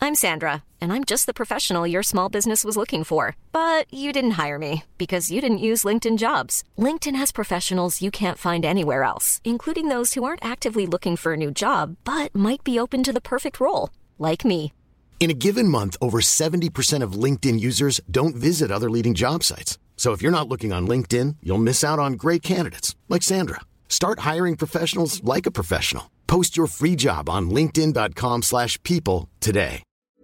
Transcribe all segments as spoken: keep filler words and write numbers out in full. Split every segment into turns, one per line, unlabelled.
I'm Sandra, and I'm just the professional your small business was looking for. But you didn't hire me because you didn't use LinkedIn Jobs. LinkedIn has professionals you can't find anywhere else, including those who aren't actively looking for a new job, but might be open to the perfect role, like me.
In a given month, over seventy percent of LinkedIn users don't visit other leading job sites. So if you're not looking on LinkedIn, you'll miss out on great candidates like Sandra. Start hiring professionals like a professional. Post your free job on linkedin.com slash people today.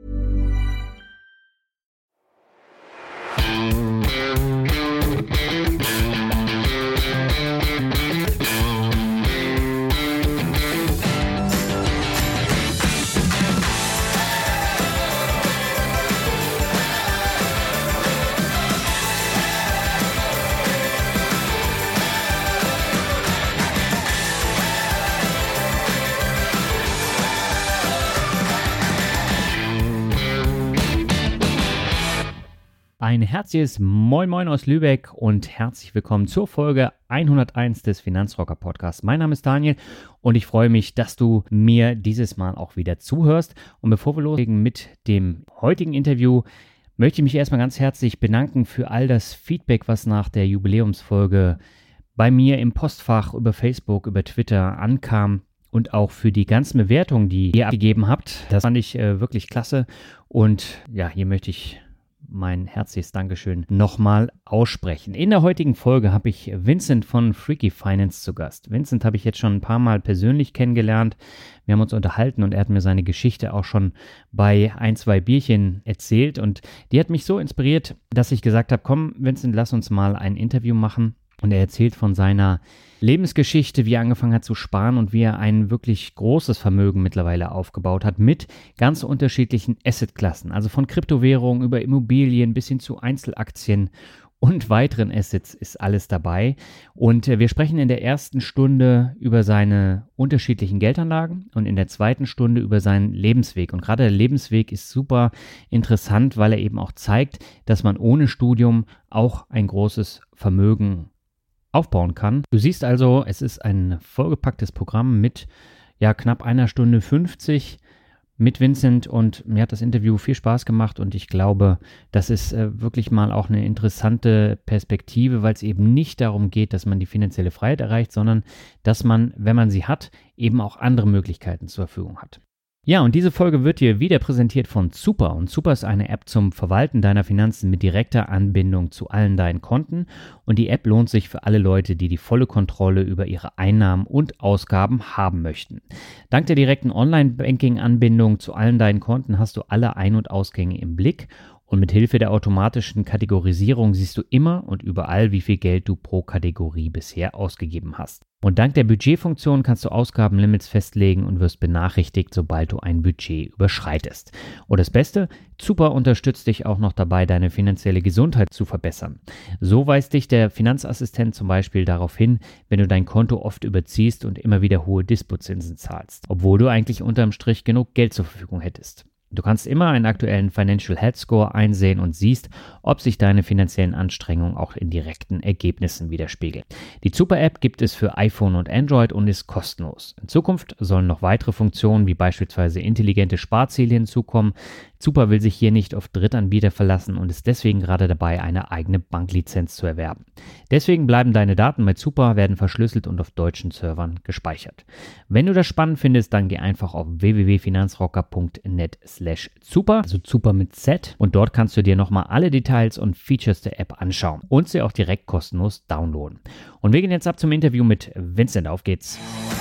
Ein herzliches Moin Moin aus Lübeck und herzlich willkommen zur Folge hunderteins des Finanzrocker Podcasts. Mein Name ist Daniel und ich freue mich, dass du mir dieses Mal auch wieder zuhörst. Und bevor wir loslegen mit dem heutigen Interview, möchte ich mich erstmal ganz herzlich bedanken für all das Feedback, was nach der Jubiläumsfolge bei mir im Postfach über Facebook, über Twitter ankam. Und auch für die ganzen Bewertungen, die ihr abgegeben habt. Das fand ich äh, wirklich klasse. Und ja, hier möchte ich mein herzliches Dankeschön nochmal aussprechen. In der heutigen Folge habe ich Vincent von Freaky Finance zu Gast. Vincent habe ich jetzt schon ein paar Mal persönlich kennengelernt. Wir haben uns unterhalten und er hat mir seine Geschichte auch schon bei ein, zwei Bierchen erzählt. Und die hat mich so inspiriert, dass ich gesagt habe, komm Vincent, lass uns mal ein Interview machen. Und er erzählt von seiner Lebensgeschichte, wie er angefangen hat zu sparen und wie er ein wirklich großes Vermögen mittlerweile aufgebaut hat mit ganz unterschiedlichen Assetklassen. Also von Kryptowährungen über Immobilien bis hin zu Einzelaktien und weiteren Assets ist alles dabei. Und wir sprechen in der ersten Stunde über seine unterschiedlichen Geldanlagen und in der zweiten Stunde über seinen Lebensweg. Und gerade der Lebensweg ist super interessant, weil er eben auch zeigt, dass man ohne Studium auch ein großes Vermögen aufbauen kann. Du siehst also, es ist ein vollgepacktes Programm mit ja knapp einer Stunde fünfzig mit Vincent und mir hat das Interview viel Spaß gemacht und ich glaube, das ist äh, wirklich mal auch eine interessante Perspektive, weil es eben nicht darum geht, dass man die finanzielle Freiheit erreicht, sondern dass man, wenn man sie hat, eben auch andere Möglichkeiten zur Verfügung hat. Ja, und diese Folge wird dir wieder präsentiert von Super. Und Super ist eine App zum Verwalten deiner Finanzen mit direkter Anbindung zu allen deinen Konten. Und die App lohnt sich für alle Leute, die die volle Kontrolle über ihre Einnahmen und Ausgaben haben möchten. Dank der direkten Online-Banking-Anbindung zu allen deinen Konten hast du alle Ein- und Ausgänge im Blick. Und mit Hilfe der automatischen Kategorisierung siehst du immer und überall, wie viel Geld du pro Kategorie bisher ausgegeben hast. Und dank der Budgetfunktion kannst du Ausgabenlimits festlegen und wirst benachrichtigt, sobald du ein Budget überschreitest. Und das Beste, Super unterstützt dich auch noch dabei, deine finanzielle Gesundheit zu verbessern. So weist dich der Finanzassistent zum Beispiel darauf hin, wenn du dein Konto oft überziehst und immer wieder hohe Dispozinsen zahlst, obwohl du eigentlich unterm Strich genug Geld zur Verfügung hättest. Du kannst immer einen aktuellen Financial Health Score einsehen und siehst, ob sich deine finanziellen Anstrengungen auch in direkten Ergebnissen widerspiegeln. Die Super-App gibt es für iPhone und Android und ist kostenlos. In Zukunft sollen noch weitere Funktionen wie beispielsweise intelligente Sparziele hinzukommen. Super will sich hier nicht auf Drittanbieter verlassen und ist deswegen gerade dabei, eine eigene Banklizenz zu erwerben. Deswegen bleiben deine Daten mit Super, werden verschlüsselt und auf deutschen Servern gespeichert. Wenn du das spannend findest, dann geh einfach auf w w w punkt finanzrocker punkt net slash super, also Super mit Z, und dort kannst du dir nochmal alle Details und Features der App anschauen und sie auch direkt kostenlos downloaden. Und wir gehen jetzt ab zum Interview mit Vincent. Auf geht's!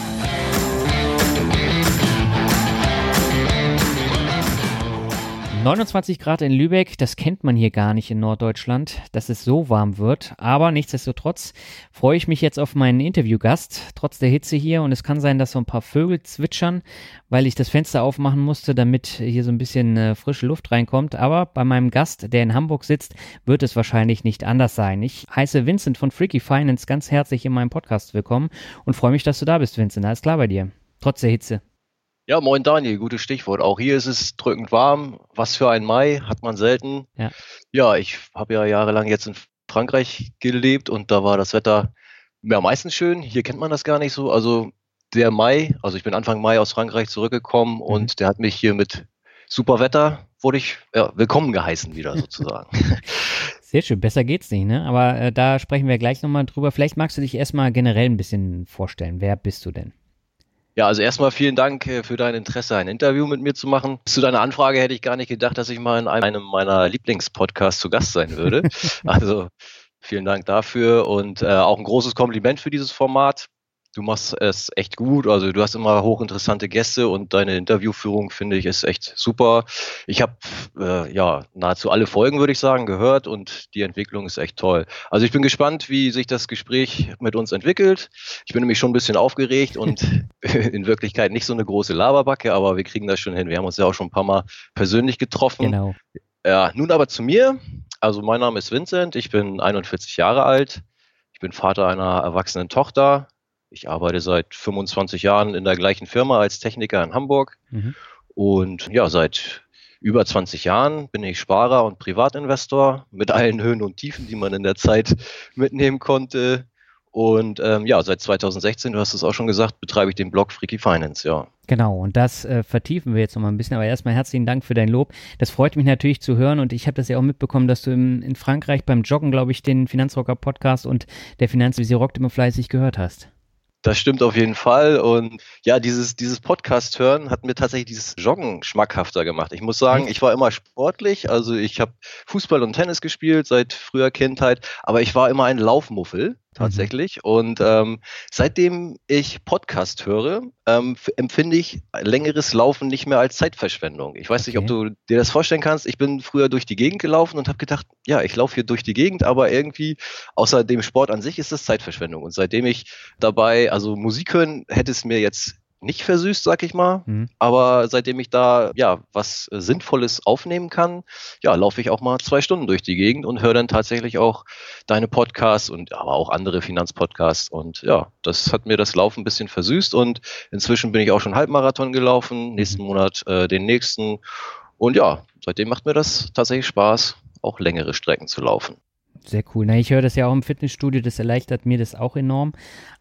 neunundzwanzig Grad in Lübeck, das kennt man hier gar nicht in Norddeutschland, dass es so warm wird, aber nichtsdestotrotz freue ich mich jetzt auf meinen Interviewgast, trotz der Hitze hier, und es kann sein, dass so ein paar Vögel zwitschern, weil ich das Fenster aufmachen musste, damit hier so ein bisschen äh, frische Luft reinkommt, aber bei meinem Gast, der in Hamburg sitzt, wird es wahrscheinlich nicht anders sein. Ich heiße Vincent von Freaky Finance ganz herzlich in meinem Podcast willkommen und freue mich, dass du da bist, Vincent. Alles klar bei dir, trotz der Hitze?
Ja, moin Daniel, gutes Stichwort. Auch hier ist es drückend warm. Was für ein Mai, hat man selten.
Ja,
Ja, ich habe ja jahrelang jetzt in Frankreich gelebt und da war das Wetter ja meistens schön. Hier kennt man das gar nicht so. Also der Mai, also ich bin Anfang Mai aus Frankreich zurückgekommen
Mhm.
und der hat mich hier mit super Wetter wurde ich ja, willkommen geheißen wieder sozusagen.
Sehr schön, besser geht's nicht, ne? Aber äh, da sprechen wir gleich nochmal drüber. Vielleicht magst du dich erstmal generell ein bisschen vorstellen. Wer bist du denn?
Ja, also erstmal vielen Dank für dein Interesse, ein Interview mit mir zu machen. Zu deiner Anfrage hätte ich gar nicht gedacht, dass ich mal in einem meiner Lieblingspodcasts zu Gast sein würde. Also vielen Dank dafür und äh, auch ein großes Kompliment für dieses Format. Du machst es echt gut, also du hast immer hochinteressante Gäste und deine Interviewführung, finde ich, ist echt super. Ich habe äh, ja nahezu alle Folgen, würde ich sagen, gehört und die Entwicklung ist echt toll. Also ich bin gespannt, wie sich das Gespräch mit uns entwickelt. Ich bin nämlich schon ein bisschen aufgeregt und in Wirklichkeit nicht so eine große Laberbacke, aber wir kriegen das schon hin. Wir haben uns ja auch schon ein paar Mal persönlich getroffen.
Genau.
Ja, nun aber zu mir. Also mein Name ist Vincent, ich bin einundvierzig Jahre alt. Ich bin Vater einer erwachsenen Tochter. Ich arbeite seit fünfundzwanzig Jahren in der gleichen Firma als Techniker in Hamburg. Mhm. Und ja, seit über zwanzig Jahren bin ich Sparer und Privatinvestor mit allen Höhen und Tiefen, die man in der Zeit mitnehmen konnte. Und ähm, ja, seit zweitausendsechzehn, du hast es auch schon gesagt, betreibe ich den Blog Freaky Finance, ja.
Genau, und das äh, vertiefen wir jetzt noch mal ein bisschen, aber erstmal herzlichen Dank für dein Lob. Das freut mich natürlich zu hören und ich habe das ja auch mitbekommen, dass du im, in Frankreich beim Joggen, glaube ich, den Finanzrocker-Podcast und der Finanzvisier rockt immer fleißig gehört hast.
Das stimmt auf jeden Fall und ja, dieses, dieses Podcast hören hat mir tatsächlich dieses Joggen schmackhafter gemacht. Ich muss sagen, ich war immer sportlich, also ich habe Fußball und Tennis gespielt seit früher Kindheit, aber ich war immer ein Laufmuffel tatsächlich mhm. und ähm, seitdem ich Podcast höre, ähm, f- empfinde ich längeres Laufen nicht mehr als Zeitverschwendung. Ich weiß okay. nicht, ob du dir das vorstellen kannst. Ich bin früher durch die Gegend gelaufen und habe gedacht, ja, ich laufe hier durch die Gegend, aber irgendwie außer dem Sport an sich ist das Zeitverschwendung und seitdem ich dabei, also Musik hören hätte es mir jetzt nicht versüßt, sag ich mal, mhm. aber seitdem ich da ja was äh, Sinnvolles aufnehmen kann, ja, laufe ich auch mal zwei Stunden durch die Gegend und höre dann tatsächlich auch deine Podcasts und aber auch andere Finanzpodcasts und ja, das hat mir das Laufen ein bisschen versüßt und inzwischen bin ich auch schon Halbmarathon gelaufen, nächsten Monat äh, den nächsten und ja, seitdem macht mir das tatsächlich Spaß, auch längere Strecken zu laufen.
Sehr cool. Na, ich höre das ja auch im Fitnessstudio, das erleichtert mir das auch enorm.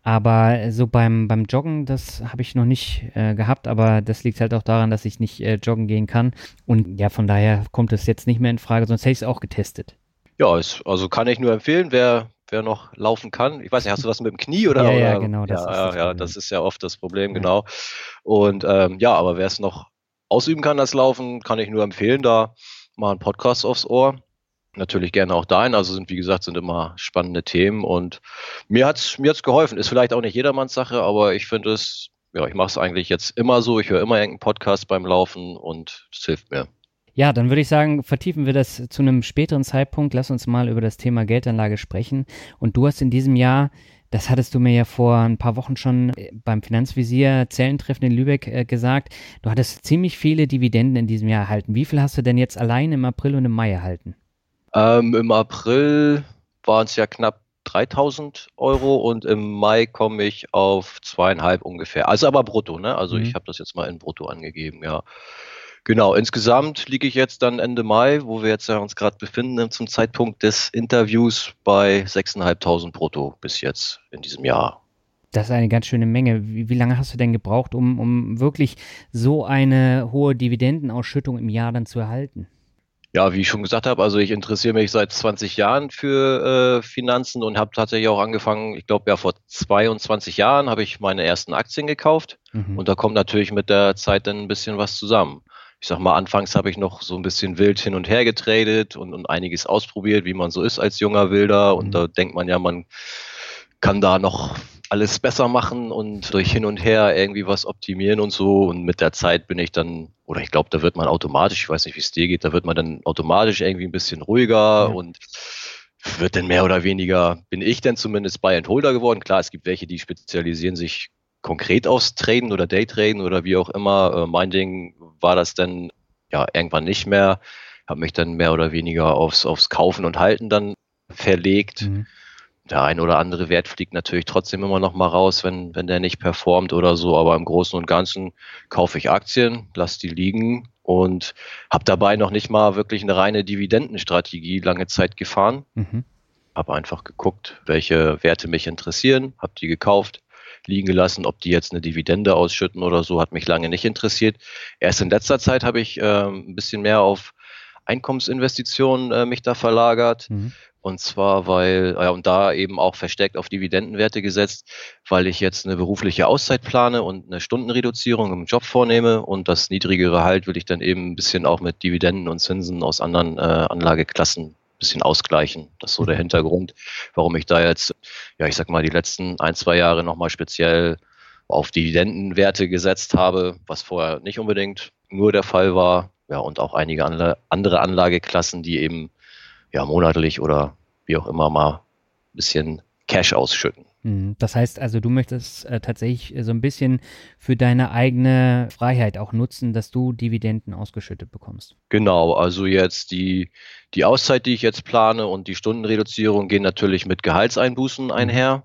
Aber so beim, beim Joggen, das habe ich noch nicht äh, gehabt, aber das liegt halt auch daran, dass ich nicht äh, joggen gehen kann. Und ja, von daher kommt es jetzt nicht mehr in Frage, sonst hätte ich es auch getestet.
Ja, es, also kann ich nur empfehlen, wer, wer noch laufen kann. Ich weiß nicht, hast du was mit dem Knie oder?
ja,
oder?
ja, genau. Das
ja,
ist das
ja, das ist ja oft das Problem, ja. Genau. Und ähm, ja, aber wer es noch ausüben kann, das Laufen, kann ich nur empfehlen, da mal einen Podcast aufs Ohr. Natürlich gerne auch dein, also sind wie gesagt, sind immer spannende Themen und mir hat's mir hat's geholfen. Ist vielleicht auch nicht jedermanns Sache, aber ich finde es, ja, ich mache es eigentlich jetzt immer so, ich höre immer irgendeinen Podcast beim Laufen und es hilft mir.
Ja, dann würde ich sagen, vertiefen wir das zu einem späteren Zeitpunkt. Lass uns mal über das Thema Geldanlage sprechen. Und du hast in diesem Jahr, das hattest du mir ja vor ein paar Wochen schon beim Finanzvisier Zellentreffen in Lübeck äh, gesagt, du hattest ziemlich viele Dividenden in diesem Jahr erhalten. Wie viel hast du denn jetzt allein im April und im Mai erhalten?
Ähm, im April waren es ja knapp dreitausend Euro und im Mai komme ich auf zweieinhalb ungefähr. Also aber brutto, ne? Also mhm. ich habe das jetzt mal in brutto angegeben, ja. Genau, insgesamt liege ich jetzt dann Ende Mai, wo wir jetzt ja uns gerade befinden, zum Zeitpunkt des Interviews bei sechstausendfünfhundert brutto bis jetzt in diesem Jahr.
Das ist eine ganz schöne Menge. Wie, wie lange hast du denn gebraucht, um, um wirklich so eine hohe Dividendenausschüttung im Jahr dann zu erhalten?
Ja, wie ich schon gesagt habe, also ich interessiere mich seit zwanzig Jahren für äh, Finanzen und habe tatsächlich auch angefangen, ich glaube ja vor zweiundzwanzig Jahren habe ich meine ersten Aktien gekauft mhm. und da kommt natürlich mit der Zeit dann ein bisschen was zusammen. Ich sag mal, anfangs habe ich noch so ein bisschen wild hin und her getradet und, und einiges ausprobiert, wie man so ist als junger Wilder und mhm. da denkt man ja, man kann da noch alles besser machen und durch hin und her irgendwie was optimieren und so. Und mit der Zeit bin ich dann, oder ich glaube, da wird man automatisch, ich weiß nicht, wie es dir geht, da wird man dann automatisch irgendwie ein bisschen ruhiger ja. und wird dann mehr oder weniger, bin ich dann zumindest Buy and Holder geworden. Klar, es gibt welche, die spezialisieren sich konkret aufs Traden oder Daytraden oder wie auch immer. Mein Ding war das dann ja irgendwann nicht mehr. Habe mich dann mehr oder weniger aufs, aufs Kaufen und Halten dann verlegt. Mhm. Der ein oder andere Wert fliegt natürlich trotzdem immer noch mal raus, wenn, wenn der nicht performt oder so. Aber im Großen und Ganzen kaufe ich Aktien, lasse die liegen und habe dabei noch nicht mal wirklich eine reine Dividendenstrategie lange Zeit gefahren. Mhm. Habe einfach geguckt, welche Werte mich interessieren, habe die gekauft. liegen gelassen. Ob die jetzt eine Dividende ausschütten oder so, hat mich lange nicht interessiert. Erst in letzter Zeit habe ich äh, ein bisschen mehr auf Einkommensinvestitionen äh, mich da verlagert. Mhm. Und zwar, weil, ja, und da eben auch verstärkt auf Dividendenwerte gesetzt, weil ich jetzt eine berufliche Auszeit plane und eine Stundenreduzierung im Job vornehme, und das niedrigere Gehalt will ich dann eben ein bisschen auch mit Dividenden und Zinsen aus anderen äh, Anlageklassen ein bisschen ausgleichen. Das ist so der Hintergrund, warum ich da jetzt, ja, ich sag mal, die letzten ein, zwei Jahre nochmal speziell auf Dividendenwerte gesetzt habe, was vorher nicht unbedingt nur der Fall war. Ja, und auch einige Anla- andere Anlageklassen, die eben ja monatlich oder wie auch immer mal ein bisschen Cash ausschütten.
Das heißt also, du möchtest äh, tatsächlich so ein bisschen für deine eigene Freiheit auch nutzen, dass du Dividenden ausgeschüttet bekommst.
Genau, also jetzt die, die Auszeit, die ich jetzt plane, und die Stundenreduzierung gehen natürlich mit Gehaltseinbußen einher.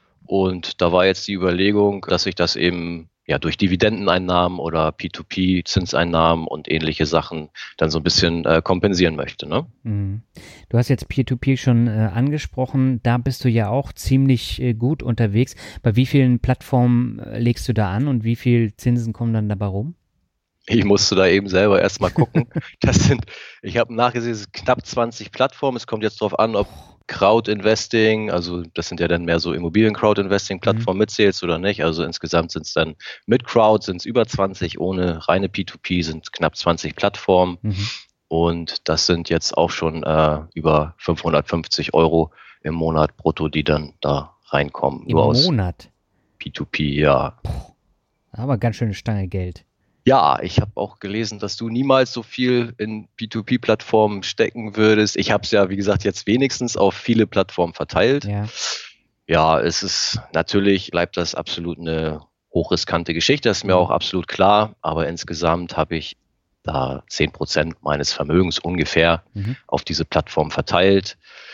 Und da war jetzt die Überlegung, dass ich das eben ja durch Dividendeneinnahmen oder P to P-Zinseinnahmen und ähnliche Sachen dann so ein bisschen äh, kompensieren möchte. Ne?
Mhm. Du hast jetzt P to P schon äh, angesprochen, da bist du ja auch ziemlich äh, gut unterwegs. Bei wie vielen Plattformen äh, legst du da an und wie viel Zinsen kommen dann dabei rum?
Ich musste da eben selber erstmal gucken. Das sind, ich habe nachgesehen, es sind knapp zwanzig Plattformen. Es kommt jetzt darauf an, ob Crowd-Investing, also das sind ja dann mehr so Immobilien-Crowd-Investing-Plattformen mhm. mitzählst oder nicht. Also insgesamt sind es dann mit Crowd sind es über zwanzig, ohne reine P to P sind knapp zwanzig Plattformen. Mhm. Und das sind jetzt auch schon äh, über fünfhundertfünfzig Euro im Monat brutto, die dann da reinkommen.
Im nur Monat?
Aus P to P, ja.
Puh, aber ganz schöne Stange Geld.
Ja, ich habe auch gelesen, dass du niemals so viel in P to P-Plattformen stecken würdest. Ich habe es ja, wie gesagt, jetzt wenigstens auf viele Plattformen verteilt. Ja. Ja, es ist natürlich, bleibt das absolut eine hochriskante Geschichte, das ist mir auch absolut klar. Aber insgesamt habe ich da zehn Prozent meines Vermögens ungefähr mhm. auf diese Plattform verteilt.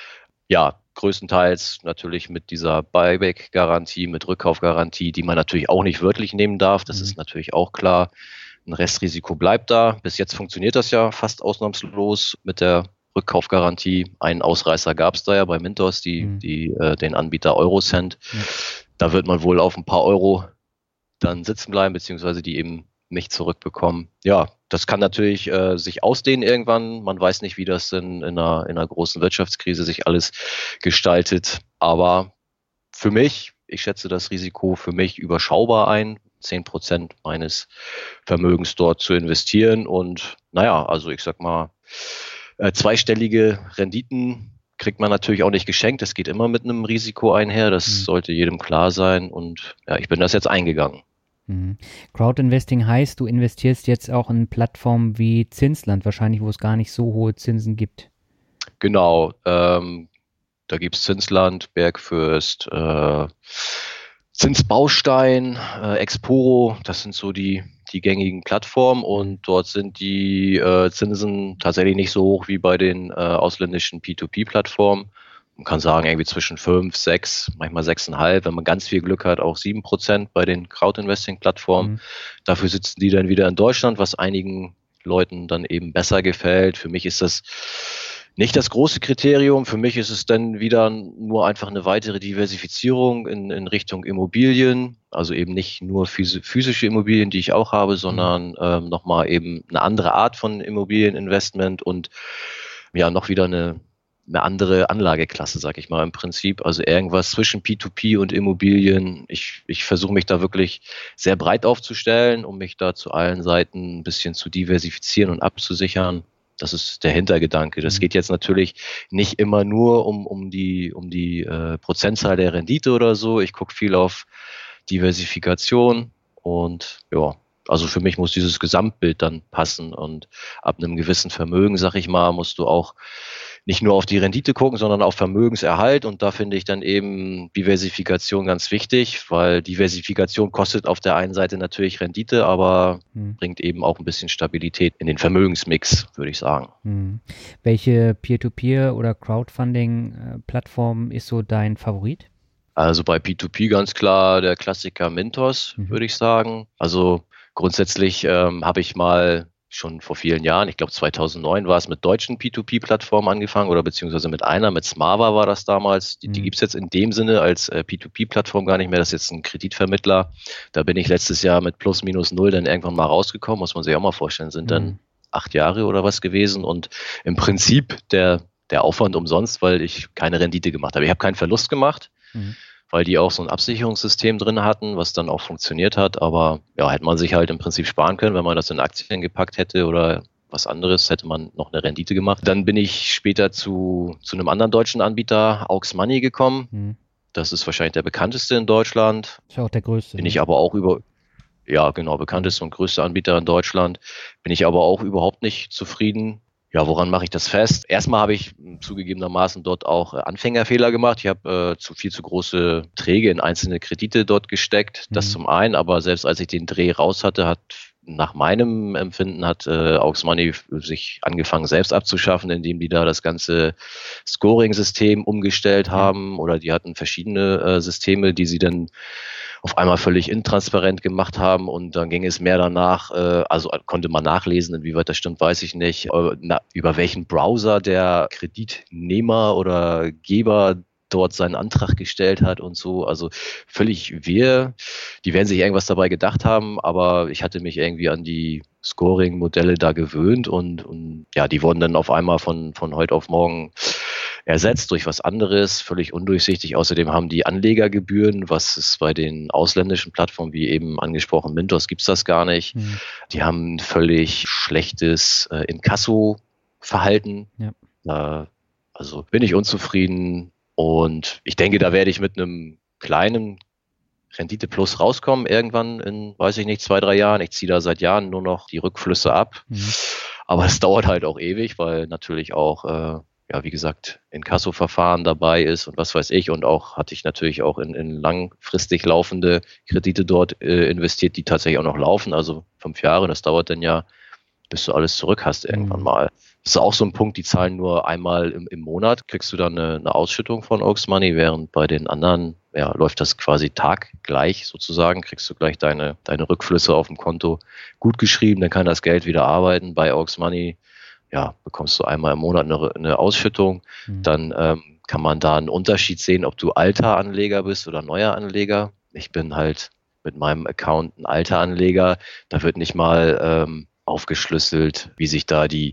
Ja, größtenteils natürlich mit dieser Buyback-Garantie, mit Rückkaufgarantie, die man natürlich auch nicht wörtlich nehmen darf. Das mhm. ist natürlich auch klar. Ein Restrisiko bleibt da. Bis jetzt funktioniert das ja fast ausnahmslos mit der Rückkaufgarantie. Einen Ausreißer gab es da ja bei Mintos, die, mhm. die äh, den Anbieter Eurocent. Mhm. Da wird man wohl auf ein paar Euro dann sitzen bleiben, beziehungsweise die eben nicht zurückbekommen. Ja, das kann natürlich äh, sich ausdehnen irgendwann. Man weiß nicht, wie das in, in, einer, in einer großen Wirtschaftskrise sich alles gestaltet. Aber für mich, ich schätze das Risiko für mich überschaubar ein, zehn Prozent meines Vermögens dort zu investieren. Und naja, also ich sag mal, äh, zweistellige Renditen kriegt man natürlich auch nicht geschenkt. Das geht immer mit einem Risiko einher. Das mhm. sollte jedem klar sein. Und ja, ich bin das jetzt eingegangen.
Mhm. Crowdinvesting heißt, du investierst jetzt auch in Plattformen wie Zinsland, wahrscheinlich, wo es gar nicht so hohe Zinsen gibt.
Genau, ähm, da gibt es Zinsland, Bergfürst, äh, Zinsbaustein, äh, Exporo, das sind so die, die gängigen Plattformen, und dort sind die äh, Zinsen tatsächlich nicht so hoch wie bei den äh, ausländischen P to P-Plattformen. Man kann sagen, irgendwie zwischen fünf, sechs, manchmal sechs Komma fünf, wenn man ganz viel Glück hat, auch sieben Prozent bei den Crowd-Investing-Plattformen. Mhm. Dafür sitzen die dann wieder in Deutschland, was einigen Leuten dann eben besser gefällt. Für mich ist das nicht das große Kriterium. Für mich ist es dann wieder nur einfach eine weitere Diversifizierung in, in Richtung Immobilien. Also eben nicht nur physische Immobilien, die ich auch habe, sondern ähm, nochmal eben eine andere Art von Immobilieninvestment und ja, noch wieder eine eine andere Anlageklasse, sag ich mal im Prinzip. Also irgendwas zwischen P to P und Immobilien. Ich, ich versuche mich da wirklich sehr breit aufzustellen, um mich da zu allen Seiten ein bisschen zu diversifizieren und abzusichern. Das ist der Hintergedanke. Das geht jetzt natürlich nicht immer nur um, um die, um die äh, Prozentzahl der Rendite oder so. Ich gucke viel auf Diversifikation und ja, also für mich muss dieses Gesamtbild dann passen, und ab einem gewissen Vermögen, sag ich mal, musst du auch nicht nur auf die Rendite gucken, sondern auf Vermögenserhalt, und da finde ich dann eben Diversifikation ganz wichtig, weil Diversifikation kostet auf der einen Seite natürlich Rendite, aber hm. bringt eben auch ein bisschen Stabilität in den Vermögensmix, würde ich sagen.
Hm. Welche Peer-to-Peer- oder Crowdfunding-Plattform ist so dein Favorit?
Also bei P to P ganz klar der Klassiker Mintos, mhm. würde ich sagen. Also grundsätzlich ähm, habe ich mal schon vor vielen Jahren, ich glaube zweitausendneun war es mit deutschen P zwei P-Plattformen angefangen oder beziehungsweise mit einer, mit Smava war das damals. Die, die gibt es jetzt in dem Sinne als äh, P zwei P-Plattform gar nicht mehr, das ist jetzt ein Kreditvermittler. Da bin ich letztes Jahr mit plus minus null dann irgendwann mal rausgekommen, muss man sich auch mal vorstellen, sind dann mhm. acht Jahre oder was gewesen und im Prinzip der, der Aufwand umsonst, weil ich keine Rendite gemacht habe. Ich habe keinen Verlust gemacht. Mhm. weil die auch so ein Absicherungssystem drin hatten, was dann auch funktioniert hat. Aber ja, hätte man sich halt im Prinzip sparen können, wenn man das in Aktien gepackt hätte oder was anderes, hätte man noch eine Rendite gemacht. Dann bin ich später zu, zu einem anderen deutschen Anbieter, Aux Money, gekommen. Mhm. Das ist wahrscheinlich der bekannteste in Deutschland.
Ist ja auch der größte.
Bin
ne?
ich aber auch über... Ja, genau, bekannteste und größte Anbieter in Deutschland. Bin ich aber auch überhaupt nicht zufrieden. Ja, woran mache ich das fest? Erstmal habe ich zugegebenermaßen dort auch Anfängerfehler gemacht. Ich habe äh, zu viel zu große Träge in einzelne Kredite dort gesteckt. Das mhm. zum einen, aber selbst als ich den Dreh raus hatte, hat nach meinem Empfinden hat äh, Aux Money sich angefangen selbst abzuschaffen, indem die da das ganze Scoring-System umgestellt haben oder die hatten verschiedene äh, Systeme, die sie dann auf einmal völlig intransparent gemacht haben und dann ging es mehr danach, äh, also konnte man nachlesen, inwieweit das stimmt, weiß ich nicht, äh, na, über welchen Browser der Kreditnehmer oder Geber dort seinen Antrag gestellt hat und so, also völlig wirr. Die werden sich irgendwas dabei gedacht haben, aber ich hatte mich irgendwie an die Scoring-Modelle da gewöhnt und, und ja, die wurden dann auf einmal von, von heute auf morgen ersetzt durch was anderes, völlig undurchsichtig. Außerdem haben die Anlegergebühren, was es bei den ausländischen Plattformen, wie eben angesprochen, Mintos, gibt's das gar nicht. Mhm. Die haben ein völlig schlechtes äh, Inkasso-Verhalten. Ja. Äh, also bin ich unzufrieden und ich denke, da werde ich mit einem kleinen Rendite Plus rauskommen irgendwann in, weiß ich nicht, zwei, drei Jahren. Ich ziehe da seit Jahren nur noch die Rückflüsse ab. Mhm. Aber es dauert halt auch ewig, weil natürlich auch, äh, ja, wie gesagt, Inkasso-Verfahren dabei ist und was weiß ich. Und auch hatte ich natürlich auch in, in langfristig laufende Kredite dort äh, investiert, die tatsächlich auch noch laufen. Also fünf Jahre, das dauert dann ja, bis du alles zurück hast irgendwann mhm. mal. Das ist auch so ein Punkt, die zahlen nur einmal im, im Monat, kriegst du dann eine, eine Ausschüttung von Aux Money, während bei den anderen ja, läuft das quasi taggleich sozusagen, kriegst du gleich deine, deine Rückflüsse auf dem Konto gut geschrieben, dann kann das Geld wieder arbeiten. Bei Aux Money ja, bekommst du einmal im Monat eine, eine Ausschüttung, mhm. dann ähm, kann man da einen Unterschied sehen, ob du alter Anleger bist oder neuer Anleger. Ich bin halt mit meinem Account ein alter Anleger, da wird nicht mal ähm, aufgeschlüsselt, wie sich da die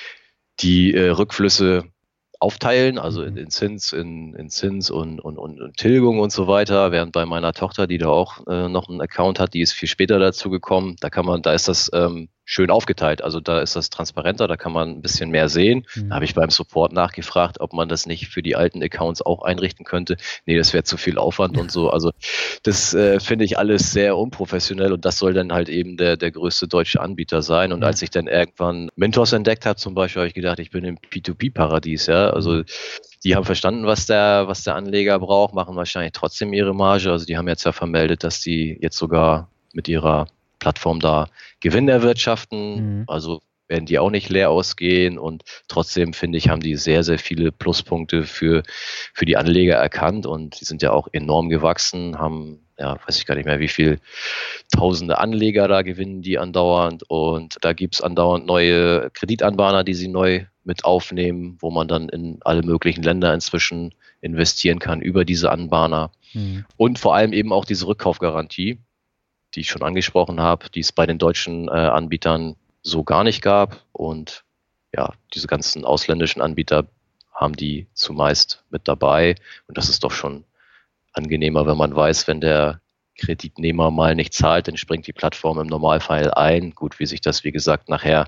die äh, Rückflüsse aufteilen, also in, in Zins, in, in Zins und, und, und, und Tilgung und so weiter, während bei meiner Tochter, die da auch äh, noch einen Account hat, die ist viel später dazu gekommen, da kann man, da ist das ähm, schön aufgeteilt, also da ist das transparenter, da kann man ein bisschen mehr sehen. Mhm. Da habe ich beim Support nachgefragt, ob man das nicht für die alten Accounts auch einrichten könnte. Nee, das wäre zu viel Aufwand und so, also das äh, finde ich alles sehr unprofessionell und das soll dann halt eben der, der größte deutsche Anbieter sein und ja. als ich dann irgendwann Mintos entdeckt habe zum Beispiel, habe ich gedacht, ich bin im P zwei P-Paradies, ja, also die haben verstanden, was der, was der Anleger braucht, machen wahrscheinlich trotzdem ihre Marge, also die haben jetzt ja vermeldet, dass die jetzt sogar mit ihrer Plattform da Gewinn erwirtschaften, mhm. also werden die auch nicht leer ausgehen und trotzdem, finde ich, haben die sehr, sehr viele Pluspunkte für, für die Anleger erkannt und die sind ja auch enorm gewachsen, haben, ja, weiß ich gar nicht mehr, wie viel tausende Anleger da gewinnen die andauernd und da gibt es andauernd neue Kreditanbahner, die sie neu mit aufnehmen, wo man dann in alle möglichen Länder inzwischen investieren kann über diese Anbahner mhm. und vor allem eben auch diese Rückkaufgarantie, die ich schon angesprochen habe, die es bei den deutschen äh, Anbietern so gar nicht gab. Und ja, diese ganzen ausländischen Anbieter haben die zumeist mit dabei. Und das ist doch schon angenehmer, wenn man weiß, wenn der Kreditnehmer mal nicht zahlt, dann springt die Plattform im Normalfall ein. Gut, wie sich das, wie gesagt, nachher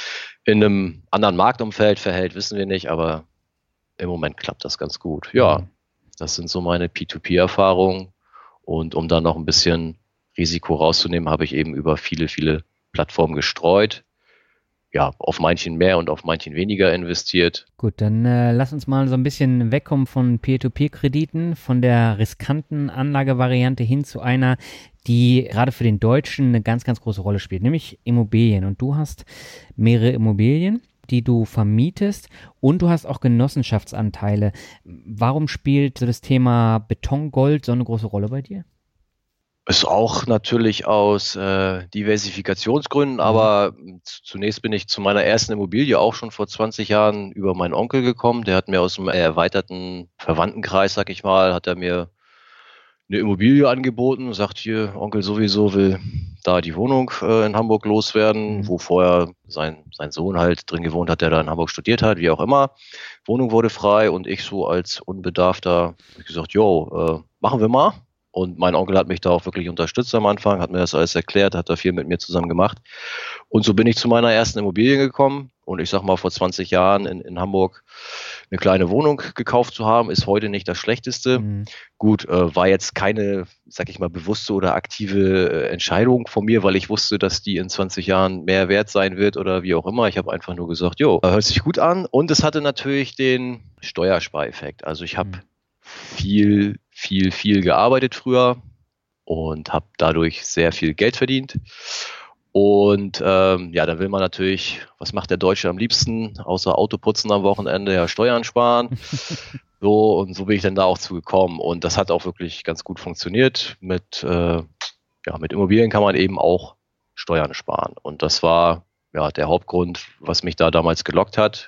in einem anderen Marktumfeld verhält, wissen wir nicht, aber im Moment klappt das ganz gut. Ja, das sind so meine P zwei P-Erfahrungen. Und um da noch ein bisschen Risiko rauszunehmen, habe ich eben über viele, viele Plattformen gestreut. Ja, auf manchen mehr und auf manchen weniger investiert.
Gut, dann äh, lass uns mal so ein bisschen wegkommen von P zwei P-Krediten, von der riskanten Anlagevariante hin zu einer, die gerade für den Deutschen eine ganz, ganz große Rolle spielt, nämlich Immobilien. Und du hast mehrere Immobilien, die du vermietest und du hast auch Genossenschaftsanteile. Warum spielt so das Thema Betongold so eine große Rolle bei dir?
Ist auch natürlich aus äh, Diversifikationsgründen, aber zunächst bin ich zu meiner ersten Immobilie auch schon vor zwanzig Jahren über meinen Onkel gekommen. Der hat mir aus dem erweiterten Verwandtenkreis, sag ich mal, hat er mir eine Immobilie angeboten, sagt hier, Onkel sowieso will da die Wohnung äh, in Hamburg loswerden, mhm. wo vorher sein, sein Sohn halt drin gewohnt hat, der da in Hamburg studiert hat, wie auch immer. Wohnung wurde frei und ich so als Unbedarfter habe gesagt, jo, äh, machen wir mal. Und mein Onkel hat mich da auch wirklich unterstützt am Anfang, hat mir das alles erklärt, hat da viel mit mir zusammen gemacht. Und so bin ich zu meiner ersten Immobilie gekommen. Und ich sag mal, vor zwanzig Jahren in, in Hamburg eine kleine Wohnung gekauft zu haben, ist heute nicht das Schlechteste. Mhm. Gut, äh, war jetzt keine, sag ich mal, bewusste oder aktive äh, Entscheidung von mir, weil ich wusste, dass die in zwanzig Jahren mehr wert sein wird oder wie auch immer. Ich habe einfach nur gesagt, jo, hört sich gut an. Und es hatte natürlich den Steuerspareffekt. Also ich habe mhm. viel, viel, viel gearbeitet früher und habe dadurch sehr viel Geld verdient. Und ähm, ja, dann will man natürlich, was macht der Deutsche am liebsten, außer Autoputzen am Wochenende, ja Steuern sparen. So, und so bin ich dann da auch zugekommen. Und das hat auch wirklich ganz gut funktioniert. Mit, äh, ja, mit Immobilien kann man eben auch Steuern sparen. Und das war ja der Hauptgrund, was mich da damals gelockt hat.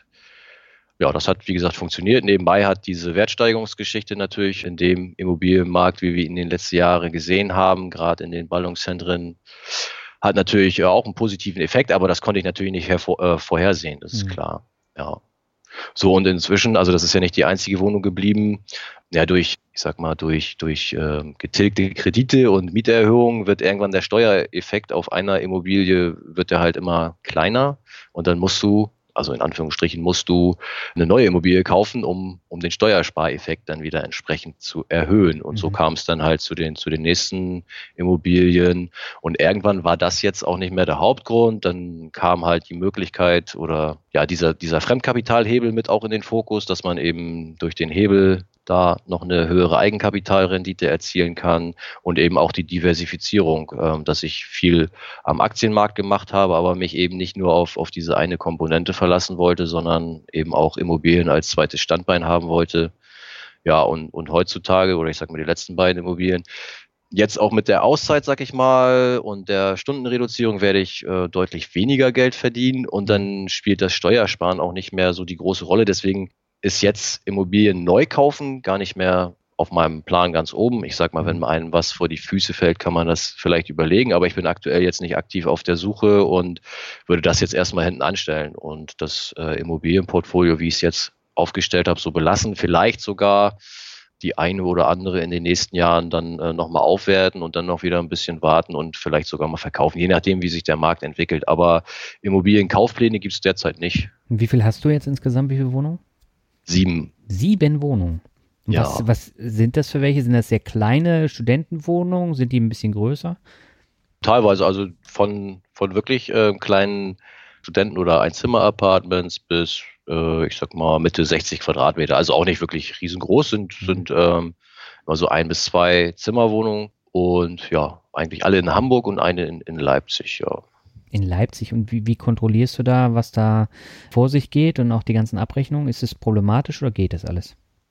Ja, das hat, wie gesagt, funktioniert. Nebenbei hat diese Wertsteigerungsgeschichte natürlich in dem Immobilienmarkt, wie wir ihn in den letzten Jahren gesehen haben, gerade in den Ballungszentren, hat natürlich auch einen positiven Effekt, aber das konnte ich natürlich nicht hervor, äh, vorhersehen, das ist mhm. klar. Ja. So, und inzwischen, also das ist ja nicht die einzige Wohnung geblieben, ja, durch, ich sag mal, durch, durch äh, getilgte Kredite und Mieterhöhungen wird irgendwann der Steuereffekt auf einer Immobilie, wird der halt immer kleiner und dann musst du, also in Anführungsstrichen, musst du eine neue Immobilie kaufen, um, um den Steuerspareffekt dann wieder entsprechend zu erhöhen. Und mhm. so kam es dann halt zu den, zu den nächsten Immobilien. Und irgendwann war das jetzt auch nicht mehr der Hauptgrund. Dann kam halt die Möglichkeit oder ja, dieser, dieser Fremdkapitalhebel mit auch in den Fokus, dass man eben durch den Hebel da noch eine höhere Eigenkapitalrendite erzielen kann und eben auch die Diversifizierung, äh, dass ich viel am Aktienmarkt gemacht habe, aber mich eben nicht nur auf, auf diese eine Komponente verlassen wollte, sondern eben auch Immobilien als zweites Standbein haben wollte. Ja, und, und heutzutage, oder ich sag mal die letzten beiden Immobilien, jetzt auch mit der Auszeit, sag ich mal, und der Stundenreduzierung werde ich äh, deutlich weniger Geld verdienen und dann spielt das Steuersparen auch nicht mehr so die große Rolle. Deswegen ist jetzt Immobilien neu kaufen gar nicht mehr auf meinem Plan ganz oben. Ich sag mal, wenn einem was vor die Füße fällt, kann man das vielleicht überlegen, aber ich bin aktuell jetzt nicht aktiv auf der Suche und würde das jetzt erstmal hinten anstellen und das äh, Immobilienportfolio, wie ich es jetzt aufgestellt habe, so belassen, vielleicht sogar die eine oder andere in den nächsten Jahren dann äh, nochmal aufwerten und dann noch wieder ein bisschen warten und vielleicht sogar mal verkaufen, je nachdem, wie sich der Markt entwickelt. Aber Immobilienkaufpläne gibt es derzeit nicht.
Wie viel hast du jetzt insgesamt, wie viele Wohnungen?
Sieben.
Sieben Wohnungen?
Ja.
Was, was sind das für welche? Sind das sehr kleine Studentenwohnungen? Sind die ein bisschen größer?
Teilweise, also von, von wirklich äh, kleinen Studenten- oder Einzimmer-Apartments bis, äh, ich sag mal, Mitte sechzig Quadratmeter. Also auch nicht wirklich riesengroß, sind, mhm. sind ähm, immer so ein bis zwei Zimmerwohnungen und ja, eigentlich alle in Hamburg und eine in, in Leipzig, ja.
In Leipzig. Und wie, wie kontrollierst du da, was da vor sich geht und auch die ganzen Abrechnungen? Ist es problematisch oder geht das alles?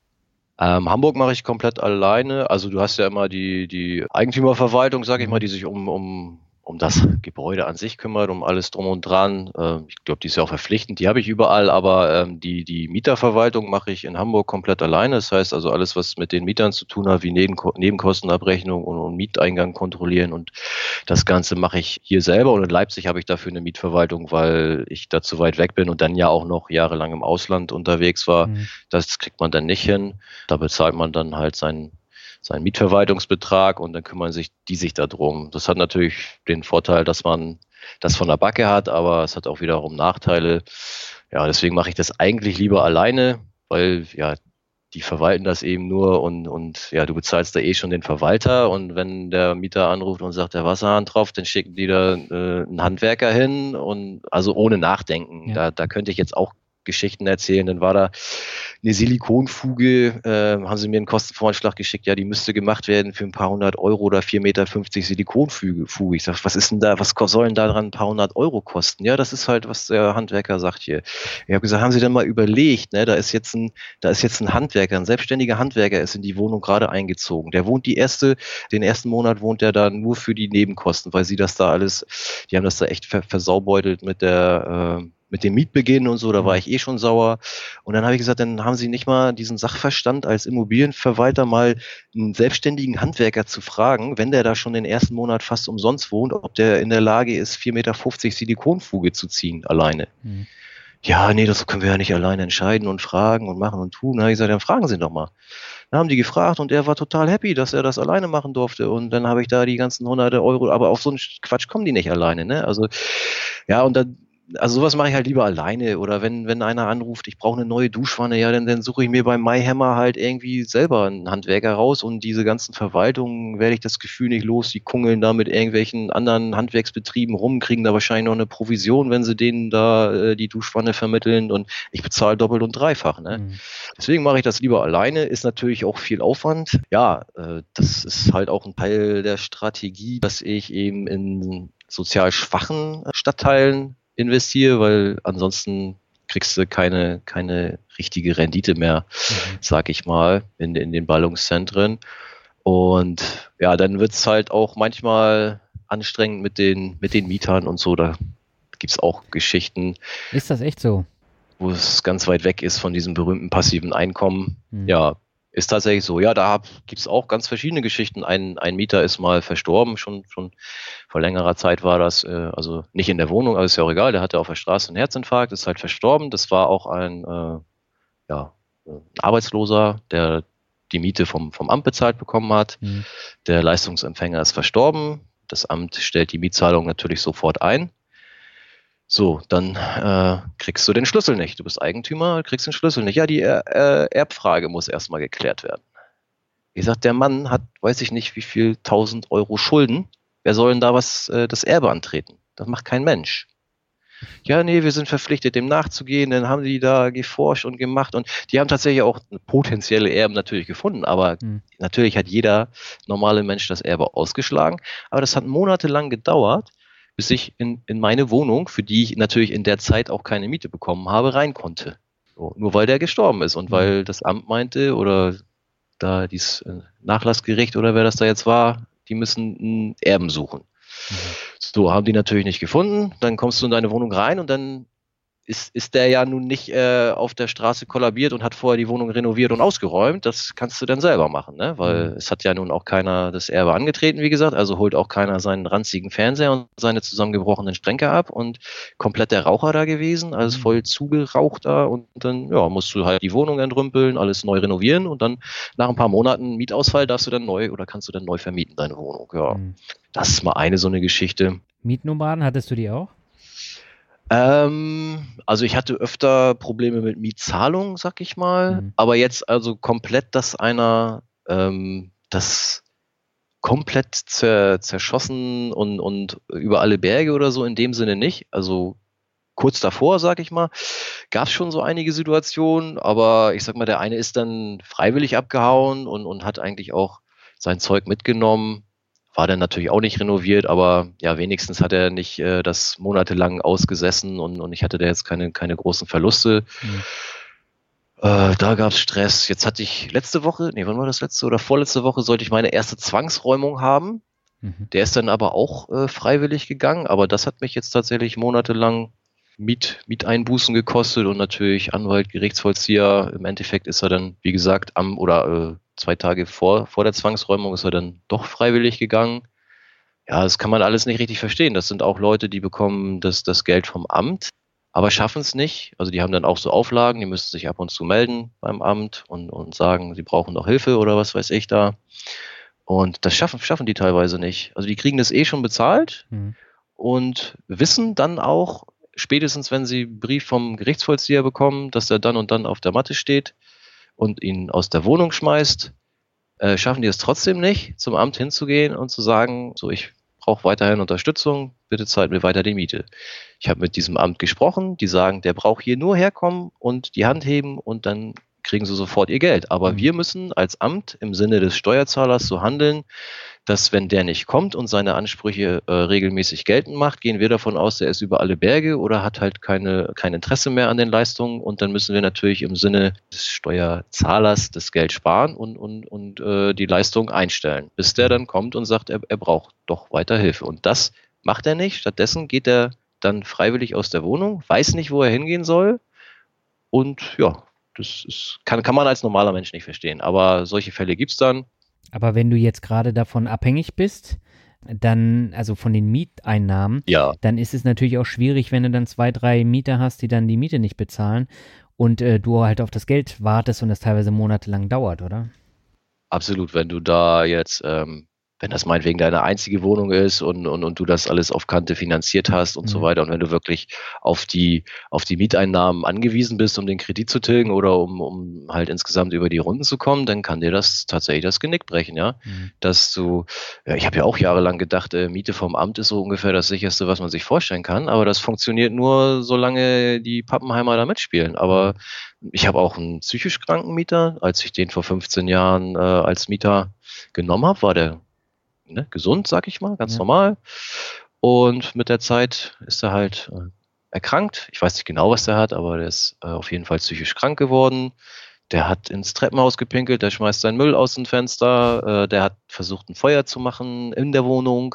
Ähm, Hamburg mache ich komplett alleine. Also du hast ja immer die, die Eigentümerverwaltung, sage ich mal, die sich um, um, um das Gebäude an sich kümmert, um alles drum und dran. Ähm, ich glaube, die ist ja auch verpflichtend, die habe ich überall, aber ähm, die, die Mieterverwaltung mache ich in Hamburg komplett alleine. Das heißt also alles, was mit den Mietern zu tun hat, wie Nebenko- Nebenkostenabrechnung und, und Mieteingang kontrollieren und das Ganze mache ich hier selber. Und in Leipzig habe ich dafür eine Mietverwaltung, weil ich da zu weit weg bin und dann ja auch noch jahrelang im Ausland unterwegs war. Mhm. Das kriegt man dann nicht hin. Da bezahlt man dann halt seinen seinen Mietverwaltungsbetrag und dann kümmern sich die sich darum. Das hat natürlich den Vorteil, dass man das von der Backe hat, aber es hat auch wiederum Nachteile. Ja, deswegen mache ich das eigentlich lieber alleine, weil ja, die verwalten das eben nur und, und ja, du bezahlst da eh schon den Verwalter und wenn der Mieter anruft und sagt, der Wasserhahn drauf, dann schicken die da äh, einen Handwerker hin und also ohne Nachdenken. Ja. Da, da könnte ich jetzt auch Geschichten erzählen, dann war da eine Silikonfuge, äh, haben sie mir einen Kostenvoranschlag geschickt, ja, die müsste gemacht werden für ein paar hundert Euro oder vier Meter fünfzig Silikonfuge. Fuge. Ich sag, was ist denn da, was sollen da dran ein paar hundert Euro kosten? Ja, das ist halt, was der Handwerker sagt hier. Ich habe gesagt, haben Sie denn mal überlegt, ne, da ist jetzt ein, da ist jetzt ein Handwerker, ein selbstständiger Handwerker ist in die Wohnung gerade eingezogen. Der wohnt die erste, den ersten Monat wohnt er da nur für die Nebenkosten, weil sie das da alles, die haben das da echt versaubeutelt mit der, äh, mit dem Mietbeginn und so, da war ich eh schon sauer. Und dann habe ich gesagt, dann haben Sie nicht mal diesen Sachverstand als Immobilienverwalter mal einen selbstständigen Handwerker zu fragen, wenn der da schon den ersten Monat fast umsonst wohnt, ob der in der Lage ist, vier Meter fünfzig Silikonfuge zu ziehen, alleine. Mhm. Ja, nee, das können wir ja nicht alleine entscheiden und fragen und machen und tun. Da habe ich gesagt, dann fragen Sie doch mal. Dann haben die gefragt und er war total happy, dass er das alleine machen durfte. Und dann habe ich da die ganzen hunderte Euro, aber auf so einen Quatsch kommen die nicht alleine, ne? Also, ja, und dann, also sowas mache ich halt lieber alleine. Oder wenn, wenn einer anruft, ich brauche eine neue Duschwanne, ja, dann, dann suche ich mir beim MyHammer halt irgendwie selber einen Handwerker raus und diese ganzen Verwaltungen werde ich das Gefühl nicht los, die kungeln da mit irgendwelchen anderen Handwerksbetrieben rum, kriegen da wahrscheinlich noch eine Provision, wenn sie denen da äh, die Duschwanne vermitteln und ich bezahle doppelt und dreifach, ne? Mhm. Deswegen mache ich das lieber alleine, ist natürlich auch viel Aufwand. Ja, äh, das ist halt auch ein Teil der Strategie, dass ich eben in sozial schwachen Stadtteilen investiere, weil ansonsten kriegst du keine, keine richtige Rendite mehr, mhm. sag ich mal, in, in den Ballungszentren. Und ja, dann wird's halt auch manchmal anstrengend mit den, mit den Mietern und so. Da gibt's auch Geschichten.
Ist das echt so?
Wo es ganz weit weg ist von diesem berühmten passiven Einkommen. Mhm. Ja, ist tatsächlich so. Ja, da gibt es auch ganz verschiedene Geschichten. Ein, ein Mieter ist mal verstorben, schon, schon vor längerer Zeit war das, äh, also nicht in der Wohnung, aber ist ja auch egal, der hatte auf der Straße einen Herzinfarkt, ist halt verstorben. Das war auch ein, äh, ja, ein Arbeitsloser, der die Miete vom, vom Amt bezahlt bekommen hat. Mhm. Der Leistungsempfänger ist verstorben. Das Amt stellt die Mietzahlung natürlich sofort ein. So, dann äh, kriegst du den Schlüssel nicht. Du bist Eigentümer, kriegst den Schlüssel nicht. Ja, die äh, Erbfrage muss erstmal geklärt werden. Wie gesagt, der Mann hat, weiß ich nicht, wie viel tausend Euro Schulden. Wer soll denn da was, äh, das Erbe antreten? Das macht kein Mensch. Ja, nee, wir sind verpflichtet, dem nachzugehen. Dann haben die da geforscht und gemacht. Und die haben tatsächlich auch potenzielle Erben natürlich gefunden. Aber mhm. natürlich hat jeder normale Mensch das Erbe ausgeschlagen. Aber das hat monatelang gedauert, bis ich in, in meine Wohnung, für die ich natürlich in der Zeit auch keine Miete bekommen habe, rein konnte. So, nur weil der gestorben ist und weil das Amt meinte oder da dieses Nachlassgericht oder wer das da jetzt war, die müssen einen Erben suchen. Mhm. So, haben die natürlich nicht gefunden. Dann kommst du in deine Wohnung rein und dann ist, ist der ja nun nicht äh, auf der Straße kollabiert und hat vorher die Wohnung renoviert und ausgeräumt. Das kannst du dann selber machen, ne? Weil mhm. es hat ja nun auch keiner das Erbe angetreten, wie gesagt. Also holt auch keiner seinen ranzigen Fernseher und seine zusammengebrochenen Schränke ab und komplett der Raucher da gewesen, alles voll zugeraucht da und dann ja, musst du halt die Wohnung entrümpeln, alles neu renovieren und dann nach ein paar Monaten Mietausfall darfst du dann neu oder kannst du dann neu vermieten, deine Wohnung. Ja, mhm. Das ist mal eine so eine Geschichte.
Mietnomaden, hattest du die auch?
Ähm, also ich hatte öfter Probleme mit Mietzahlung, sag ich mal, mhm. aber jetzt also komplett, dass einer ähm, das komplett zer, zerschossen und, und über alle Berge oder so in dem Sinne nicht. Also kurz davor, sag ich mal, gab es schon so einige Situationen, aber ich sag mal, der eine ist dann freiwillig abgehauen und, und hat eigentlich auch sein Zeug mitgenommen. War dann natürlich auch nicht renoviert, aber ja, wenigstens hat er nicht äh, das monatelang ausgesessen und, und ich hatte da jetzt keine, keine großen Verluste. Mhm. Äh, da gab es Stress. Jetzt hatte ich letzte Woche, nee, wann war das letzte oder vorletzte Woche, sollte ich meine erste Zwangsräumung haben. Mhm. Der ist dann aber auch äh, freiwillig gegangen, aber das hat mich jetzt tatsächlich monatelang Miet, Mieteinbußen gekostet und natürlich Anwalt, Gerichtsvollzieher. Im Endeffekt ist er dann, wie gesagt, am oder äh, zwei Tage vor, vor der Zwangsräumung ist er dann doch freiwillig gegangen. Ja, das kann man alles nicht richtig verstehen. Das sind auch Leute, die bekommen das, das Geld vom Amt, aber schaffen es nicht. Also die haben dann auch so Auflagen, die müssen sich ab und zu melden beim Amt und, und sagen, sie brauchen noch Hilfe oder was weiß ich da. Und das schaffen, schaffen die teilweise nicht. Also die kriegen das eh schon bezahlt mhm. und wissen dann auch, spätestens wenn sie einen Brief vom Gerichtsvollzieher bekommen, dass er dann und dann auf der Matte steht und ihn aus der Wohnung schmeißt, äh, schaffen die es trotzdem nicht, zum Amt hinzugehen und zu sagen, so, ich brauche weiterhin Unterstützung, bitte zahlt mir weiter die Miete. Ich habe mit diesem Amt gesprochen, die sagen, der braucht hier nur herkommen und die Hand heben und dann kriegen sie sofort ihr Geld. Aber mhm. wir müssen als Amt im Sinne des Steuerzahlers so handeln, dass wenn der nicht kommt und seine Ansprüche äh, regelmäßig geltend macht, gehen wir davon aus, der ist über alle Berge oder hat halt keine, kein Interesse mehr an den Leistungen und dann müssen wir natürlich im Sinne des Steuerzahlers das Geld sparen und, und, und äh, die Leistung einstellen, bis der dann kommt und sagt, er, er braucht doch weiter Hilfe. Und das macht er nicht. Stattdessen geht er dann freiwillig aus der Wohnung, weiß nicht, wo er hingehen soll und ja, das ist, kann, kann man als normaler Mensch nicht verstehen. Aber solche Fälle gibt es dann.
Aber wenn du jetzt gerade davon abhängig bist, dann, also von den Mieteinnahmen,
ja.
dann ist es natürlich auch schwierig, wenn du dann zwei, drei Mieter hast, die dann die Miete nicht bezahlen und äh, du halt auf das Geld wartest und das teilweise monatelang dauert, oder?
Absolut, wenn du da jetzt, ähm, wenn das meinetwegen deine einzige Wohnung ist und, und, und du das alles auf Kante finanziert hast und mhm. so weiter und wenn du wirklich auf die, auf die Mieteinnahmen angewiesen bist, um den Kredit zu tilgen oder um, um halt insgesamt über die Runden zu kommen, dann kann dir das tatsächlich das Genick brechen, ja. Mhm. Dass du, ja, ich habe ja auch jahrelang gedacht, äh, Miete vom Amt ist so ungefähr das sicherste, was man sich vorstellen kann, aber das funktioniert nur, solange die Pappenheimer da mitspielen. Aber ich habe auch einen psychisch kranken Mieter, als ich den vor fünfzehn Jahren äh, als Mieter genommen habe, war der Ne, gesund, sag ich mal, ganz ja. normal. Und mit der Zeit ist er halt äh, erkrankt. Ich weiß nicht genau, was der hat, aber der ist äh, auf jeden Fall psychisch krank geworden. Der hat ins Treppenhaus gepinkelt, der schmeißt seinen Müll aus dem Fenster, äh, der hat versucht, ein Feuer zu machen in der Wohnung.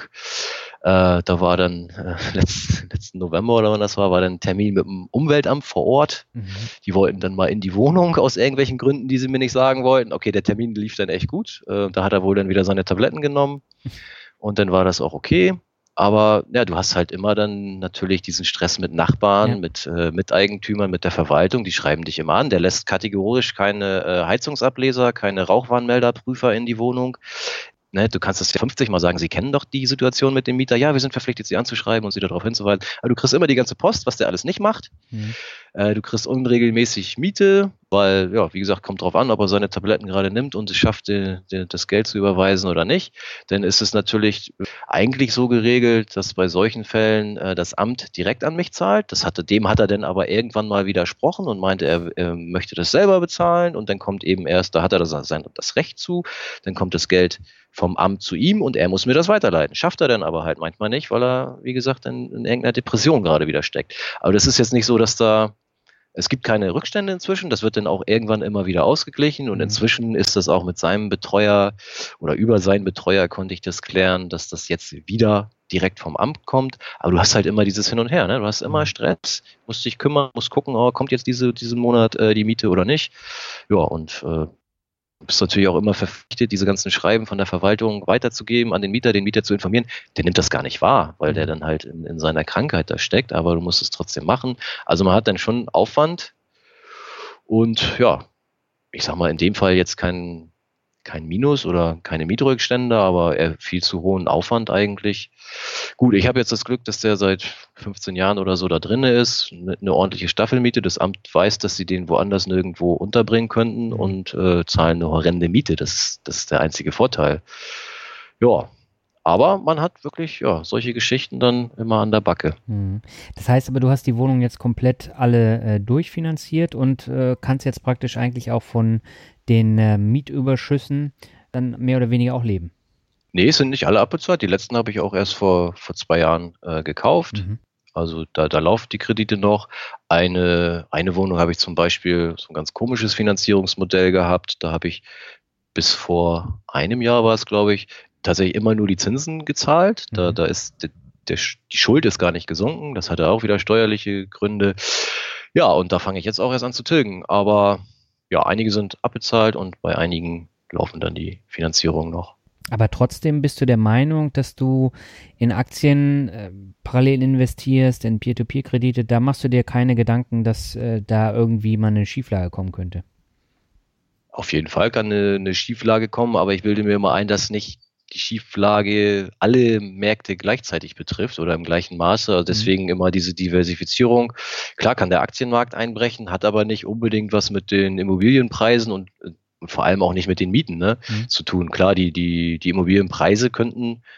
Äh, da war dann äh, letzten, letzten November oder wann das war, war dann ein Termin mit dem Umweltamt vor Ort. Mhm. Die wollten dann mal in die Wohnung aus irgendwelchen Gründen, die sie mir nicht sagen wollten. Okay, der Termin lief dann echt gut. Äh, da hat er wohl dann wieder seine Tabletten genommen und dann war das auch okay. Aber ja, du hast halt immer dann natürlich diesen Stress mit Nachbarn, ja. mit äh, Miteigentümern, mit der Verwaltung, die schreiben dich immer an. Der lässt kategorisch keine äh, Heizungsableser, keine Rauchwarnmelderprüfer in die Wohnung. Ne, du kannst das ja fünfzig Mal sagen, sie kennen doch die Situation mit dem Mieter. Ja, wir sind verpflichtet, sie anzuschreiben und sie darauf hinzuweisen. Aber du kriegst immer die ganze Post, was der alles nicht macht. Mhm. Äh, du kriegst unregelmäßig Miete, weil, ja, wie gesagt, kommt drauf an, ob er seine Tabletten gerade nimmt und es schafft, die, die, das Geld zu überweisen oder nicht. Denn ist es natürlich eigentlich so geregelt, dass bei solchen Fällen äh, das Amt direkt an mich zahlt. Das hatte, dem hat er dann aber irgendwann mal widersprochen und meinte, er, er möchte das selber bezahlen und dann kommt eben erst, da hat er das, sein, das Recht zu, dann kommt das Geld vom Amt zu ihm und er muss mir das weiterleiten. Schafft er dann aber halt manchmal nicht, weil er, wie gesagt, in, in irgendeiner Depression gerade wieder steckt. Aber das ist jetzt nicht so, dass da, es gibt keine Rückstände inzwischen, das wird dann auch irgendwann immer wieder ausgeglichen und inzwischen ist das auch mit seinem Betreuer oder über seinen Betreuer konnte ich das klären, dass das jetzt wieder direkt vom Amt kommt, aber du hast halt immer dieses Hin und Her, ne? Du hast immer Stress, musst dich kümmern, musst gucken, oh, kommt jetzt diese, diesen Monat äh, die Miete oder nicht. Ja, und äh, du bist natürlich auch immer verpflichtet, diese ganzen Schreiben von der Verwaltung weiterzugeben an den Mieter, den Mieter zu informieren. Der nimmt das gar nicht wahr, weil der dann halt in, in seiner Krankheit da steckt, aber du musst es trotzdem machen. Also man hat dann schon Aufwand und ja, ich sag mal, in dem Fall jetzt kein, kein Minus oder keine Mietrückstände, aber eher viel zu hohen Aufwand eigentlich. Gut, ich habe jetzt das Glück, dass der seit fünfzehn Jahren oder so da drin ist, eine, eine ordentliche Staffelmiete. Das Amt weiß, dass sie den woanders nirgendwo unterbringen könnten und äh, zahlen eine horrende Miete. Das, das ist der einzige Vorteil. Ja, aber man hat wirklich ja solche Geschichten dann immer an der Backe.
Das heißt aber, du hast die Wohnung jetzt komplett alle äh, durchfinanziert und äh, kannst jetzt praktisch eigentlich auch von den äh, Mietüberschüssen dann mehr oder weniger auch leben?
Nee, es sind nicht alle abbezahlt. Die letzten habe ich auch erst vor, vor zwei Jahren äh, gekauft. Mhm. Also da, da laufen die Kredite noch. Eine, eine Wohnung habe ich zum Beispiel so ein ganz komisches Finanzierungsmodell gehabt. Da habe ich bis vor einem Jahr war es, glaube ich, tatsächlich immer nur die Zinsen gezahlt. Da, mhm. da ist der, der, die Schuld ist gar nicht gesunken. Das hatte auch wieder steuerliche Gründe. Ja, und da fange ich jetzt auch erst an zu tilgen. Aber ja, einige sind abbezahlt und bei einigen laufen dann die Finanzierungen noch.
Aber trotzdem bist du der Meinung, dass du in Aktien äh, parallel investierst, in Peer-to-Peer-Kredite, da machst du dir keine Gedanken, dass äh, da irgendwie mal eine Schieflage kommen könnte?
Auf jeden Fall kann eine, eine Schieflage kommen, aber ich bilde mir immer ein, dass nicht die Schieflage alle Märkte gleichzeitig betrifft oder im gleichen Maße. Also deswegen mhm. immer diese Diversifizierung. Klar kann der Aktienmarkt einbrechen, hat aber nicht unbedingt was mit den Immobilienpreisen und und vor allem auch nicht mit den Mieten ne, mhm. zu tun. Klar, die, die, die Immobilienpreise könnten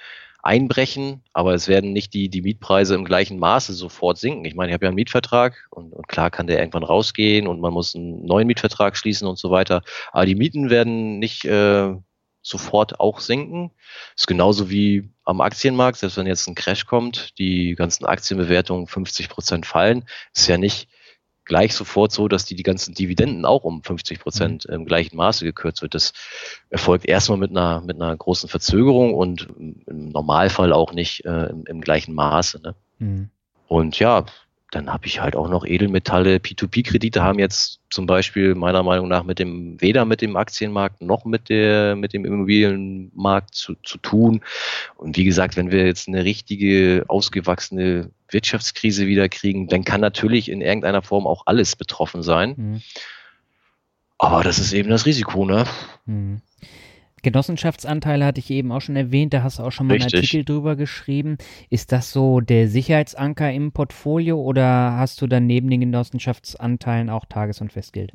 einbrechen, aber es werden nicht die, die Mietpreise im gleichen Maße sofort sinken. Ich meine, ich habe ja einen Mietvertrag und, und klar kann der irgendwann rausgehen und man muss einen neuen Mietvertrag schließen und so weiter. Aber die Mieten werden nicht äh, sofort auch sinken. Das ist genauso wie am Aktienmarkt, selbst wenn jetzt ein Crash kommt, die ganzen Aktienbewertungen fünfzig Prozent fallen, ist ja nicht gleich sofort so, dass die, die ganzen Dividenden auch um fünfzig Prozent im gleichen Maße gekürzt wird. Das erfolgt erstmal mit einer, mit einer großen Verzögerung und im Normalfall auch nicht äh, im, im gleichen Maße. Ne? Mhm. Und ja, dann habe ich halt auch noch Edelmetalle. P zwei P-Kredite haben jetzt zum Beispiel meiner Meinung nach mit dem, weder mit dem Aktienmarkt noch mit der, mit dem Immobilienmarkt zu, zu tun. Und wie gesagt, wenn wir jetzt eine richtige, ausgewachsene Wirtschaftskrise wieder kriegen, dann kann natürlich in irgendeiner Form auch alles betroffen sein. Mhm. Aber das ist eben das Risiko, ne?
Mhm. Genossenschaftsanteile hatte ich eben auch schon erwähnt, da hast du auch schon mal
Richtig.
einen Artikel drüber geschrieben. Ist das so der Sicherheitsanker im Portfolio oder hast du dann neben den Genossenschaftsanteilen auch Tages- und Festgeld?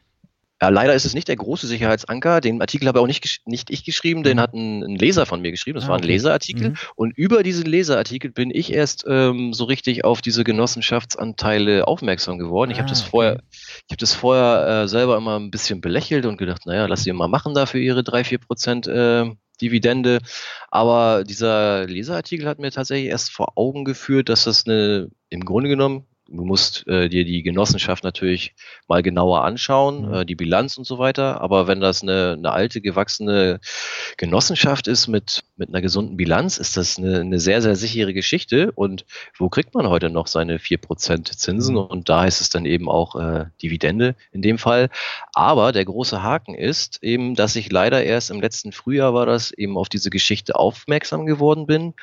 Ja, leider ist es nicht der große Sicherheitsanker. Den Artikel habe auch nicht, gesch- nicht ich geschrieben, den hat ein, ein Leser von mir geschrieben. Das
Ah,
war ein
okay.
Leserartikel.
Mhm.
Und über diesen Leserartikel bin ich erst ähm, so richtig auf diese Genossenschaftsanteile aufmerksam geworden. Ich
Ah,
habe das
okay.
vorher, ich habe das vorher äh, selber immer ein bisschen belächelt und gedacht, naja, lass sie mal machen da für ihre drei, vier Prozent äh, Dividende. Aber dieser Leserartikel hat mir tatsächlich erst vor Augen geführt, dass das eine, im Grunde genommen, du musst äh, dir die Genossenschaft natürlich mal genauer anschauen,
Mhm.
äh, die Bilanz und so weiter. Aber wenn das eine, eine alte, gewachsene Genossenschaft ist mit, mit einer gesunden Bilanz, ist das eine, eine sehr, sehr sichere Geschichte. Und wo kriegt man heute noch seine vier Prozent Zinsen?
Mhm.
Und da ist es dann eben auch äh, Dividende in dem Fall. Aber der große Haken ist eben, dass ich leider erst im letzten Frühjahr war das eben auf diese Geschichte aufmerksam geworden bin.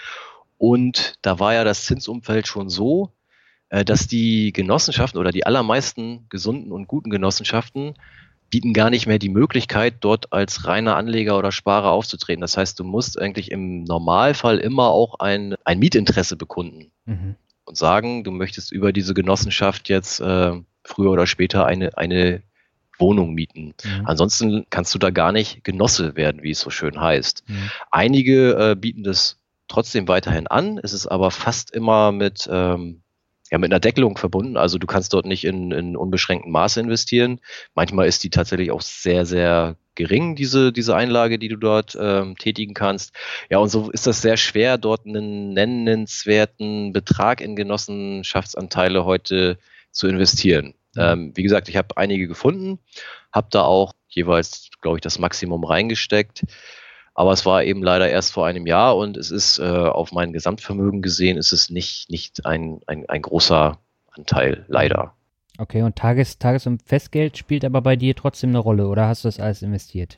Und da war ja das Zinsumfeld schon so, dass die Genossenschaften oder die allermeisten gesunden und guten Genossenschaften bieten gar nicht mehr die Möglichkeit, dort als reiner Anleger oder Sparer aufzutreten. Das heißt, du musst eigentlich im Normalfall immer auch ein, ein Mietinteresse bekunden mhm. und sagen, du möchtest über diese Genossenschaft jetzt äh, früher oder später eine, eine Wohnung mieten. Mhm. Ansonsten kannst du da gar nicht Genosse werden, wie es so schön heißt. Mhm. Einige äh, bieten das trotzdem weiterhin an. Es ist aber fast immer mit ähm, Ja, mit einer Deckelung verbunden. Also du kannst dort nicht in, in unbeschränktem Maße investieren. Manchmal ist die tatsächlich auch sehr, sehr gering, diese, diese Einlage, die du dort ähm, tätigen kannst. Ja, und so ist das sehr schwer, dort einen nennenswerten Betrag in Genossenschaftsanteile heute zu investieren. Mhm. Ähm, wie gesagt, ich habe einige gefunden, habe da auch jeweils, glaube ich, das Maximum reingesteckt. Aber es war eben leider erst vor einem Jahr und es ist äh, auf mein Gesamtvermögen gesehen, ist es nicht, nicht ein, ein, ein großer Anteil, leider.
Okay, und Tages-, Tages- und Festgeld spielt aber bei dir trotzdem eine Rolle, oder hast du das alles investiert?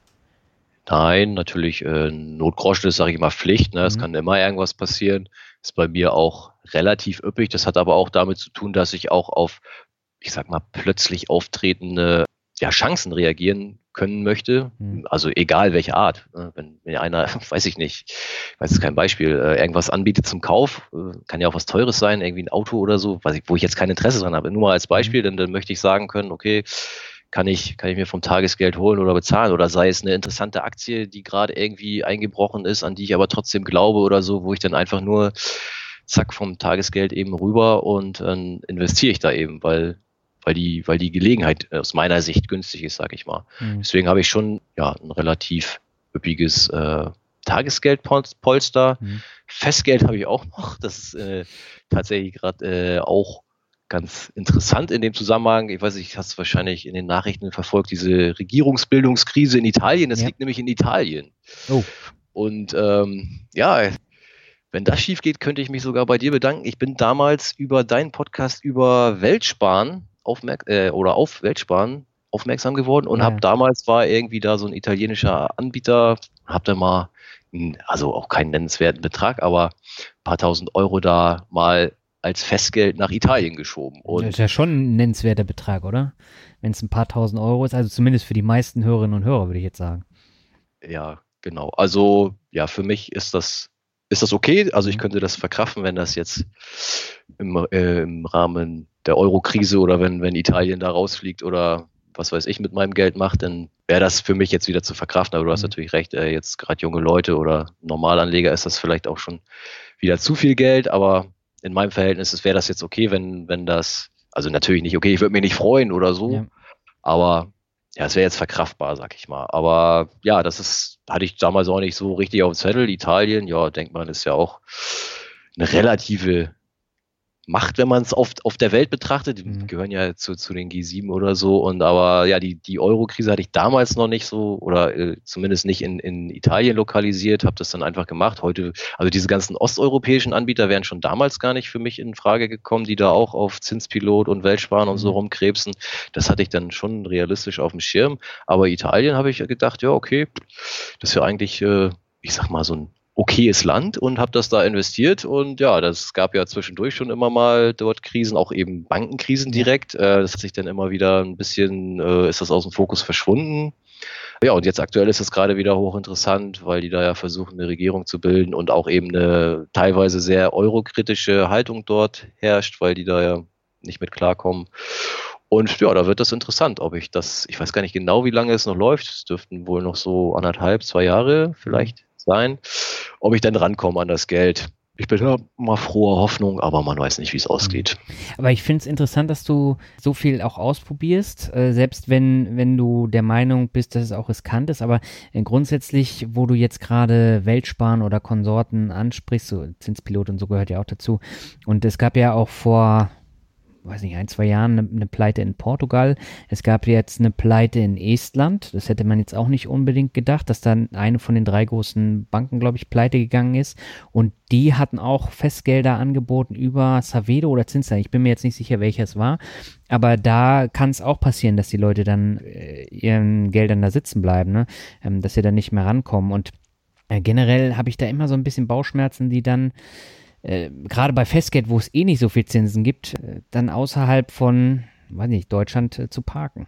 Nein, natürlich, äh, Notgroschen ist, sage ich mal, Pflicht. Ne? Es mhm. kann immer irgendwas passieren. Ist bei mir auch relativ üppig. Das hat aber auch damit zu tun, dass ich auch auf, ich sag mal, plötzlich auftretende ja, Chancen reagieren können möchte, mhm. also egal welche Art. Wenn mir einer, weiß ich nicht, ich weiß jetzt kein Beispiel, irgendwas anbietet zum Kauf, kann ja auch was Teures sein, irgendwie ein Auto oder so, was ich, wo ich jetzt kein Interesse dran habe. Nur mal als Beispiel, mhm. dann, dann möchte ich sagen können, okay, kann ich, kann ich mir vom Tagesgeld holen oder bezahlen oder sei es eine interessante Aktie, die gerade irgendwie eingebrochen ist, an die ich aber trotzdem glaube oder so, wo ich dann einfach nur zack vom Tagesgeld eben rüber und dann investiere ich da eben, weil weil die, weil die Gelegenheit aus meiner Sicht günstig ist, sage ich mal. Mhm. Deswegen habe ich schon ja ein relativ üppiges äh, Tagesgeldpolster. Mhm. Festgeld habe ich auch noch. Das ist äh, tatsächlich gerade äh, auch ganz interessant in dem Zusammenhang. Ich weiß nicht, hast du wahrscheinlich in den Nachrichten verfolgt, diese Regierungsbildungskrise in Italien. Das ja. liegt nämlich in Italien. Oh. Und ähm, ja, wenn das schief geht, könnte ich mich sogar bei dir bedanken. Ich bin damals über deinen Podcast über Weltsparen Aufmerk- äh, oder auf Weltsparen aufmerksam geworden und ja. habe damals war irgendwie da so ein italienischer Anbieter, habe da mal, also auch keinen nennenswerten Betrag, aber ein paar tausend Euro da mal als Festgeld nach Italien geschoben. Und
das ist ja schon ein nennenswerter Betrag, oder? Wenn es ein paar tausend Euro ist, also zumindest für die meisten Hörerinnen und Hörer, würde ich jetzt sagen.
Ja, genau. Also ja, für mich ist das ist das okay. Also ich könnte das verkraften, wenn das jetzt im, äh, im Rahmen der Euro-Krise oder wenn, wenn Italien da rausfliegt oder was weiß ich, mit meinem Geld mache, dann wäre das für mich jetzt wieder zu verkraften. Aber du hast natürlich recht, äh, jetzt gerade junge Leute oder Normalanleger ist das vielleicht auch schon wieder zu viel Geld, aber in meinem Verhältnis wäre das jetzt okay, wenn, wenn das, also natürlich nicht okay, ich würde mich nicht freuen oder so, ja. aber ja, es wäre jetzt verkraftbar, sag ich mal. Aber ja, das ist, hatte ich damals auch nicht so richtig auf dem Zettel. Italien, ja, denkt man, ist ja auch eine relative Macht, wenn man es auf, auf der Welt betrachtet. Die mhm. gehören ja zu, zu den G sieben oder so. Und aber ja, die, die Euro-Krise hatte ich damals noch nicht so oder äh, zumindest nicht in, in Italien lokalisiert, habe das dann einfach gemacht. Heute, also diese ganzen osteuropäischen Anbieter wären schon damals gar nicht für mich in Frage gekommen, die da auch auf Zinspilot und Weltsparen und so rumkrebsen. Das hatte ich dann schon realistisch auf dem Schirm. Aber Italien habe ich gedacht, ja, okay, das ist ja eigentlich, äh, ich sag mal, so ein okayes Land und habe das da investiert und ja, das gab ja zwischendurch schon immer mal dort Krisen, auch eben Bankenkrisen direkt. Äh, das hat sich dann immer wieder ein bisschen, äh, ist das aus dem Fokus verschwunden. Ja, und jetzt aktuell ist es gerade wieder hochinteressant, weil die da ja versuchen, eine Regierung zu bilden und auch eben eine teilweise sehr eurokritische Haltung dort herrscht, weil die da ja nicht mit klarkommen. Und ja, da wird das interessant, ob ich das, ich weiß gar nicht genau, wie lange es noch läuft. Es dürften wohl noch so anderthalb, zwei Jahre vielleicht sein, ob ich dann rankomme an das Geld. Ich bin ja mal froher Hoffnung, aber man weiß nicht, wie es ausgeht.
Aber ich finde es interessant, dass du so viel auch ausprobierst, äh, selbst wenn, wenn du der Meinung bist, dass es auch riskant ist, aber äh, grundsätzlich, wo du jetzt gerade Weltsparen oder Konsorten ansprichst, so Zinspilot und so gehört ja auch dazu, und es gab ja auch vor weiß nicht, ein, zwei Jahren eine, eine Pleite in Portugal. Es gab jetzt eine Pleite in Estland. Das hätte man jetzt auch nicht unbedingt gedacht, dass dann eine von den drei großen Banken, glaube ich, pleite gegangen ist. Und die hatten auch Festgelder angeboten über Savedo oder Zinsland. Ich bin mir jetzt nicht sicher, welcher es war. Aber da kann es auch passieren, dass die Leute dann äh, ihren Geldern da sitzen bleiben, ne? Ähm, dass sie dann nicht mehr rankommen. Und äh, generell habe ich da immer so ein bisschen Bauchschmerzen, die dann Äh, gerade bei Festgeld, wo es eh nicht so viel Zinsen gibt, äh, dann außerhalb von, weiß nicht, Deutschland äh, zu parken.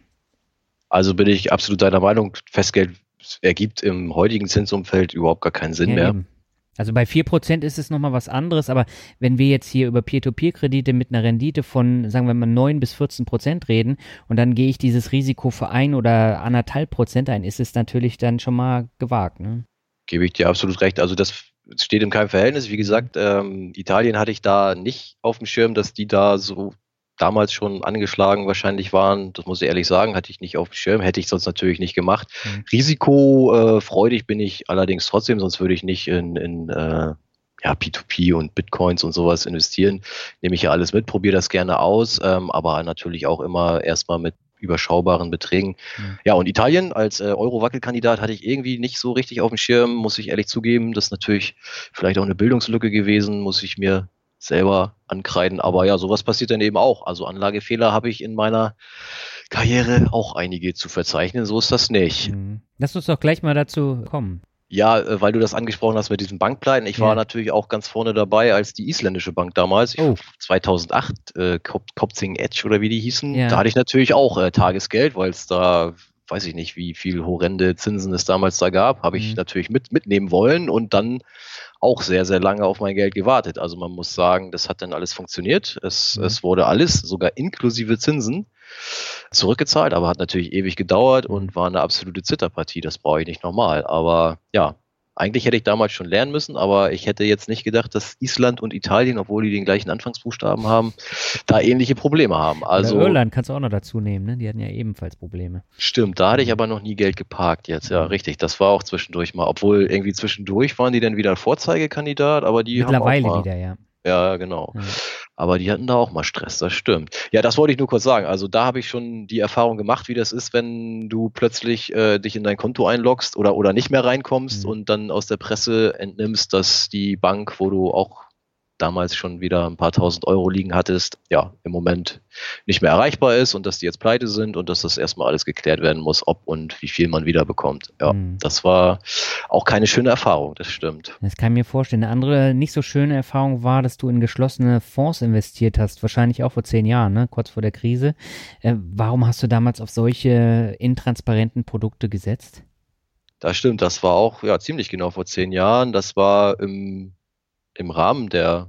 Also bin ich absolut deiner Meinung, Festgeld ergibt im heutigen Zinsumfeld überhaupt gar keinen Sinn ja, mehr. Eben.
Also bei vier Prozent ist es nochmal was anderes, aber wenn wir jetzt hier über Peer-to-Peer-Kredite mit einer Rendite von, sagen wir mal, neun bis vierzehn Prozent reden und dann gehe ich dieses Risiko für ein oder anderthalb Prozent ein, ist es natürlich dann schon mal gewagt, ne?
Gebe ich dir absolut recht. Also das steht in keinem Verhältnis. Wie gesagt, ähm, Italien hatte ich da nicht auf dem Schirm, dass die da so damals schon angeschlagen wahrscheinlich waren. Das muss ich ehrlich sagen, hatte ich nicht auf dem Schirm. Hätte ich sonst natürlich nicht gemacht. Mhm. Risikofreudig bin ich allerdings trotzdem, sonst würde ich nicht in, in äh, ja, P zwei P und Bitcoins und sowas investieren. Nehme ich ja alles mit, probiere das gerne aus, ähm, aber natürlich auch immer erstmal mit überschaubaren Beträgen. Mhm. Ja, und Italien als äh, Euro-Wackelkandidat hatte ich irgendwie nicht so richtig auf dem Schirm, muss ich ehrlich zugeben. Das ist natürlich vielleicht auch eine Bildungslücke gewesen, muss ich mir selber ankreiden. Aber ja, sowas passiert dann eben auch. Also Anlagefehler habe ich in meiner Karriere auch einige zu verzeichnen. So ist das nicht.
Mhm. Lass uns doch gleich mal dazu kommen.
Ja, äh, weil du das angesprochen hast mit diesen Bankpleiten. Ich ja. war natürlich auch ganz vorne dabei, als die isländische Bank damals, oh. zweitausendacht, äh, Kaupthing Edge oder wie die hießen, ja. da hatte ich natürlich auch äh, Tagesgeld, weil es da, weiß ich nicht, wie viel horrende Zinsen es damals da gab, habe ich mhm. natürlich mit, mitnehmen wollen und dann auch sehr, sehr lange auf mein Geld gewartet. Also man muss sagen, das hat dann alles funktioniert. Es, mhm. es wurde alles, sogar inklusive Zinsen, zurückgezahlt, aber hat natürlich ewig gedauert und war eine absolute Zitterpartie. Das brauche ich nicht nochmal. Aber ja, eigentlich hätte ich damals schon lernen müssen, aber ich hätte jetzt nicht gedacht, dass Island und Italien, obwohl die den gleichen Anfangsbuchstaben haben, da ähnliche Probleme haben. Also
Oder Irland kannst du auch noch dazu nehmen, ne? Die hatten ja ebenfalls Probleme.
Stimmt, da hatte ich aber noch nie Geld geparkt jetzt. Ja, richtig. Das war auch zwischendurch mal, obwohl irgendwie zwischendurch waren die dann wieder Vorzeigekandidat, aber die
Mittlerweile
haben auch mal,
wieder, ja.
Ja, genau. Ja. Aber die hatten da auch mal Stress, das stimmt. Ja, das wollte ich nur kurz sagen. Also da habe ich schon die Erfahrung gemacht, wie das ist, wenn du plötzlich äh, dich in dein Konto einloggst oder, oder nicht mehr reinkommst mhm. und dann aus der Presse entnimmst, dass die Bank, wo du auch damals schon wieder ein paar tausend Euro liegen hattest, ja, im Moment nicht mehr erreichbar ist und dass die jetzt pleite sind und dass das erstmal alles geklärt werden muss, ob und wie viel man wieder bekommt. Ja, mhm. das war auch keine schöne Erfahrung, das stimmt.
Das kann ich mir vorstellen. Eine andere nicht so schöne Erfahrung war, dass du in geschlossene Fonds investiert hast, wahrscheinlich auch vor zehn Jahren, ne? Kurz vor der Krise. Äh, warum hast du damals auf solche intransparenten Produkte gesetzt?
Das stimmt, das war auch ja ziemlich genau vor zehn Jahren. Das war im im Rahmen der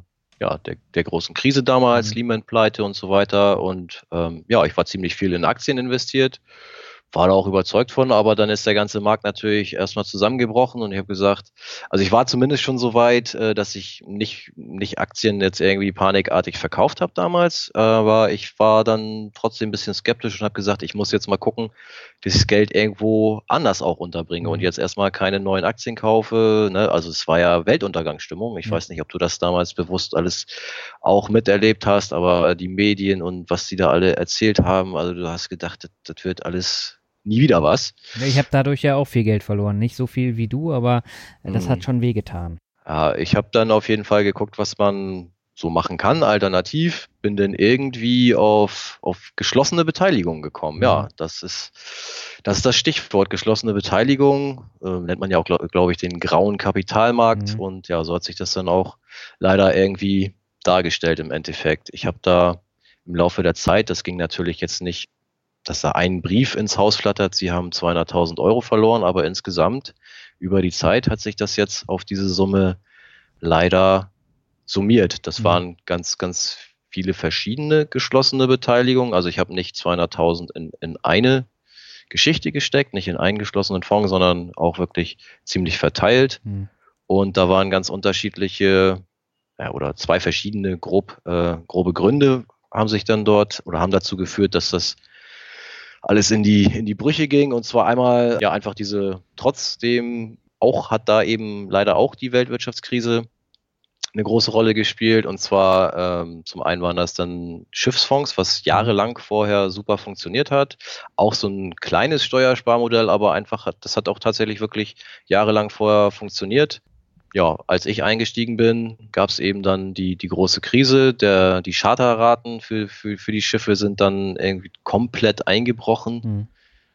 ja, der, der großen Krise damals,
Mhm.
Lehman-Pleite und so weiter. Und ähm, ja, ich war ziemlich viel in Aktien investiert, war da auch überzeugt von, aber dann ist der ganze Markt natürlich erstmal zusammengebrochen und ich habe gesagt, also ich war zumindest schon so weit, äh, dass ich nicht, nicht Aktien jetzt irgendwie panikartig verkauft habe damals, aber ich war dann trotzdem ein bisschen skeptisch und habe gesagt, ich muss jetzt mal gucken, dass ich das Geld irgendwo anders auch unterbringe und
Mhm.
jetzt erstmal keine neuen Aktien kaufe. Ne? Also es war ja Weltuntergangsstimmung. Ich
Ja.
weiß nicht, ob du das damals bewusst alles auch miterlebt hast, aber die Medien und was die da alle erzählt haben, also du hast gedacht, das, das wird alles nie wieder was.
Ja, ich habe dadurch ja auch viel Geld verloren. Nicht so viel wie du, aber das hat
Mhm.
schon wehgetan.
Ja, ich habe dann auf jeden Fall geguckt, was man so machen kann, alternativ, bin dann irgendwie auf, auf geschlossene Beteiligung gekommen. Ja,
Mhm.
das ist, das ist das Stichwort, geschlossene Beteiligung, äh, nennt man ja auch, glaube glaub ich, den grauen Kapitalmarkt
Mhm.
und ja, so hat sich das dann auch leider irgendwie dargestellt im Endeffekt. Ich habe da im Laufe der Zeit, das ging natürlich jetzt nicht, dass da ein Brief ins Haus flattert, sie haben zweihunderttausend Euro verloren, aber insgesamt über die Zeit hat sich das jetzt auf diese Summe leider summiert. Das
Mhm.
waren ganz, ganz viele verschiedene geschlossene Beteiligungen. Also ich habe nicht zweihunderttausend in, in eine Geschichte gesteckt, nicht in einen geschlossenen Fonds, sondern auch wirklich ziemlich verteilt.
Mhm.
Und da waren ganz unterschiedliche ja, oder zwei verschiedene grob, äh, grobe Gründe haben sich dann dort oder haben dazu geführt, dass das alles in die, in die Brüche ging. Und zwar einmal ja einfach diese, trotzdem auch hat da eben leider auch die Weltwirtschaftskrise eine große Rolle gespielt. Und zwar ähm, zum einen waren das dann Schiffsfonds, was jahrelang vorher super funktioniert hat. Auch so ein kleines Steuersparmodell, aber einfach, hat, das hat auch tatsächlich wirklich jahrelang vorher funktioniert. Ja, als ich eingestiegen bin, gab es eben dann die, die große Krise. Der, die Charterraten für, für, für die Schiffe sind dann irgendwie komplett eingebrochen.
Mhm.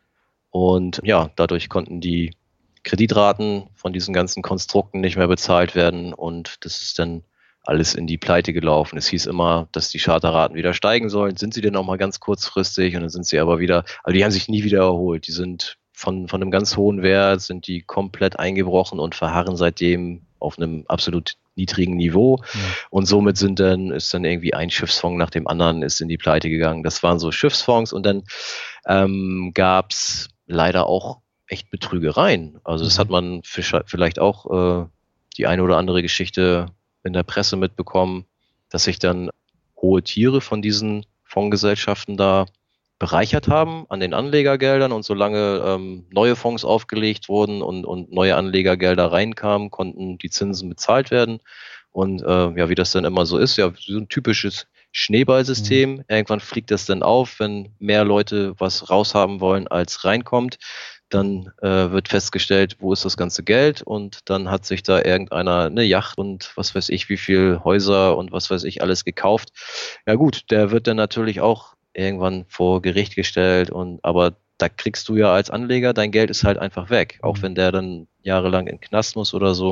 Und ja, dadurch konnten die Kreditraten von diesen ganzen Konstrukten nicht mehr bezahlt werden und das ist dann alles in die Pleite gelaufen. Es hieß immer, dass die Charterraten wieder steigen sollen. Sind sie denn auch mal ganz kurzfristig und dann sind sie aber wieder, also die haben sich nie wieder erholt. Die sind von, von einem ganz hohen Wert, sind die komplett eingebrochen und verharren seitdem auf einem absolut niedrigen Niveau.
Ja.
Und somit sind dann, ist dann irgendwie ein Schiffsfonds nach dem anderen ist in die Pleite gegangen. Das waren so Schiffsfonds und dann ähm, gab es leider auch echt Betrügereien. Also das
Mhm.
hat man vielleicht auch äh, die eine oder andere Geschichte in der Presse mitbekommen, dass sich dann hohe Tiere von diesen Fondsgesellschaften da bereichert haben an den Anlegergeldern und solange ähm, neue Fonds aufgelegt wurden und, und neue Anlegergelder reinkamen, konnten die Zinsen bezahlt werden. Und äh, ja, wie das dann immer so ist, ja, so ein typisches Schneeballsystem. Mhm. Irgendwann fliegt das dann auf, wenn mehr Leute was raushaben wollen, als reinkommt. Dann äh, wird festgestellt, wo ist das ganze Geld und dann hat sich da irgendeiner eine Yacht und was weiß ich, wie viel Häuser und was weiß ich alles gekauft. Ja gut, der wird dann natürlich auch irgendwann vor Gericht gestellt und aber da kriegst du ja als Anleger, dein Geld ist halt einfach weg, auch
Mhm.
wenn der dann jahrelang in den Knast muss oder so.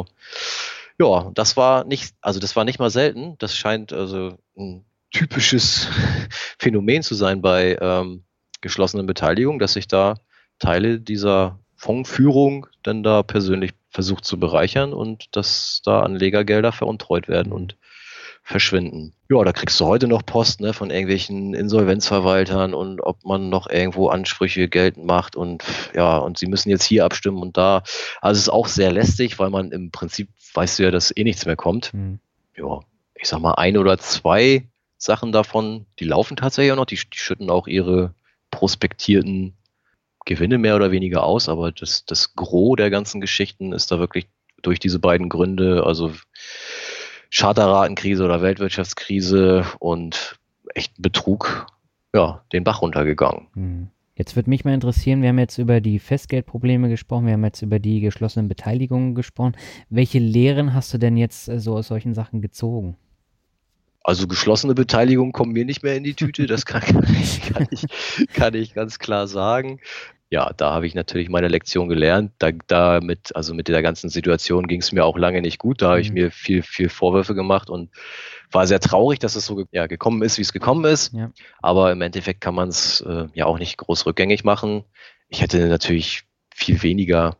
Ja, das war nicht, also das war nicht mal selten. Das scheint also ein typisches Phänomen zu sein bei ähm, geschlossenen Beteiligungen, dass sich da Teile dieser Fondsführung dann da persönlich versucht zu bereichern und dass da Anlegergelder veruntreut werden und verschwinden. Ja, da kriegst du heute noch Post, ne, von irgendwelchen Insolvenzverwaltern und ob man noch irgendwo Ansprüche geltend macht und ja, und sie müssen jetzt hier abstimmen und da. Also es ist auch sehr lästig, weil man im Prinzip weißt du ja, dass eh nichts mehr kommt.
Mhm.
Ja, ich sag mal ein oder zwei Sachen davon, die laufen tatsächlich auch noch, die, die schütten auch ihre prospektierten Gewinne mehr oder weniger aus, aber das, das Gros der ganzen Geschichten ist da wirklich durch diese beiden Gründe, also Charterratenkrise oder Weltwirtschaftskrise und echten Betrug, ja, den Bach runtergegangen.
Mhm. Jetzt würde mich mal interessieren, wir haben jetzt über die Festgeldprobleme gesprochen, wir haben jetzt über die geschlossenen Beteiligungen gesprochen. Welche Lehren hast du denn jetzt äh, so aus solchen Sachen gezogen?
Also geschlossene Beteiligungen kommen mir nicht mehr in die Tüte, das kann, kann, ich, kann, ich, kann ich ganz klar sagen. Ja, da habe ich natürlich meine Lektion gelernt. Da, da mit, also mit der ganzen Situation ging es mir auch lange nicht gut. Da habe ich mir viel, viel Vorwürfe gemacht und war sehr traurig, dass es so ja, gekommen ist, wie es gekommen ist.
Ja.
Aber im Endeffekt kann man es äh, ja auch nicht groß rückgängig machen. Ich hätte natürlich viel weniger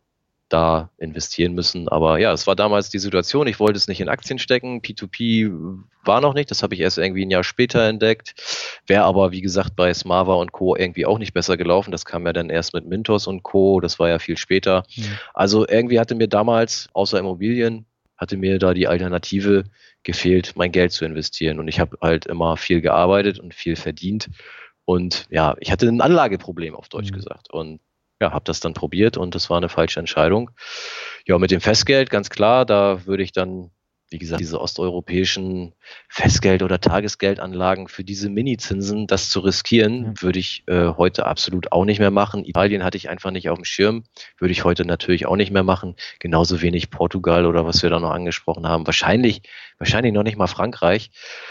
da investieren müssen. Aber ja, es war damals die Situation, ich wollte es nicht in Aktien stecken, P zwei P war noch nicht, das habe ich erst irgendwie ein Jahr später entdeckt, wäre aber wie gesagt bei Smava und Co. irgendwie auch nicht besser gelaufen, das kam ja dann erst mit Mintos und Co., das war ja viel später. Mhm. Also irgendwie hatte mir damals, außer Immobilien, hatte mir da die Alternative gefehlt, mein Geld zu investieren und ich habe halt immer viel gearbeitet und viel verdient und ja, ich hatte ein Anlageproblem auf Deutsch mhm. gesagt und ja, habe das dann probiert und das war eine falsche Entscheidung. Ja, mit dem Festgeld, ganz klar, da würde ich dann, wie gesagt, diese osteuropäischen Festgeld- oder Tagesgeldanlagen für diese Mini-Zinsen, das zu riskieren, ja. würde ich äh, heute absolut auch nicht mehr machen. Italien hatte ich einfach nicht auf dem Schirm, würde ich heute natürlich auch nicht mehr machen. Genauso wenig Portugal oder was wir da noch angesprochen haben. Wahrscheinlich, wahrscheinlich noch nicht mal Frankreich.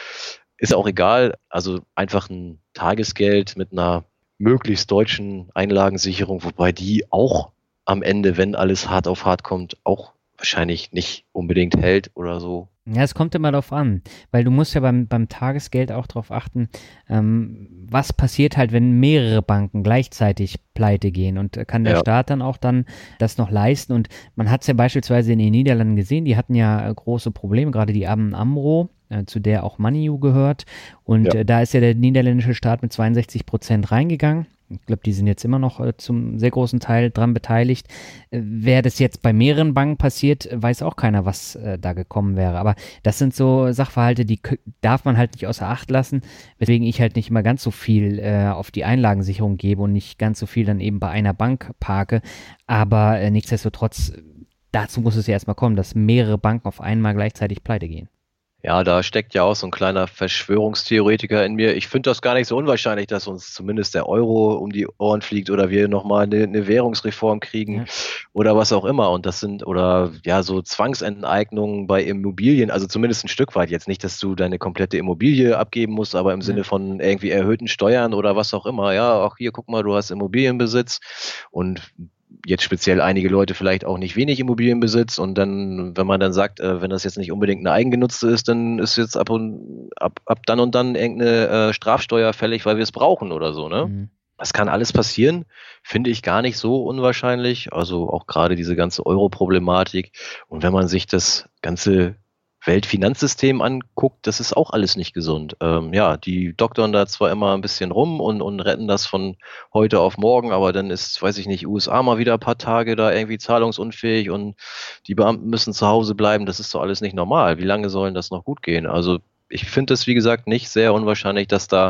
Ist auch egal. Also einfach ein Tagesgeld mit einer möglichst deutschen Einlagensicherung, wobei die auch am Ende, wenn alles hart auf hart kommt, auch wahrscheinlich nicht unbedingt hält oder so.
Ja, es kommt immer darauf an, weil du musst ja beim, beim Tagesgeld auch darauf achten, ähm, was passiert halt, wenn mehrere Banken gleichzeitig pleite gehen und kann der ja. Staat dann auch dann das noch leisten und man hat es ja beispielsweise in den Niederlanden gesehen, die hatten ja äh, große Probleme, gerade die A B N AMRO, äh, zu der auch Moneyou gehört und ja. äh, da ist ja der niederländische Staat mit zweiundsechzig Prozent reingegangen. Ich glaube, die sind jetzt immer noch äh, zum sehr großen Teil dran beteiligt. Äh, Wäre das jetzt bei mehreren Banken passiert, weiß auch keiner, was äh, da gekommen wäre. Aber das sind so Sachverhalte, die k- darf man halt nicht außer Acht lassen, weswegen ich halt nicht immer ganz so viel äh, auf die Einlagensicherung gebe und nicht ganz so viel dann eben bei einer Bank parke. Aber äh, nichtsdestotrotz, dazu muss es ja erstmal kommen, dass mehrere Banken auf einmal gleichzeitig pleite gehen.
Ja, da steckt ja auch so ein kleiner Verschwörungstheoretiker in mir. Ich finde das gar nicht so unwahrscheinlich, dass uns zumindest der Euro um die Ohren fliegt oder wir nochmal eine, eine Währungsreform kriegen ja. oder was auch immer. Und das sind, oder ja, so Zwangsenteignungen bei Immobilien, also zumindest ein Stück weit. Jetzt nicht, dass du deine komplette Immobilie abgeben musst, aber im ja. Sinne von irgendwie erhöhten Steuern oder was auch immer. Ja, auch hier, guck mal, du hast Immobilienbesitz und jetzt speziell einige Leute vielleicht auch nicht wenig Immobilienbesitz und dann, wenn man dann sagt, äh, wenn das jetzt nicht unbedingt eine eigengenutzte ist, dann ist jetzt ab und ab, ab dann und dann irgendeine äh, Strafsteuer fällig, weil wir es brauchen oder so, ne? Mhm. Das kann alles passieren, finde ich gar nicht so unwahrscheinlich, also auch gerade diese ganze Euro-Problematik und wenn man sich das ganze Weltfinanzsystem anguckt, das ist auch alles nicht gesund. Ähm, ja, die doktern da zwar immer ein bisschen rum und, und retten das von heute auf morgen, aber dann ist, weiß ich nicht, U S A mal wieder ein paar Tage da irgendwie zahlungsunfähig und die Beamten müssen zu Hause bleiben. Das ist doch alles nicht normal. Wie lange sollen das noch gut gehen? Also ich finde es, wie gesagt, nicht sehr unwahrscheinlich, dass da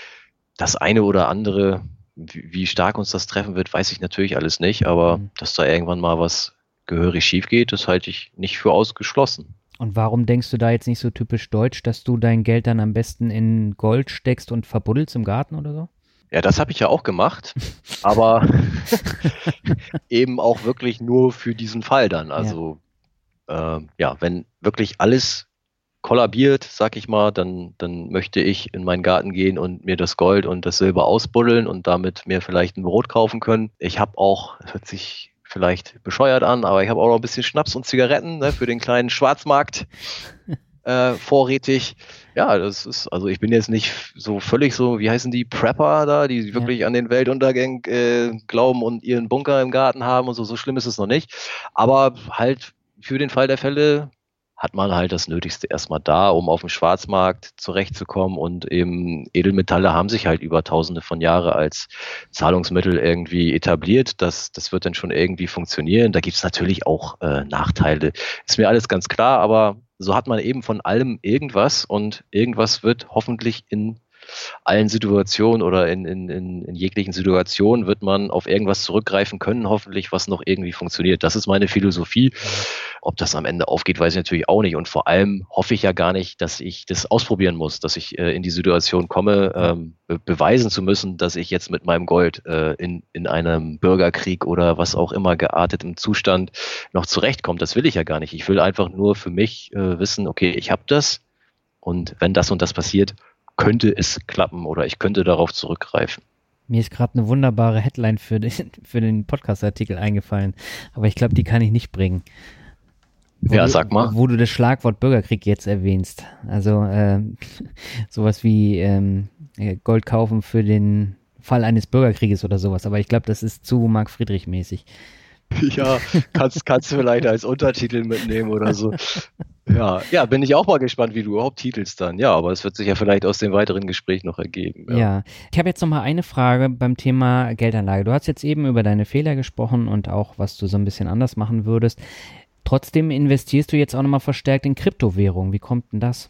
das eine oder andere, wie, wie stark uns das treffen wird, weiß ich natürlich alles nicht, aber mhm. dass da irgendwann mal was gehörig schief geht, das halte ich nicht für ausgeschlossen.
Und warum denkst du da jetzt nicht so typisch deutsch, dass du dein Geld dann am besten in Gold steckst und verbuddelst im Garten oder so?
Ja, das habe ich ja auch gemacht, aber eben auch wirklich nur für diesen Fall dann. Also ja, äh, ja wenn wirklich alles kollabiert, sag ich mal, dann, dann möchte ich in meinen Garten gehen und mir das Gold und das Silber ausbuddeln und damit mir vielleicht ein Brot kaufen können. Ich habe auch, das hört sich vielleicht bescheuert an, aber ich habe auch noch ein bisschen Schnaps und Zigaretten, ne, für den kleinen Schwarzmarkt äh, vorrätig. Ja, das ist, also ich bin jetzt nicht so völlig so, wie heißen die, Prepper da, die wirklich ja. an den Weltuntergang äh, glauben und ihren Bunker im Garten haben und so, so schlimm ist es noch nicht. Aber halt für den Fall der Fälle hat man halt das Nötigste erstmal da, um auf dem Schwarzmarkt zurechtzukommen und eben Edelmetalle haben sich halt über tausende von Jahren als Zahlungsmittel irgendwie etabliert. Das, das wird dann schon irgendwie funktionieren. Da gibt es natürlich auch äh, Nachteile. Ist mir alles ganz klar, aber so hat man eben von allem irgendwas und irgendwas wird hoffentlich in allen Situationen oder in, in, in, in jeglichen Situationen wird man auf irgendwas zurückgreifen können, hoffentlich, was noch irgendwie funktioniert. Das ist meine Philosophie. Ob das am Ende aufgeht, weiß ich natürlich auch nicht. Und vor allem hoffe ich ja gar nicht, dass ich das ausprobieren muss, dass ich äh, in die Situation komme, ähm, be- beweisen zu müssen, dass ich jetzt mit meinem Gold äh, in, in einem Bürgerkrieg oder was auch immer geartetem Zustand noch zurechtkomme. Das will ich ja gar nicht. Ich will einfach nur für mich äh, wissen, okay, ich habe das und wenn das und das passiert, könnte es klappen oder ich könnte darauf zurückgreifen.
Mir ist gerade eine wunderbare Headline für den, für den Podcast-Artikel eingefallen, aber ich glaube, die kann ich nicht bringen. Wo
ja,
du,
sag mal.
Wo du das Schlagwort Bürgerkrieg jetzt erwähnst. Also äh, sowas wie ähm, Gold kaufen für den Fall eines Bürgerkrieges oder sowas, aber ich glaube, das ist zu Marc Friedrich mäßig.
Ja, kannst, kannst du vielleicht als Untertitel mitnehmen oder so. Ja, ja, bin ich auch mal gespannt, wie du überhaupt titelst dann. Ja, aber es wird sich ja vielleicht aus dem weiteren Gespräch noch ergeben.
Ja, ja. Ich habe jetzt noch mal eine Frage beim Thema Geldanlage. Du hast jetzt eben über deine Fehler gesprochen und auch, was du so ein bisschen anders machen würdest. Trotzdem investierst du jetzt auch nochmal verstärkt in Kryptowährungen. Wie kommt denn das?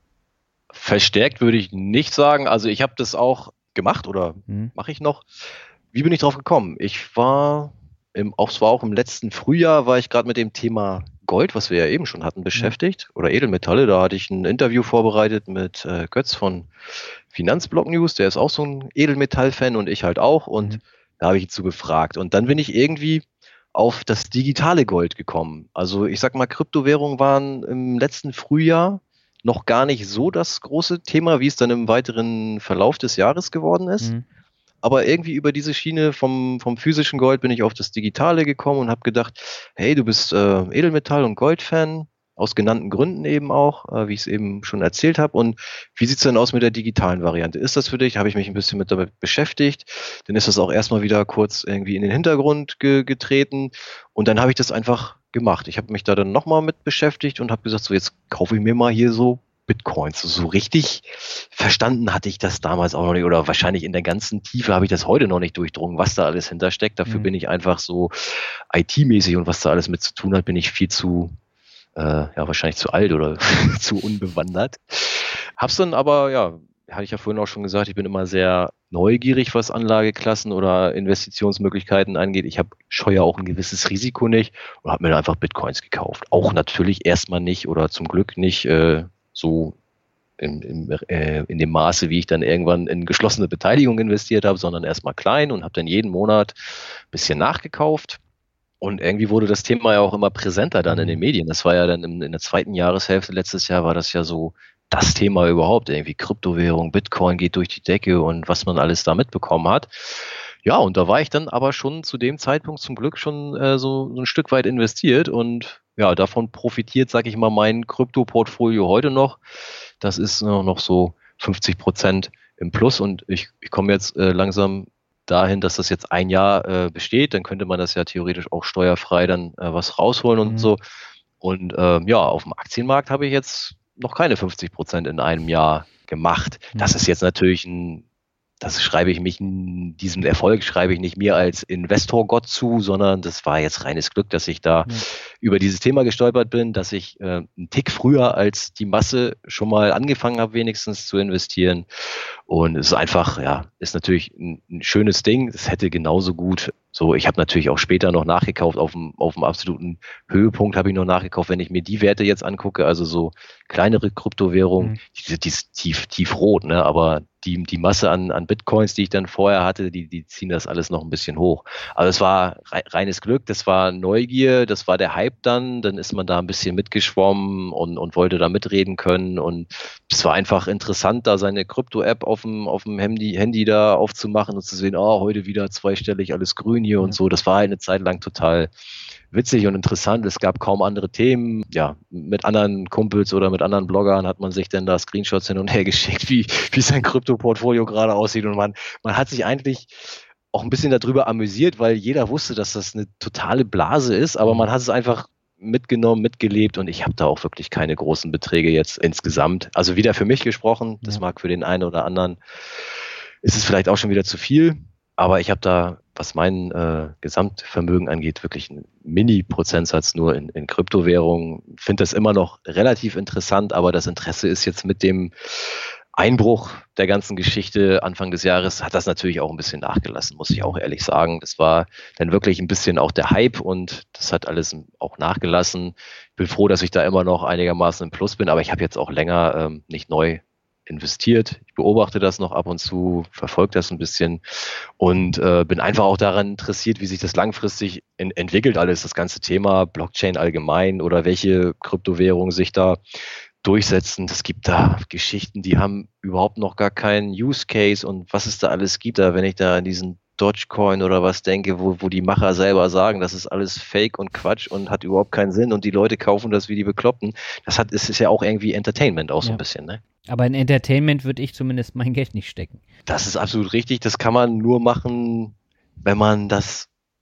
Verstärkt würde ich nicht sagen. Also ich habe das auch gemacht oder hm. mache ich noch. Wie bin ich drauf gekommen? Ich war, im, auch, es war auch im letzten Frühjahr, war ich gerade mit dem Thema Gold, was wir ja eben schon hatten, beschäftigt, oder Edelmetalle. Da hatte ich ein Interview vorbereitet mit äh, Götz von Finanzblock News, der ist auch so ein Edelmetall-Fan und ich halt auch. Und mhm. da habe ich ihn zu befragt. Und dann bin ich irgendwie auf das digitale Gold gekommen. Also ich sag mal, Kryptowährungen waren im letzten Frühjahr noch gar nicht so das große Thema, wie es dann im weiteren Verlauf des Jahres geworden ist. Mhm. Aber irgendwie über diese Schiene vom, vom physischen Gold bin ich auf das Digitale gekommen und habe gedacht, hey, du bist äh, Edelmetall- und Gold-Fan, aus genannten Gründen eben auch, äh, wie ich es eben schon erzählt habe. Und wie sieht es denn aus mit der digitalen Variante? Ist das für dich? Habe ich mich ein bisschen mit damit beschäftigt. Dann ist das auch erstmal wieder kurz irgendwie in den Hintergrund ge- getreten. Und dann habe ich das einfach gemacht. Ich habe mich da dann nochmal mit beschäftigt und habe gesagt, so jetzt kaufe ich mir mal hier so Bitcoins. So richtig verstanden hatte ich das damals auch noch nicht oder wahrscheinlich in der ganzen Tiefe habe ich das heute noch nicht durchdrungen, was da alles hintersteckt. Dafür mhm. bin ich einfach so I T-mäßig und was da alles mit zu tun hat, bin ich viel zu, äh, ja wahrscheinlich zu alt oder zu unbewandert. Hab's dann aber, ja, hatte ich ja vorhin auch schon gesagt, ich bin immer sehr neugierig, was Anlageklassen oder Investitionsmöglichkeiten angeht. Ich habe scheue auch ein gewisses Risiko nicht und habe mir dann einfach Bitcoins gekauft. Auch natürlich erstmal nicht oder zum Glück nicht äh, so in, in, äh, in dem Maße, wie ich dann irgendwann in geschlossene Beteiligung investiert habe, sondern erstmal klein und habe dann jeden Monat ein bisschen nachgekauft. Und irgendwie wurde das Thema ja auch immer präsenter dann in den Medien. Das war ja dann in, in der zweiten Jahreshälfte letztes Jahr war das ja so das Thema überhaupt. Irgendwie Kryptowährung, Bitcoin geht durch die Decke und was man alles da mitbekommen hat. Ja, und da war ich dann aber schon zu dem Zeitpunkt zum Glück schon äh, so, so ein Stück weit investiert und ja, davon profitiert, sag ich mal, mein Krypto-Portfolio heute noch. Das ist noch so fünfzig Prozent im Plus und ich, ich komme jetzt äh, langsam dahin, dass das jetzt ein Jahr äh, besteht. Dann könnte man das ja theoretisch auch steuerfrei dann äh, was rausholen und mhm. so. Und äh, ja, auf dem Aktienmarkt habe ich jetzt noch keine fünfzig Prozent in einem Jahr gemacht. Mhm. Das ist jetzt natürlich ein Das schreibe ich mich, diesen Erfolg schreibe ich nicht mir als Investorgott zu, sondern das war jetzt reines Glück, dass ich da ja. über dieses Thema gestolpert bin, dass ich äh, einen Tick früher als die Masse schon mal angefangen habe, wenigstens zu investieren. Und es ist einfach, ja, ist natürlich ein, ein schönes Ding. Es hätte genauso gut so, ich habe natürlich auch später noch nachgekauft, auf dem, auf dem absoluten Höhepunkt habe ich noch nachgekauft, wenn ich mir die Werte jetzt angucke, also so kleinere Kryptowährungen, mhm. die, die ist tief, tief rot, ne, aber die, die Masse an, an Bitcoins, die ich dann vorher hatte, die, die ziehen das alles noch ein bisschen hoch. Also es war reines Glück, das war Neugier, das war der Hype dann, dann ist man da ein bisschen mitgeschwommen und, und wollte da mitreden können und es war einfach interessant, da seine Krypto-App auf dem, auf dem Handy, Handy da aufzumachen und zu sehen, oh, heute wieder zweistellig, alles grün hier und so. Das war eine Zeit lang total witzig und interessant. Es gab kaum andere Themen. Ja, mit anderen Kumpels oder mit anderen Bloggern hat man sich dann da Screenshots hin und her geschickt, wie, wie sein Krypto-Portfolio gerade aussieht. Und man, man hat sich eigentlich auch ein bisschen darüber amüsiert, weil jeder wusste, dass das eine totale Blase ist, aber man hat es einfach mitgenommen, mitgelebt und ich habe da auch wirklich keine großen Beträge jetzt insgesamt. Also wieder für mich gesprochen, das ja. mag für den einen oder anderen, ist es vielleicht auch schon wieder zu viel, aber ich habe da, was mein äh, Gesamtvermögen angeht, wirklich einen Mini-Prozentsatz nur in, in Kryptowährungen. Finde das immer noch relativ interessant, aber das Interesse ist jetzt mit dem Einbruch der ganzen Geschichte Anfang des Jahres hat das natürlich auch ein bisschen nachgelassen, muss ich auch ehrlich sagen. Das war dann wirklich ein bisschen auch der Hype und das hat alles auch nachgelassen. Ich bin froh, dass ich da immer noch einigermaßen im Plus bin, aber ich habe jetzt auch länger ähm, nicht neu investiert. Ich beobachte das noch ab und zu, verfolge das ein bisschen und äh, bin einfach auch daran interessiert, wie sich das langfristig in, entwickelt alles, das ganze Thema Blockchain allgemein oder welche Kryptowährungen sich da durchsetzen. Es gibt da Geschichten, die haben überhaupt noch gar keinen Use Case und was es da alles gibt, da wenn ich da an diesen Dogecoin oder was denke, wo, wo die Macher selber sagen, das ist alles Fake und Quatsch und hat überhaupt keinen Sinn und die Leute kaufen das wie die Bekloppten. Das hat, es ist ja auch irgendwie Entertainment auch so ja. ein bisschen, ne?
Aber in Entertainment würde ich zumindest mein Geld nicht stecken.
Das ist absolut richtig. Das kann man nur machen, wenn man das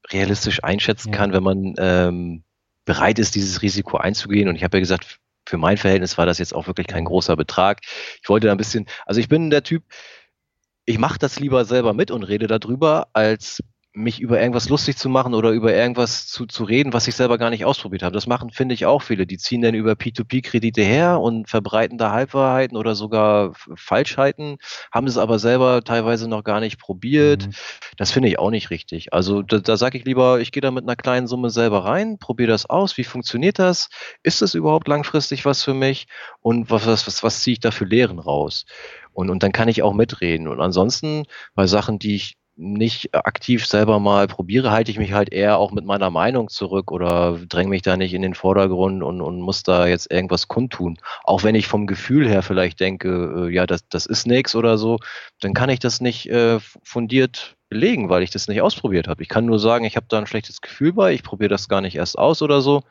realistisch einschätzen
Ja.
kann, wenn man ähm, bereit ist, dieses Risiko einzugehen. Und ich habe ja gesagt, für mein Verhältnis war das jetzt auch wirklich kein großer Betrag. Ich wollte da ein bisschen, also ich bin der Typ, ich mache das lieber selber mit und rede darüber, als mich über irgendwas lustig zu machen oder über irgendwas zu, zu reden, was ich selber gar nicht ausprobiert habe. Das machen, finde ich, auch viele. Die ziehen dann über P zwei P-Kredite her und verbreiten da Halbwahrheiten oder sogar Falschheiten, haben es aber selber teilweise noch gar nicht probiert. Mhm. Das finde ich auch nicht richtig. Also da, da sage ich lieber, ich gehe da mit einer kleinen Summe selber rein, probiere das aus. Wie funktioniert das? Ist das überhaupt langfristig was für mich? Und was, was, was, was ziehe ich da für Lehren raus? Und, und dann kann ich auch mitreden. Und ansonsten bei Sachen, die ich nicht aktiv selber mal probiere, halte ich mich halt eher auch mit meiner Meinung zurück oder dränge mich da nicht in den Vordergrund und, und muss da jetzt irgendwas kundtun. Auch wenn ich vom Gefühl her vielleicht denke, äh, ja, das, das ist nix oder so, dann kann ich das nicht äh, fundiert belegen, weil ich das nicht ausprobiert habe. Ich kann nur sagen, ich habe da ein schlechtes Gefühl bei, ich probiere das gar nicht erst aus oder so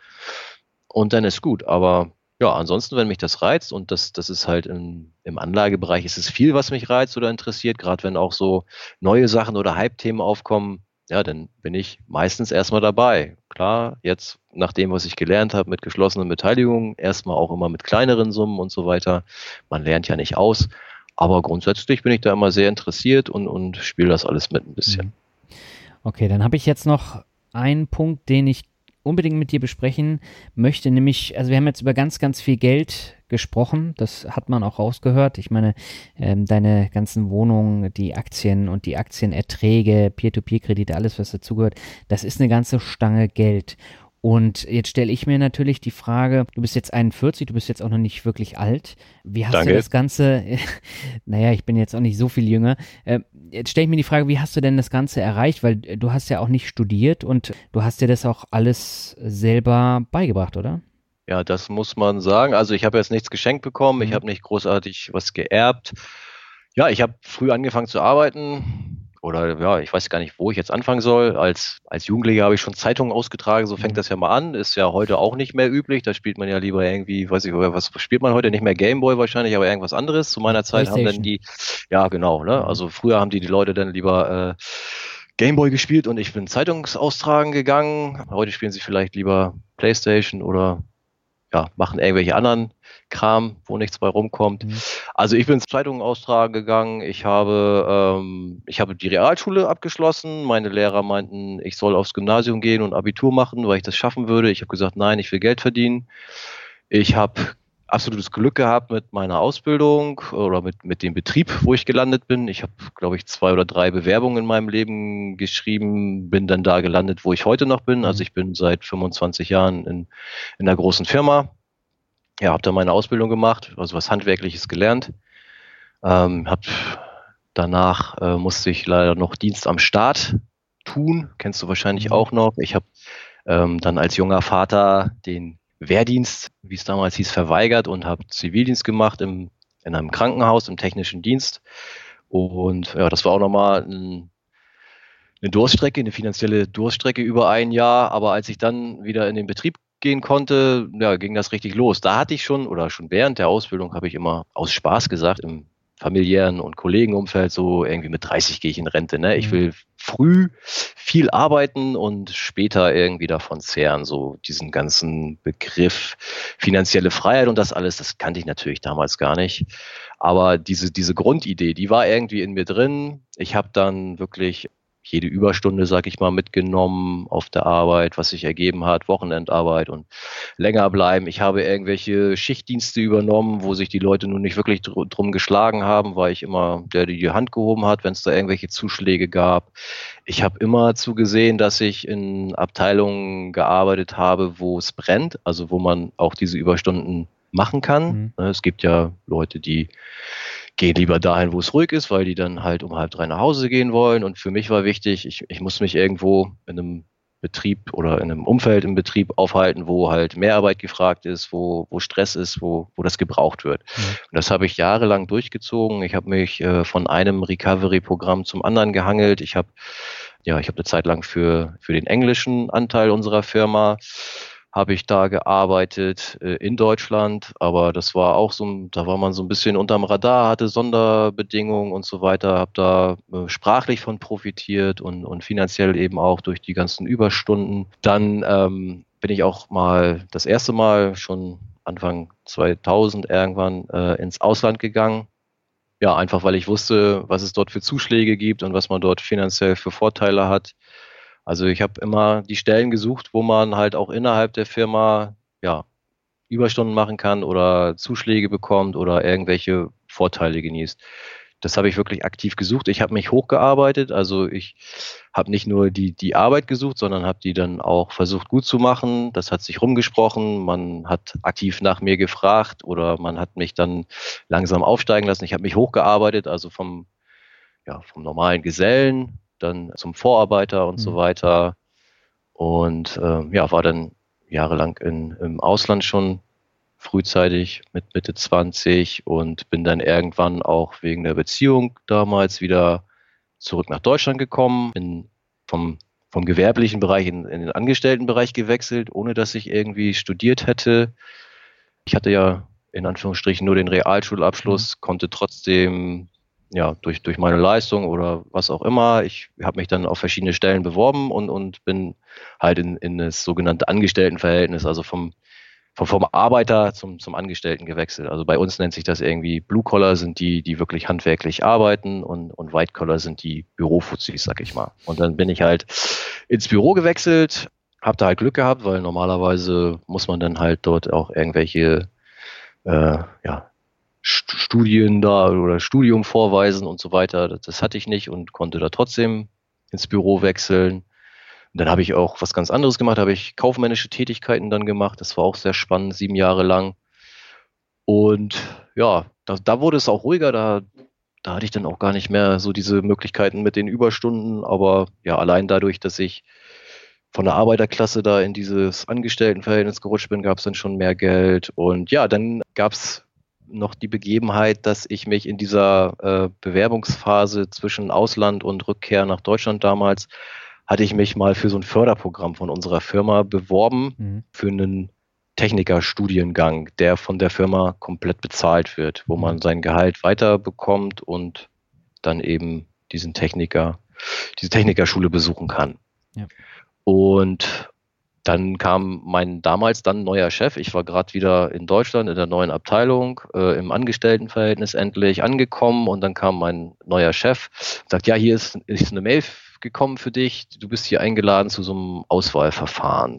und dann ist gut. Aber ja, ansonsten, wenn mich das reizt, und das, das ist halt im, im Anlagebereich, ist es viel, was mich reizt oder interessiert, gerade wenn auch so neue Sachen oder Hype-Themen aufkommen, ja, dann bin ich meistens erstmal dabei. Klar, jetzt nach dem, was ich gelernt habe mit geschlossenen Beteiligungen, erstmal auch immer mit kleineren Summen und so weiter. Man lernt ja nicht aus, aber grundsätzlich bin ich da immer sehr interessiert und, und spiele das alles mit ein bisschen.
Okay, dann habe ich jetzt noch einen Punkt, den ich unbedingt mit dir besprechen möchte, nämlich, also wir haben jetzt über ganz, ganz viel Geld gesprochen, das hat man auch rausgehört. Ich meine, ähm, deine ganzen Wohnungen, die Aktien und die Aktienerträge, Peer-to-Peer-Kredite, alles, was dazugehört, das ist eine ganze Stange Geld. Und jetzt stelle ich mir natürlich die Frage, du bist jetzt einundvierzig, du bist jetzt auch noch nicht wirklich alt. Wie hast
Danke.
du das Ganze, naja, ich bin jetzt auch nicht so viel jünger. Äh, jetzt stelle ich mir die Frage, wie hast du denn das Ganze erreicht? Weil du hast ja auch nicht studiert und du hast dir das auch alles selber beigebracht, oder?
Ja, das muss man sagen. Also ich habe jetzt nichts geschenkt bekommen, mhm. ich habe nicht großartig was geerbt. Ja, ich habe früh angefangen zu arbeiten. Oder ja, ich weiß gar nicht, wo ich jetzt anfangen soll. Als, als Jugendlicher habe ich schon Zeitungen ausgetragen, so fängt das ja mal an. Ist ja heute auch nicht mehr üblich. Da spielt man ja lieber irgendwie, weiß ich, was spielt man heute? Nicht mehr Gameboy wahrscheinlich, aber irgendwas anderes. Zu meiner Zeit haben dann die, ja genau, ne? Also früher haben die die Leute dann lieber äh, Gameboy gespielt und ich bin Zeitungsaustragen gegangen. Heute spielen sie vielleicht lieber Playstation oder ja, machen irgendwelche anderen Kram, wo nichts bei rumkommt. Mhm. Also ich bin Zeitungen austragen gegangen, ich habe, ähm, ich habe die Realschule abgeschlossen, meine Lehrer meinten, ich soll aufs Gymnasium gehen und Abitur machen, weil ich das schaffen würde. Ich habe gesagt, nein, ich will Geld verdienen. Ich habe absolutes Glück gehabt mit meiner Ausbildung oder mit, mit dem Betrieb, wo ich gelandet bin. Ich habe, glaube ich, zwei oder drei Bewerbungen in meinem Leben geschrieben, bin dann da gelandet, wo ich heute noch bin. Also ich bin seit fünfundzwanzig Jahren in, in einer großen Firma. Ja, habe da meine Ausbildung gemacht, also was Handwerkliches gelernt. Ähm, hab danach äh, musste ich leider noch Dienst am Staat tun, kennst du wahrscheinlich auch noch. Ich habe ähm, dann als junger Vater den Wehrdienst, wie es damals hieß, verweigert und habe Zivildienst gemacht im, in einem Krankenhaus, im technischen Dienst. Und ja, das war auch nochmal ein, eine Durststrecke, eine finanzielle Durststrecke über ein Jahr. Aber als ich dann wieder in den Betrieb gehen konnte, ja, ging das richtig los. Da hatte ich schon, oder schon während der Ausbildung, habe ich immer aus Spaß gesagt, im familiären und Kollegenumfeld, so irgendwie mit dreißig gehe ich in Rente. Ne? Ich will früh viel arbeiten und später irgendwie davon zehren. So diesen ganzen Begriff finanzielle Freiheit und das alles, das kannte ich natürlich damals gar nicht. Aber diese, diese Grundidee, die war irgendwie in mir drin. Ich habe dann wirklich jede Überstunde, sag ich mal, mitgenommen auf der Arbeit, was sich ergeben hat, Wochenendarbeit und länger bleiben. Ich habe irgendwelche Schichtdienste übernommen, wo sich die Leute nun nicht wirklich dr- drum geschlagen haben, weil ich immer der, der die Hand gehoben hat, wenn es da irgendwelche Zuschläge gab. Ich habe immer zugesehen, dass ich in Abteilungen gearbeitet habe, wo es brennt, also wo man auch diese Überstunden machen kann. Mhm. Es gibt ja Leute, die gehen lieber dahin, wo es ruhig ist, weil die dann halt um halb drei nach Hause gehen wollen. Und für mich war wichtig, ich, ich muss mich irgendwo in einem Betrieb oder in einem Umfeld im Betrieb aufhalten, wo halt Mehrarbeit gefragt ist, wo, wo Stress ist, wo, wo das gebraucht wird. Mhm. Und das habe ich jahrelang durchgezogen. Ich habe mich äh, von einem Recovery-Programm zum anderen gehangelt. Ich habe ja, ich habe eine Zeit lang für, für den englischen Anteil unserer Firma habe ich da gearbeitet äh, in Deutschland, aber das war auch so, ein, da war man so ein bisschen unterm Radar, hatte Sonderbedingungen und so weiter, habe da äh, sprachlich von profitiert und, und finanziell eben auch durch die ganzen Überstunden. Dann ähm, bin ich auch mal das erste Mal schon Anfang zweitausend irgendwann äh, ins Ausland gegangen. Ja, einfach weil ich wusste, was es dort für Zuschläge gibt und was man dort finanziell für Vorteile hat. Also ich habe immer die Stellen gesucht, wo man halt auch innerhalb der Firma ja, Überstunden machen kann oder Zuschläge bekommt oder irgendwelche Vorteile genießt. Das habe ich wirklich aktiv gesucht. Ich habe mich hochgearbeitet, also ich habe nicht nur die, die Arbeit gesucht, sondern habe die dann auch versucht gut zu machen. Das hat sich rumgesprochen, man hat aktiv nach mir gefragt oder man hat mich dann langsam aufsteigen lassen. Ich habe mich hochgearbeitet, also vom, ja, vom normalen Gesellen dann zum Vorarbeiter und mhm. so weiter und äh, ja, war dann jahrelang in, im Ausland schon frühzeitig mit Mitte zwanzig und bin dann irgendwann auch wegen der Beziehung damals wieder zurück nach Deutschland gekommen, bin vom, vom gewerblichen Bereich in, in den Angestelltenbereich gewechselt, ohne dass ich irgendwie studiert hätte. Ich hatte ja in Anführungsstrichen nur den Realschulabschluss, mhm. konnte trotzdem ja durch, durch meine Leistung oder was auch immer, ich habe mich dann auf verschiedene Stellen beworben und, und bin halt in, in das sogenannte Angestelltenverhältnis, also vom Vom, vom Arbeiter zum, zum Angestellten gewechselt. Also bei uns nennt sich das irgendwie Blue Collar, sind die, die wirklich handwerklich arbeiten und, und White Collar sind die Bürofuzis, sag ich mal. Und dann bin ich halt ins Büro gewechselt, habe da halt Glück gehabt, weil normalerweise muss man dann halt dort auch irgendwelche äh, ja, Studien da oder Studium vorweisen und so weiter. Das, das hatte ich nicht und konnte da trotzdem ins Büro wechseln. Und dann habe ich auch was ganz anderes gemacht, habe ich kaufmännische Tätigkeiten dann gemacht. Das war auch sehr spannend, sieben Jahre lang. Und ja, da, da wurde es auch ruhiger, da, da hatte ich dann auch gar nicht mehr so diese Möglichkeiten mit den Überstunden. Aber ja, allein dadurch, dass ich von der Arbeiterklasse da in dieses Angestelltenverhältnis gerutscht bin, gab es dann schon mehr Geld. Und ja, dann gab es noch die Begebenheit, dass ich mich in dieser äh, Bewerbungsphase zwischen Ausland und Rückkehr nach Deutschland damals hatte ich mich mal für so ein Förderprogramm von unserer Firma beworben, mhm. für einen Technikerstudiengang, der von der Firma komplett bezahlt wird, wo man sein Gehalt weiterbekommt und dann eben diesen Techniker, diese Technikerschule besuchen kann. Ja. Und dann kam mein damals dann neuer Chef, ich war gerade wieder in Deutschland in der neuen Abteilung, äh, im Angestelltenverhältnis endlich angekommen und dann kam mein neuer Chef und sagt, ja, hier ist, ist eine Mail gekommen für dich, du bist hier eingeladen zu so einem Auswahlverfahren.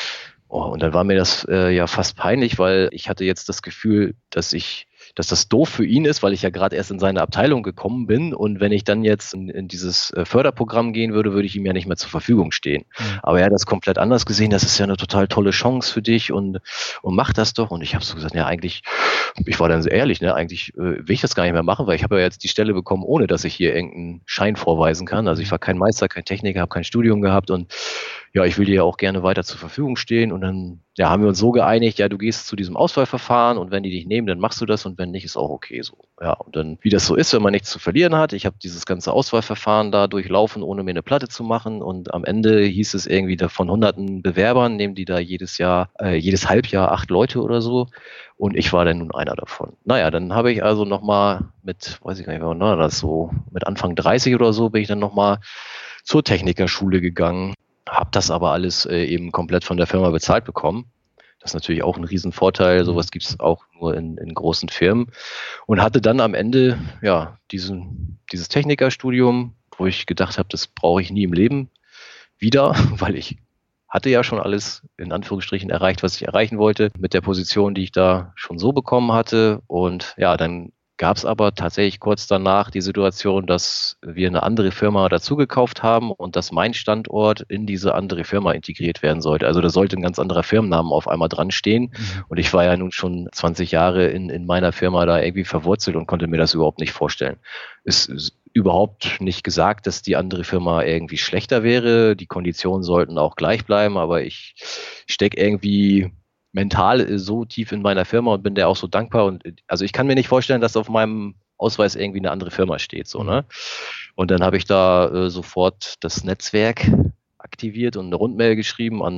Oh, und dann war mir das äh, ja fast peinlich, weil ich hatte jetzt das Gefühl, dass ich, dass das doof für ihn ist, weil ich ja gerade erst in seine Abteilung gekommen bin und wenn ich dann jetzt in, in dieses äh, Förderprogramm gehen würde, würde ich ihm ja nicht mehr zur Verfügung stehen. Mhm. Aber er hat das komplett anders gesehen, das ist ja eine total tolle Chance für dich und, und mach das doch. Und ich habe so gesagt, ja eigentlich, ich war dann so ehrlich, ne, eigentlich äh, will ich das gar nicht mehr machen, weil ich habe ja jetzt die Stelle bekommen, ohne dass ich hier irgendeinen Schein vorweisen kann. Also ich war kein Meister, kein Techniker, habe kein Studium gehabt und ja, ich will dir ja auch gerne weiter zur Verfügung stehen. Und dann ja, haben wir uns so geeinigt, ja, du gehst zu diesem Auswahlverfahren und wenn die dich nehmen, dann machst du das und wenn nicht, ist auch okay so. Ja, und dann, wie das so ist, wenn man nichts zu verlieren hat, ich habe dieses ganze Auswahlverfahren da durchlaufen, ohne mir eine Platte zu machen und am Ende hieß es irgendwie, da von hunderten Bewerbern nehmen die da jedes Jahr, äh, jedes Halbjahr acht Leute oder so und ich war dann nun einer davon. Naja, dann habe ich also nochmal mit, weiß ich gar nicht, wann war das so, mit Anfang dreißig oder so bin ich dann nochmal zur Technikerschule gegangen. Habe das aber alles äh, eben komplett von der Firma bezahlt bekommen. Das ist natürlich auch ein Riesenvorteil. Sowas gibt es auch nur in, in großen Firmen. Und hatte dann am Ende ja diesen, dieses Technikerstudium, wo ich gedacht habe, das brauche ich nie im Leben wieder, weil ich hatte ja schon alles in Anführungsstrichen erreicht, was ich erreichen wollte, mit der Position, die ich da schon so bekommen hatte. Und ja, dann gab es aber tatsächlich kurz danach die Situation, dass wir eine andere Firma dazugekauft haben und dass mein Standort in diese andere Firma integriert werden sollte. Also da sollte ein ganz anderer Firmennamen auf einmal dran stehen. Mhm. Und ich war ja nun schon zwanzig Jahre in, in meiner Firma da irgendwie verwurzelt und konnte mir das überhaupt nicht vorstellen. Es ist überhaupt nicht gesagt, dass die andere Firma irgendwie schlechter wäre. Die Konditionen sollten auch gleich bleiben, aber ich stecke irgendwie mental so tief in meiner Firma und bin der auch so dankbar und also ich kann mir nicht vorstellen, dass auf meinem Ausweis irgendwie eine andere Firma steht, so, ne? Und dann habe ich da äh, sofort das Netzwerk aktiviert und eine Rundmail geschrieben an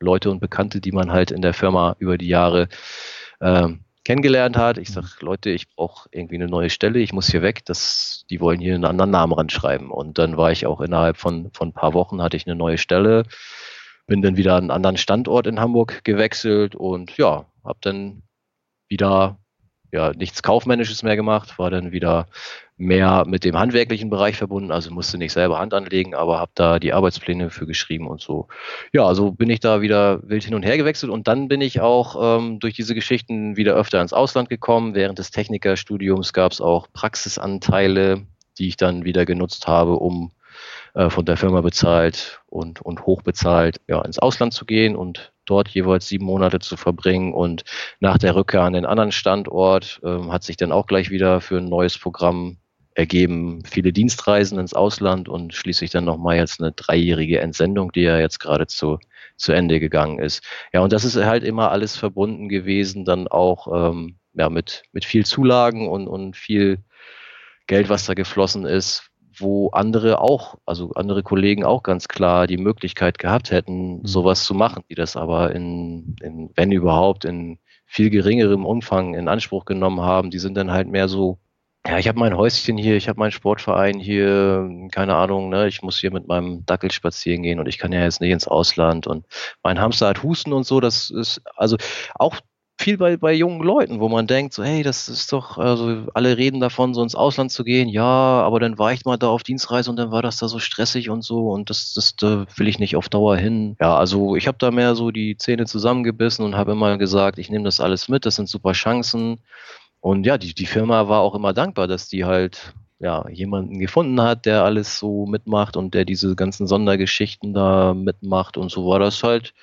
Leute und Bekannte, die man halt in der Firma über die Jahre ähm, kennengelernt hat. Ich sage, Leute, ich brauche irgendwie eine neue Stelle, ich muss hier weg, das, die wollen hier einen anderen Namen ranschreiben. Und dann war ich auch innerhalb von, von ein paar Wochen, hatte ich eine neue Stelle, bin dann wieder an einen anderen Standort in Hamburg gewechselt und ja, habe dann wieder ja, nichts Kaufmännisches mehr gemacht, war dann wieder mehr mit dem handwerklichen Bereich verbunden, also musste nicht selber Hand anlegen, aber habe da die Arbeitspläne für geschrieben und so. Ja, also bin ich da wieder wild hin und her gewechselt und dann bin ich auch ähm, durch diese Geschichten wieder öfter ins Ausland gekommen. Während des Technikerstudiums gab es auch Praxisanteile, die ich dann wieder genutzt habe, um äh, von der Firma bezahlt und, und hochbezahlt ja, ins Ausland zu gehen und dort jeweils sieben Monate zu verbringen und nach der Rückkehr an den anderen Standort ähm, hat sich dann auch gleich wieder für ein neues Programm ergeben, viele Dienstreisen ins Ausland und schließlich dann nochmal jetzt eine dreijährige Entsendung, die ja jetzt gerade zu, zu Ende gegangen ist. Ja, und das ist halt immer alles verbunden gewesen, dann auch ähm, ja, mit, mit viel Zulagen und, und viel Geld, was da geflossen ist, wo andere auch, also andere Kollegen auch ganz klar die Möglichkeit gehabt hätten, sowas zu machen, die das aber in, in, wenn überhaupt, in viel geringerem Umfang in Anspruch genommen haben. Die sind dann halt mehr so, ja, ich habe mein Häuschen hier, ich habe meinen Sportverein hier, keine Ahnung, ne, ich muss hier mit meinem Dackel spazieren gehen und ich kann ja jetzt nicht ins Ausland und mein Hamster hat Husten und so, das ist also auch viel bei, bei jungen Leuten, wo man denkt, so, hey, das ist doch, also alle reden davon, so ins Ausland zu gehen, ja, aber dann war ich mal da auf Dienstreise und dann war das da so stressig und so und das, das da will ich nicht auf Dauer hin. Ja, also ich habe da mehr so die Zähne zusammengebissen und habe immer gesagt, ich nehme das alles mit, das sind super Chancen und ja, die, die Firma war auch immer dankbar, dass die halt ja, jemanden gefunden hat, der alles so mitmacht und der diese ganzen Sondergeschichten da mitmacht und so war das halt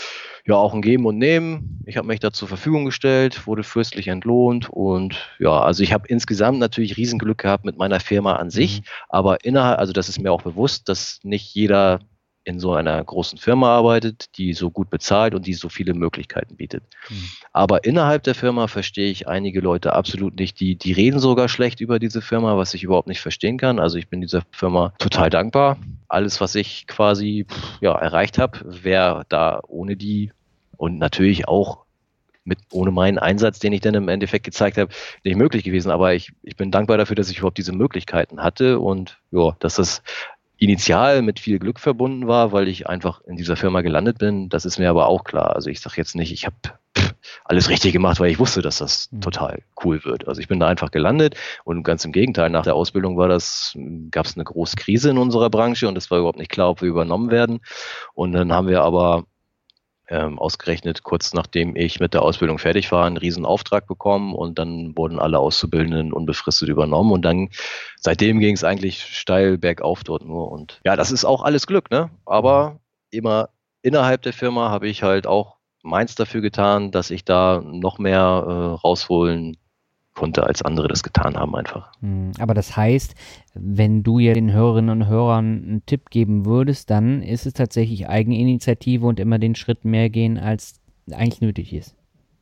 ja auch ein Geben und Nehmen. Ich habe mich da zur Verfügung gestellt, wurde fürstlich entlohnt und ja, also ich habe insgesamt natürlich Riesenglück gehabt mit meiner Firma an sich, mhm. aber innerhalb, also das ist mir auch bewusst, dass nicht jeder in so einer großen Firma arbeitet, die so gut bezahlt und die so viele Möglichkeiten bietet. Mhm. Aber innerhalb der Firma verstehe ich einige Leute absolut nicht, die, die reden sogar schlecht über diese Firma, was ich überhaupt nicht verstehen kann. Also ich bin dieser Firma total dankbar. Alles, was ich quasi ja, erreicht habe, wäre da ohne die und natürlich auch mit ohne meinen Einsatz, den ich dann im Endeffekt gezeigt habe, nicht möglich gewesen. Aber ich, ich bin dankbar dafür, dass ich überhaupt diese Möglichkeiten hatte und ja, dass das initial mit viel Glück verbunden war, weil ich einfach in dieser Firma gelandet bin. Das ist mir aber auch klar. Also ich sage jetzt nicht, ich habe alles richtig gemacht, weil ich wusste, dass das total cool wird. Also ich bin da einfach gelandet und ganz im Gegenteil, nach der Ausbildung war das, gab es eine große Krise in unserer Branche und es war überhaupt nicht klar, ob wir übernommen werden. Und dann haben wir aber ähm, ausgerechnet, kurz nachdem ich mit der Ausbildung fertig war, einen riesen Auftrag bekommen und dann wurden alle Auszubildenden unbefristet übernommen und dann seitdem ging es eigentlich steil bergauf dort nur und ja, das ist auch alles Glück, ne? Aber immer innerhalb der Firma habe ich halt auch meins dafür getan, dass ich da noch mehr äh, rausholen konnte, als andere das getan haben einfach.
Aber das heißt, wenn du ja den Hörerinnen und Hörern einen Tipp geben würdest, dann ist es tatsächlich Eigeninitiative und immer den Schritt mehr gehen, als eigentlich nötig ist.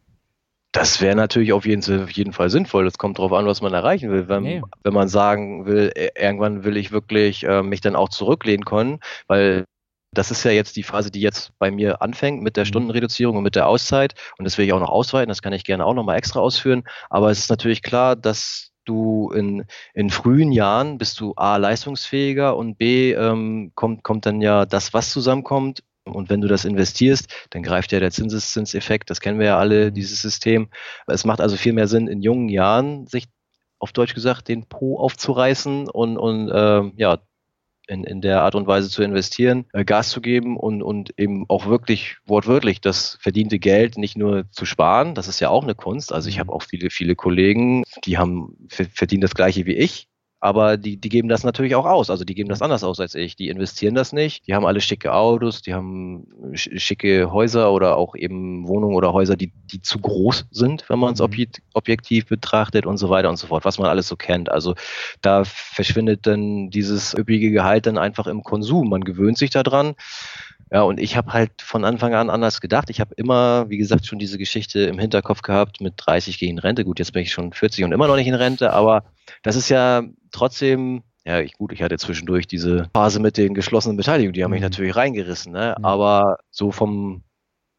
Das wäre natürlich auf jeden, auf jeden Fall sinnvoll. Das kommt darauf an, was man erreichen will. Wenn, ja. wenn man sagen will, irgendwann will ich wirklich äh, mich dann auch zurücklehnen können, weil das ist ja jetzt die Phase, die jetzt bei mir anfängt mit der Stundenreduzierung und mit der Auszeit. Und das will ich auch noch ausweiten. Das kann ich gerne auch noch mal extra ausführen. Aber es ist natürlich klar, dass du in, in frühen Jahren bist du A, leistungsfähiger und B, ähm, kommt, kommt dann ja das, was zusammenkommt. Und wenn du das investierst, dann greift ja der Zinseszinseffekt. Das kennen wir ja alle, dieses System. Es macht also viel mehr Sinn, in jungen Jahren sich auf Deutsch gesagt den Po aufzureißen und, und ähm, ja, In, in der Art und Weise zu investieren, äh, Gas zu geben und, und eben auch wirklich wortwörtlich das verdiente Geld nicht nur zu sparen, das ist ja auch eine Kunst. Also ich habe auch viele, viele Kollegen, die haben verdienen das Gleiche wie ich, aber die, die geben das natürlich auch aus. Also die geben das anders aus als ich. Die investieren das nicht. Die haben alle schicke Autos, die haben schicke Häuser oder auch eben Wohnungen oder Häuser, die, die zu groß sind, wenn man es objektiv betrachtet und so weiter und so fort, was man alles so kennt. Also da verschwindet dann dieses üppige Gehalt dann einfach im Konsum. Man gewöhnt sich daran. Ja, und ich habe halt von Anfang an anders gedacht. Ich habe immer, wie gesagt, schon diese Geschichte im Hinterkopf gehabt, mit dreißig gehe ich in Rente. Gut, jetzt bin ich schon vierzig und immer noch nicht in Rente, aber das ist ja trotzdem, ja ich, gut, ich hatte zwischendurch diese Phase mit den geschlossenen Beteiligungen, die haben mich natürlich reingerissen, ne? Mhm. Aber so vom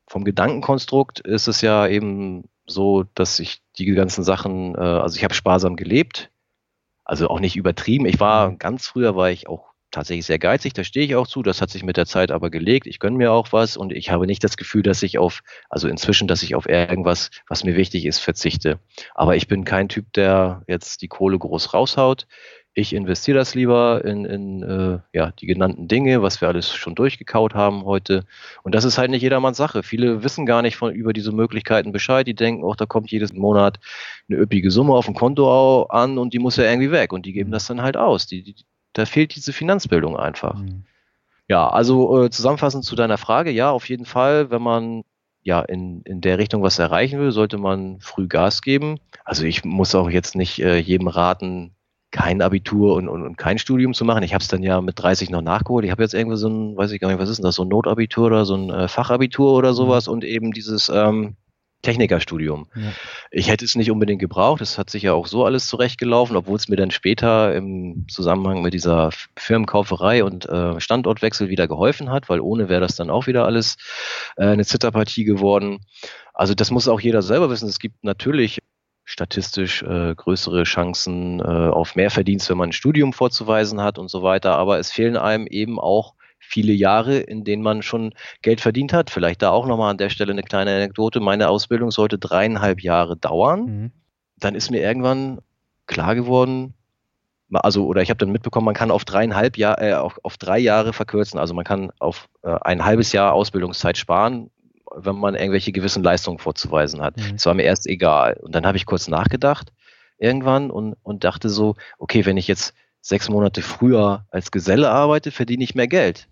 vom Gedankenkonstrukt ist es ja eben so, dass ich die ganzen Sachen, äh, also ich habe sparsam gelebt, also auch nicht übertrieben. Ich war, ganz früher war ich auch tatsächlich sehr geizig, da stehe ich auch zu, das hat sich mit der Zeit aber gelegt, ich gönne mir auch was und ich habe nicht das Gefühl, dass ich auf, also inzwischen, dass ich auf irgendwas, was mir wichtig ist, verzichte. Aber ich bin kein Typ, der jetzt die Kohle groß raushaut. Ich investiere das lieber in, in äh, ja, die genannten Dinge, was wir alles schon durchgekaut haben heute. Und das ist halt nicht jedermanns Sache. Viele wissen gar nicht von über diese Möglichkeiten Bescheid. Die denken, oh, da kommt jedes Monat eine üppige Summe auf dem Konto an und die muss ja irgendwie weg. Und die geben das dann halt aus. Die, die, da fehlt diese Finanzbildung einfach. Mhm. Ja, also äh, zusammenfassend zu deiner Frage, ja, auf jeden Fall, wenn man ja in, in der Richtung was erreichen will, sollte man früh Gas geben. Also ich muss auch jetzt nicht äh, jedem raten, kein Abitur und, und, und kein Studium zu machen. Ich habe es dann ja mit dreißig noch nachgeholt. Ich habe jetzt irgendwie so ein, weiß ich gar nicht, was ist denn das, so ein Notabitur oder so ein äh, Fachabitur oder sowas und eben dieses ähm, Technikerstudium. Ja. Ich hätte es nicht unbedingt gebraucht. Es hat sich ja auch so alles zurechtgelaufen, obwohl es mir dann später im Zusammenhang mit dieser Firmenkauferei und äh, Standortwechsel wieder geholfen hat, weil ohne wäre das dann auch wieder alles äh, eine Zitterpartie geworden. Also das muss auch jeder selber wissen. Es gibt natürlich statistisch äh, größere Chancen äh, auf mehr Verdienst, wenn man ein Studium vorzuweisen hat und so weiter. Aber es fehlen einem eben auch viele Jahre, in denen man schon Geld verdient hat. Vielleicht da auch nochmal an der Stelle eine kleine Anekdote. Meine Ausbildung sollte dreieinhalb Jahre dauern. Mhm. Dann ist mir irgendwann klar geworden, also oder ich habe dann mitbekommen, man kann auf dreieinhalb Jahr, äh, auf, auf drei Jahre verkürzen. Also man kann auf äh, ein halbes Jahr Ausbildungszeit sparen, wenn man irgendwelche gewissen Leistungen vorzuweisen hat. Mhm. Das war mir erst egal. Und dann habe ich kurz nachgedacht irgendwann und, und dachte so, okay, wenn ich jetzt sechs Monate früher als Geselle arbeite, verdiene ich mehr Geld.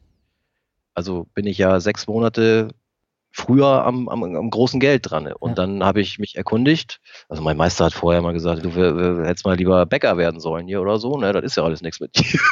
Also bin ich ja sechs Monate früher am, am, am großen Geld dran. Und ja. Dann habe ich mich erkundigt. Also mein Meister hat vorher mal gesagt, du w- w- hättest mal lieber Bäcker werden sollen hier oder so. Ne, das ist ja alles nichts mit dir.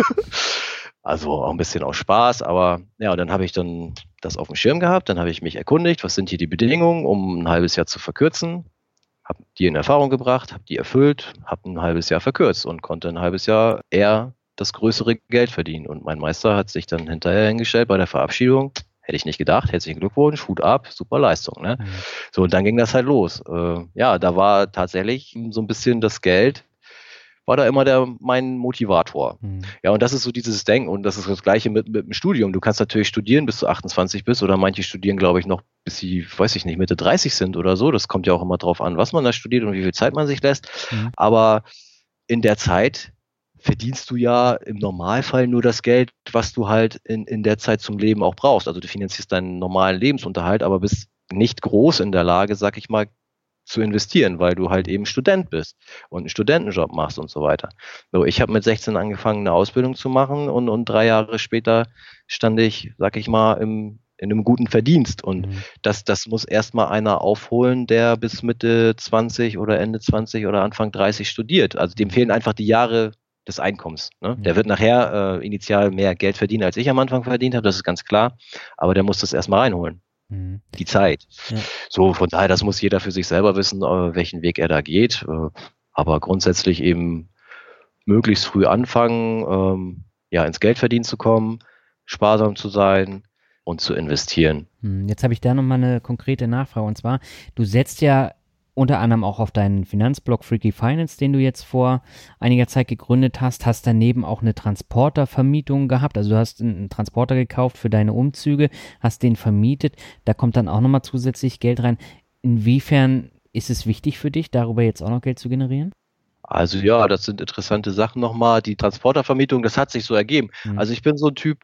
Also auch ein bisschen aus Spaß, aber ja, und dann habe ich dann das auf dem Schirm gehabt, dann habe ich mich erkundigt, was sind hier die Bedingungen, um ein halbes Jahr zu verkürzen, habe die in Erfahrung gebracht, habe die erfüllt, habe ein halbes Jahr verkürzt und konnte ein halbes Jahr eher das größere Geld verdienen. Und mein Meister hat sich dann hinterher hingestellt bei der Verabschiedung, hätte ich nicht gedacht, herzlichen Glückwunsch, Hut ab, super Leistung. Ne? Mhm. So, und dann ging das halt los. Äh, ja, da war tatsächlich so ein bisschen das Geld, war da immer der mein Motivator. Mhm. Ja, und das ist so dieses Denken und das ist das Gleiche mit, mit dem Studium. Du kannst natürlich studieren, bis du achtundzwanzig bist oder manche studieren, glaube ich, noch bis sie, weiß ich nicht, Mitte dreißig sind oder so. Das kommt ja auch immer drauf an, was man da studiert und wie viel Zeit man sich lässt. Mhm. Aber in der Zeit verdienst du ja im Normalfall nur das Geld, was du halt in, in der Zeit zum Leben auch brauchst. Also du finanzierst deinen normalen Lebensunterhalt, aber bist nicht groß in der Lage, sag ich mal, zu investieren, weil du halt eben Student bist und einen Studentenjob machst und so weiter. So, ich habe mit sechzehn angefangen, eine Ausbildung zu machen und, und drei Jahre später stand ich, sag ich mal, im, in einem guten Verdienst. Und mhm. das, das muss erstmal einer aufholen, der bis Mitte zwanzig oder Ende zwanzig oder Anfang dreißig studiert. Also dem fehlen einfach die Jahre des Einkommens. Ne? Mhm. Der wird nachher äh, initial mehr Geld verdienen, als ich am Anfang verdient habe, das ist ganz klar. Aber der muss das erstmal reinholen. Die Zeit. Ja. So, von daher, das muss jeder für sich selber wissen, welchen Weg er da geht. Aber grundsätzlich eben möglichst früh anfangen, ähm, ja, ins Geldverdienen zu kommen, sparsam zu sein und zu investieren.
Jetzt habe ich da nochmal eine konkrete Nachfrage. Und zwar, du setzt ja unter anderem auch auf deinen Finanzblog Freaky Finance, den du jetzt vor einiger Zeit gegründet hast, hast daneben auch eine Transportervermietung gehabt, also du hast einen Transporter gekauft für deine Umzüge, hast den vermietet, da kommt dann auch nochmal zusätzlich Geld rein. Inwiefern ist es wichtig für dich, darüber jetzt auch noch Geld zu generieren?
Also ja, das sind interessante Sachen nochmal. Die Transportervermietung, das hat sich so ergeben. Mhm. Also ich bin so ein Typ,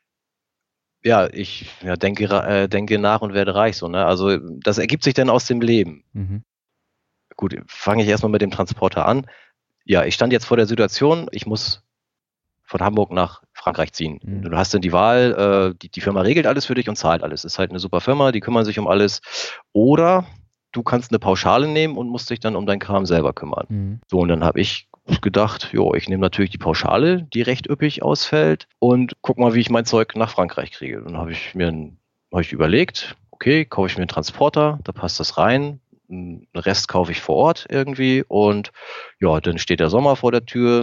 ja, ich ja, denke, äh, denke nach und werde reich, so, ne? Also das ergibt sich dann aus dem Leben. Mhm. Gut, fange ich erstmal mit dem Transporter an. Ja, ich stand jetzt vor der Situation, ich muss von Hamburg nach Frankreich ziehen. Mhm. Du hast dann die Wahl, äh, die, die Firma regelt alles für dich und zahlt alles. Ist halt eine super Firma, die kümmern sich um alles. Oder du kannst eine Pauschale nehmen und musst dich dann um dein Kram selber kümmern. Mhm. So, und dann habe ich gedacht, jo, ich nehme natürlich die Pauschale, die recht üppig ausfällt und guck mal, wie ich mein Zeug nach Frankreich kriege. Dann habe ich mir ein, hab ich überlegt, okay, kaufe ich mir einen Transporter, da passt das rein. Den Rest kaufe ich vor Ort irgendwie und ja, dann steht der Sommer vor der Tür,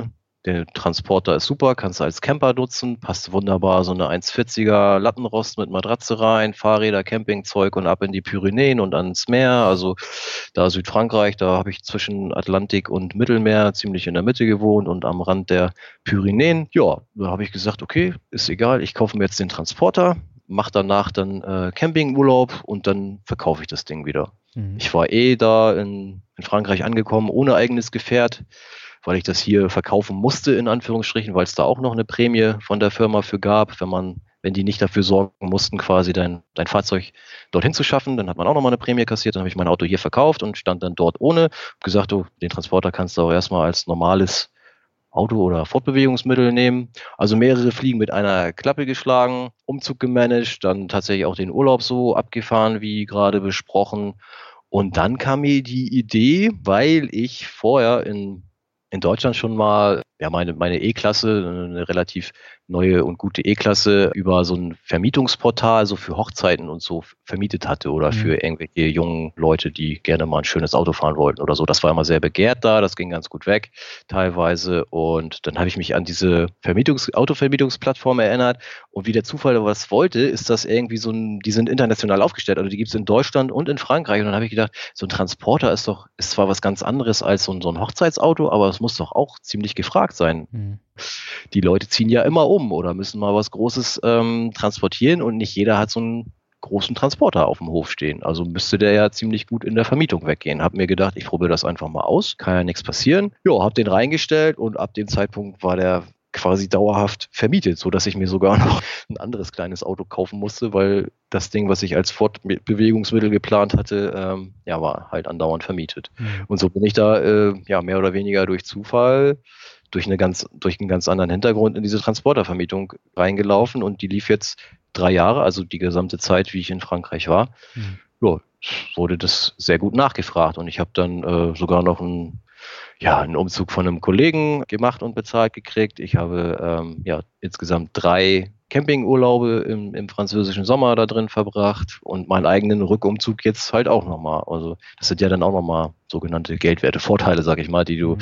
der Transporter ist super, kannst du als Camper nutzen, passt wunderbar so eine eins vierziger Lattenrost mit Matratze rein, Fahrräder, Campingzeug und ab in die Pyrenäen und ans Meer, also da Südfrankreich, da habe ich zwischen Atlantik und Mittelmeer ziemlich in der Mitte gewohnt und am Rand der Pyrenäen. Ja, da habe ich gesagt, okay, ist egal, ich kaufe mir jetzt den Transporter, mache danach dann äh, Campingurlaub und dann verkaufe ich das Ding wieder. Mhm. Ich war eh da in, in Frankreich angekommen, ohne eigenes Gefährt, weil ich das hier verkaufen musste, in Anführungsstrichen, weil es da auch noch eine Prämie von der Firma für gab, wenn man, wenn die nicht dafür sorgen mussten, quasi dein, dein Fahrzeug dorthin zu schaffen, dann hat man auch nochmal eine Prämie kassiert, dann habe ich mein Auto hier verkauft und stand dann dort ohne, hab gesagt, du, den Transporter kannst du auch erstmal als normales Auto- oder Fortbewegungsmittel nehmen. Also mehrere Fliegen mit einer Klappe geschlagen, Umzug gemanagt, dann tatsächlich auch den Urlaub so abgefahren, wie gerade besprochen. Und dann kam mir die Idee, weil ich vorher in in Deutschland schon mal ja meine meine E-Klasse, eine relativ neue und gute E-Klasse über so ein Vermietungsportal so für Hochzeiten und so vermietet hatte oder mhm. für irgendwelche jungen Leute, die gerne mal ein schönes Auto fahren wollten oder so. Das war immer sehr begehrt da, das ging ganz gut weg teilweise und dann habe ich mich an diese Vermietungs Autovermietungsplattform erinnert und wie der Zufall was wollte, ist das irgendwie so ein, die sind international aufgestellt, also die gibt es in Deutschland und in Frankreich und dann habe ich gedacht, so ein Transporter ist doch, ist zwar was ganz anderes als so ein, so ein Hochzeitsauto, aber es muss doch auch ziemlich gefragt sein. Mhm. Die Leute ziehen ja immer um oder müssen mal was Großes ähm, transportieren und nicht jeder hat so einen großen Transporter auf dem Hof stehen. Also müsste der ja ziemlich gut in der Vermietung weggehen. Hab mir gedacht, ich probiere das einfach mal aus, kann ja nichts passieren. Ja, hab den reingestellt und ab dem Zeitpunkt war der quasi dauerhaft vermietet, so dass ich mir sogar noch ein anderes kleines Auto kaufen musste, weil das Ding, was ich als Fortbewegungsmittel geplant hatte, ähm, ja, war halt andauernd vermietet. Mhm. Und so bin ich da äh, ja mehr oder weniger durch Zufall durch eine ganz durch einen ganz anderen Hintergrund in diese Transportervermietung reingelaufen und die lief jetzt drei Jahre, also die gesamte Zeit, wie ich in Frankreich war. Mhm. Ja, wurde das sehr gut nachgefragt und ich habe dann äh, sogar noch ein ja, einen Umzug von einem Kollegen gemacht und bezahlt gekriegt. Ich habe ähm, ja, insgesamt drei Campingurlaube im, im französischen Sommer da drin verbracht und meinen eigenen Rückumzug jetzt halt auch nochmal. Also das sind ja dann auch nochmal sogenannte geldwerte Vorteile, sag ich mal, die du mhm.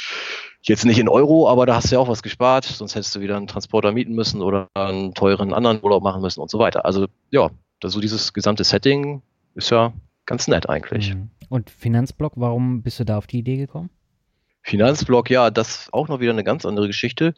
jetzt nicht in Euro, aber da hast du ja auch was gespart, sonst hättest du wieder einen Transporter mieten müssen oder einen teuren anderen Urlaub machen müssen und so weiter. Also ja, so dieses gesamte Setting ist ja ganz nett eigentlich.
Und Finanzblock, warum bist du da auf die Idee gekommen?
Finanzblock, ja, das auch noch wieder eine ganz andere Geschichte.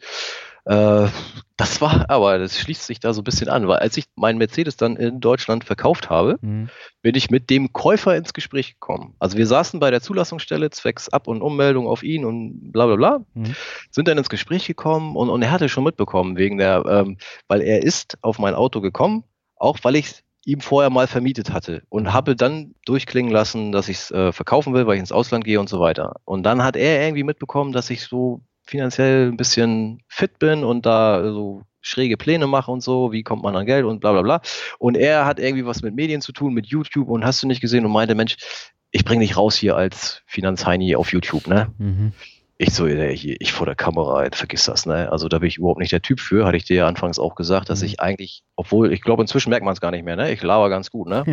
Äh, das war, aber das schließt sich da so ein bisschen an, weil als ich meinen Mercedes dann in Deutschland verkauft habe, mhm. bin ich mit dem Käufer ins Gespräch gekommen. Also wir saßen bei der Zulassungsstelle zwecks Ab- und Ummeldung auf ihn und bla bla bla, mhm. sind dann ins Gespräch gekommen und, und er hatte schon mitbekommen, wegen der, ähm, weil er ist auf mein Auto gekommen, auch weil ich ihm vorher mal vermietet hatte und habe dann durchklingen lassen, dass ich es äh, verkaufen will, weil ich ins Ausland gehe und so weiter. Und dann hat er irgendwie mitbekommen, dass ich so finanziell ein bisschen fit bin und da so schräge Pläne mache und so, wie kommt man an Geld und bla bla bla. Und er hat irgendwie was mit Medien zu tun, mit YouTube und hast du nicht gesehen und meinte, Mensch, ich bringe dich raus hier als Finanzheini auf YouTube, ne? Mhm. Ich so, ich, ich vor der Kamera, vergiss das, ne? Also da bin ich überhaupt nicht der Typ für, hatte ich dir ja anfangs auch gesagt, dass mhm. ich eigentlich, obwohl, ich glaube, inzwischen merkt man es gar nicht mehr, ne? Ich laber ganz gut, ne?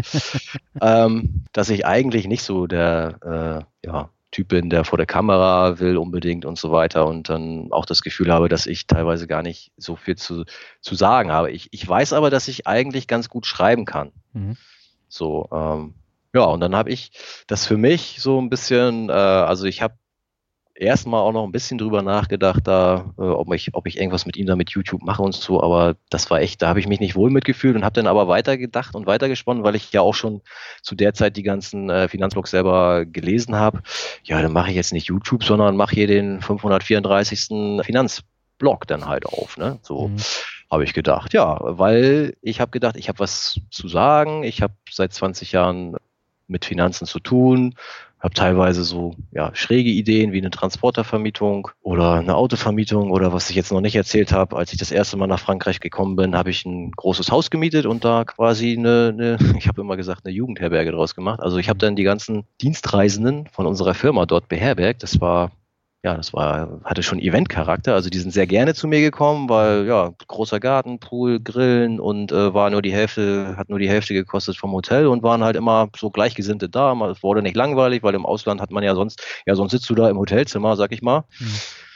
ähm, dass ich eigentlich nicht so der äh, ja, Typ bin, der vor der Kamera will unbedingt und so weiter und dann auch das Gefühl habe, dass ich teilweise gar nicht so viel zu, zu sagen habe. Ich, ich weiß aber, dass ich eigentlich ganz gut schreiben kann. Mhm. So, ähm, ja, und dann habe ich das für mich so ein bisschen, äh, also ich habe erstmal auch noch ein bisschen drüber nachgedacht, da, äh, ob ich, ob ich irgendwas mit ihm da mit YouTube mache und so, aber das war echt, da habe ich mich nicht wohl mitgefühlt und habe dann aber weitergedacht und weitergesponnen, weil ich ja auch schon zu der Zeit die ganzen äh, Finanzblogs selber gelesen habe. Ja, dann mache ich jetzt nicht YouTube, sondern mache hier den fünfhundertvierunddreißigsten Finanzblog dann halt auf, ne? So mhm. habe ich gedacht, ja, weil ich habe gedacht, ich habe was zu sagen, ich habe seit zwanzig Jahren mit Finanzen zu tun, habe teilweise so ja, schräge Ideen wie eine Transportervermietung oder eine Autovermietung oder was ich jetzt noch nicht erzählt habe. Als ich das erste Mal nach Frankreich gekommen bin, habe ich ein großes Haus gemietet und da quasi eine, eine ich habe immer gesagt, eine Jugendherberge draus gemacht. Also ich habe dann die ganzen Dienstreisenden von unserer Firma dort beherbergt. Das war Ja, das war, hatte schon Eventcharakter, also die sind sehr gerne zu mir gekommen, weil ja, großer Garten, Pool, Grillen und äh, war nur die Hälfte, hat nur die Hälfte gekostet vom Hotel und waren halt immer so Gleichgesinnte da. Es wurde nicht langweilig, weil im Ausland hat man ja sonst, ja sonst sitzt du da im Hotelzimmer, sag ich mal. Mhm.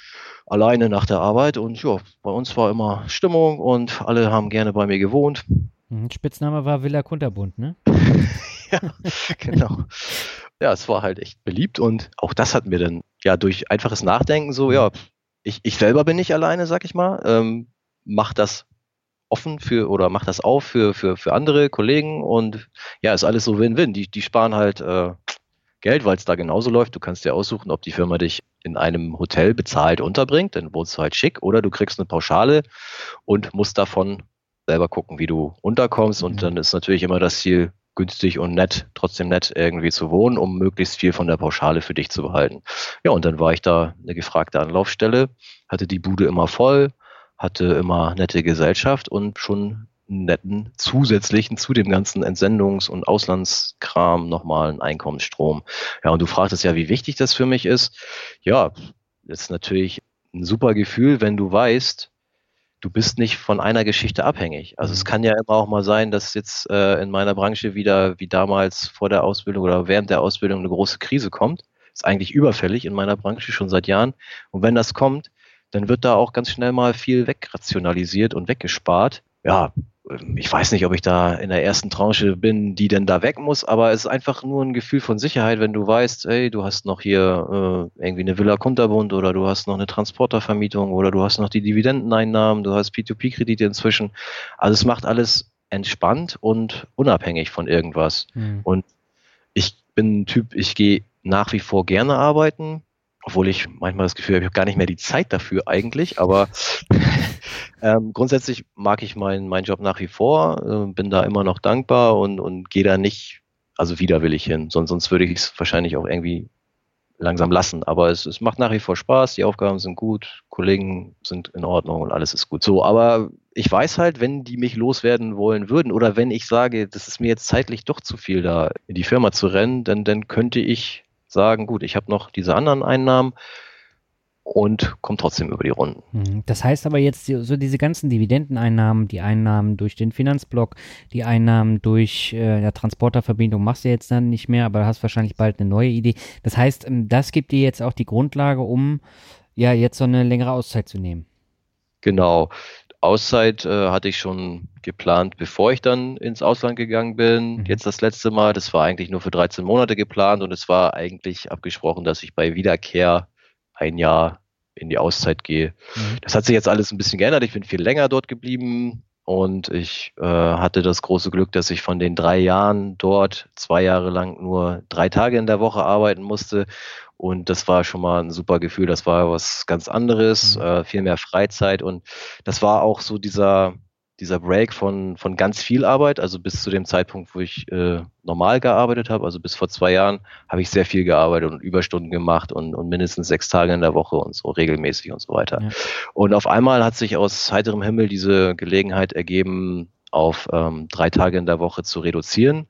alleine nach der Arbeit und ja, bei uns war immer Stimmung und alle haben gerne bei mir gewohnt.
Spitzname war Villa Kunterbunt, ne?
Ja, genau. Ja, es war halt echt beliebt und auch das hat mir dann ja durch einfaches Nachdenken so, ja, ich, ich selber bin nicht alleine, sag ich mal, ähm, mach das offen für oder mach das auf für, für, für andere Kollegen und ja, ist alles so Win-Win. Die, die sparen halt äh, Geld, weil es da genauso läuft. Du kannst dir aussuchen, ob die Firma dich in einem Hotel bezahlt unterbringt, dann wohnst du halt schick, oder du kriegst eine Pauschale und musst davon selber gucken, wie du unterkommst. Und dann ist natürlich immer das Ziel, günstig und nett, trotzdem nett irgendwie zu wohnen, um möglichst viel von der Pauschale für dich zu behalten. Ja, und dann war ich da eine gefragte Anlaufstelle, hatte die Bude immer voll, hatte immer nette Gesellschaft und schon einen netten zusätzlichen zu dem ganzen Entsendungs- und Auslandskram nochmal einen Einkommensstrom. Ja, und du fragtest ja, wie wichtig das für mich ist. Ja, das ist natürlich ein super Gefühl, wenn du weißt, du bist nicht von einer Geschichte abhängig. Also es kann ja immer auch mal sein, dass jetzt äh, in meiner Branche wieder wie damals vor der Ausbildung oder während der Ausbildung eine große Krise kommt. Ist eigentlich überfällig in meiner Branche schon seit Jahren. Und wenn das kommt, dann wird da auch ganz schnell mal viel wegrationalisiert und weggespart. Ja, ich weiß nicht, ob ich da in der ersten Tranche bin, die denn da weg muss, aber es ist einfach nur ein Gefühl von Sicherheit, wenn du weißt, hey, du hast noch hier äh, irgendwie eine Villa Kunterbunt oder du hast noch eine Transportervermietung oder du hast noch die Dividendeneinnahmen, du hast P zwei P-Kredite inzwischen. Also es macht alles entspannt und unabhängig von irgendwas. Mhm. Und ich bin ein Typ, ich gehe nach wie vor gerne arbeiten, obwohl ich manchmal das Gefühl habe, ich habe gar nicht mehr die Zeit dafür eigentlich, aber ähm, grundsätzlich mag ich meinen meinen Job nach wie vor, äh, bin da immer noch dankbar und, und gehe da nicht, also widerwillig hin, sonst, sonst würde ich es wahrscheinlich auch irgendwie langsam lassen, aber es, es macht nach wie vor Spaß, die Aufgaben sind gut, Kollegen sind in Ordnung und alles ist gut. So, aber ich weiß halt, wenn die mich loswerden wollen würden oder wenn ich sage, das ist mir jetzt zeitlich doch zu viel, da in die Firma zu rennen, dann, dann könnte ich sagen, gut, ich habe noch diese anderen Einnahmen und komme trotzdem über die Runden.
Das heißt aber jetzt, so diese ganzen Dividendeneinnahmen, die Einnahmen durch den Finanzblock, die Einnahmen durch äh, ja, Transporterverbindung machst du jetzt dann nicht mehr, aber hast wahrscheinlich bald eine neue Idee. Das heißt, das gibt dir jetzt auch die Grundlage, um ja jetzt so eine längere Auszeit zu nehmen.
Genau. Auszeit äh, hatte ich schon geplant, bevor ich dann ins Ausland gegangen bin. Mhm. Jetzt das letzte Mal, das war eigentlich nur für dreizehn Monate geplant und es war eigentlich abgesprochen, dass ich bei Wiederkehr ein Jahr in die Auszeit gehe. Mhm. Das hat sich jetzt alles ein bisschen geändert. Ich bin viel länger dort geblieben und ich äh, hatte das große Glück, dass ich von den drei Jahren dort zwei Jahre lang nur drei Tage in der Woche arbeiten musste. Und das war schon mal ein super Gefühl. Das war was ganz anderes, mhm. äh, viel mehr Freizeit. Und das war auch so dieser, dieser Break von, von ganz viel Arbeit. Also bis zu dem Zeitpunkt, wo ich äh, normal gearbeitet habe, also bis vor zwei Jahren, habe ich sehr viel gearbeitet und Überstunden gemacht und, und mindestens sechs Tage in der Woche und so regelmäßig und so weiter. Ja. Und auf einmal hat sich aus heiterem Himmel diese Gelegenheit ergeben, auf ähm, drei Tage in der Woche zu reduzieren.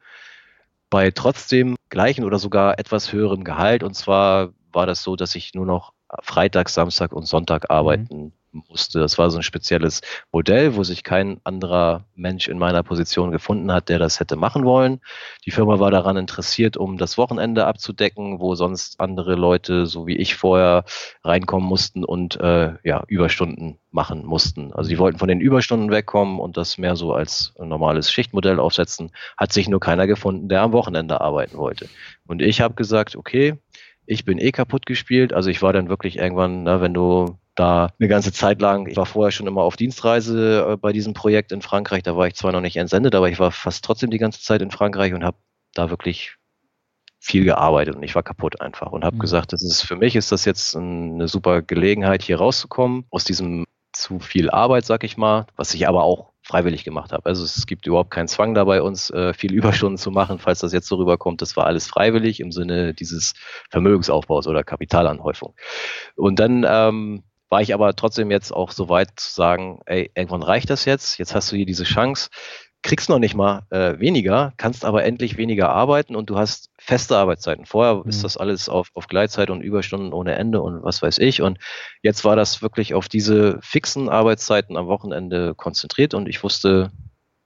Bei trotzdem gleichen oder sogar etwas höherem Gehalt. Und zwar war das so, dass ich nur noch Freitag, Samstag und Sonntag arbeiten mhm. musste. Das war so ein spezielles Modell, wo sich kein anderer Mensch in meiner Position gefunden hat, der das hätte machen wollen. Die Firma war daran interessiert, um das Wochenende abzudecken, wo sonst andere Leute, so wie ich vorher, reinkommen mussten und äh, ja Überstunden machen mussten. Also die wollten von den Überstunden wegkommen und das mehr so als ein normales Schichtmodell aufsetzen. Hat sich nur keiner gefunden, der am Wochenende arbeiten wollte. Und ich habe gesagt, okay, ich bin eh kaputt gespielt. Also ich war dann wirklich irgendwann, na, wenn du da eine ganze Zeit lang, ich war vorher schon immer auf Dienstreise äh, bei diesem Projekt in Frankreich, da war ich zwar noch nicht entsendet, aber ich war fast trotzdem die ganze Zeit in Frankreich und habe da wirklich viel gearbeitet und ich war kaputt einfach und habe mhm. gesagt, das ist für mich ist das jetzt eine super Gelegenheit, hier rauszukommen aus diesem zu viel Arbeit, sag ich mal, was ich aber auch freiwillig gemacht habe. Also es gibt überhaupt keinen Zwang dabei, uns äh, viel Überstunden zu machen, falls das jetzt so rüberkommt. Das war alles freiwillig im Sinne dieses Vermögensaufbaus oder Kapitalanhäufung. Und dann ähm, war ich aber trotzdem jetzt auch so weit zu sagen, ey, irgendwann reicht das jetzt, jetzt hast du hier diese Chance, kriegst noch nicht mal äh, weniger, kannst aber endlich weniger arbeiten und du hast feste Arbeitszeiten. Vorher mhm. ist das alles auf, auf Gleitzeit und Überstunden ohne Ende und was weiß ich. Und jetzt war das wirklich auf diese fixen Arbeitszeiten am Wochenende konzentriert und ich wusste,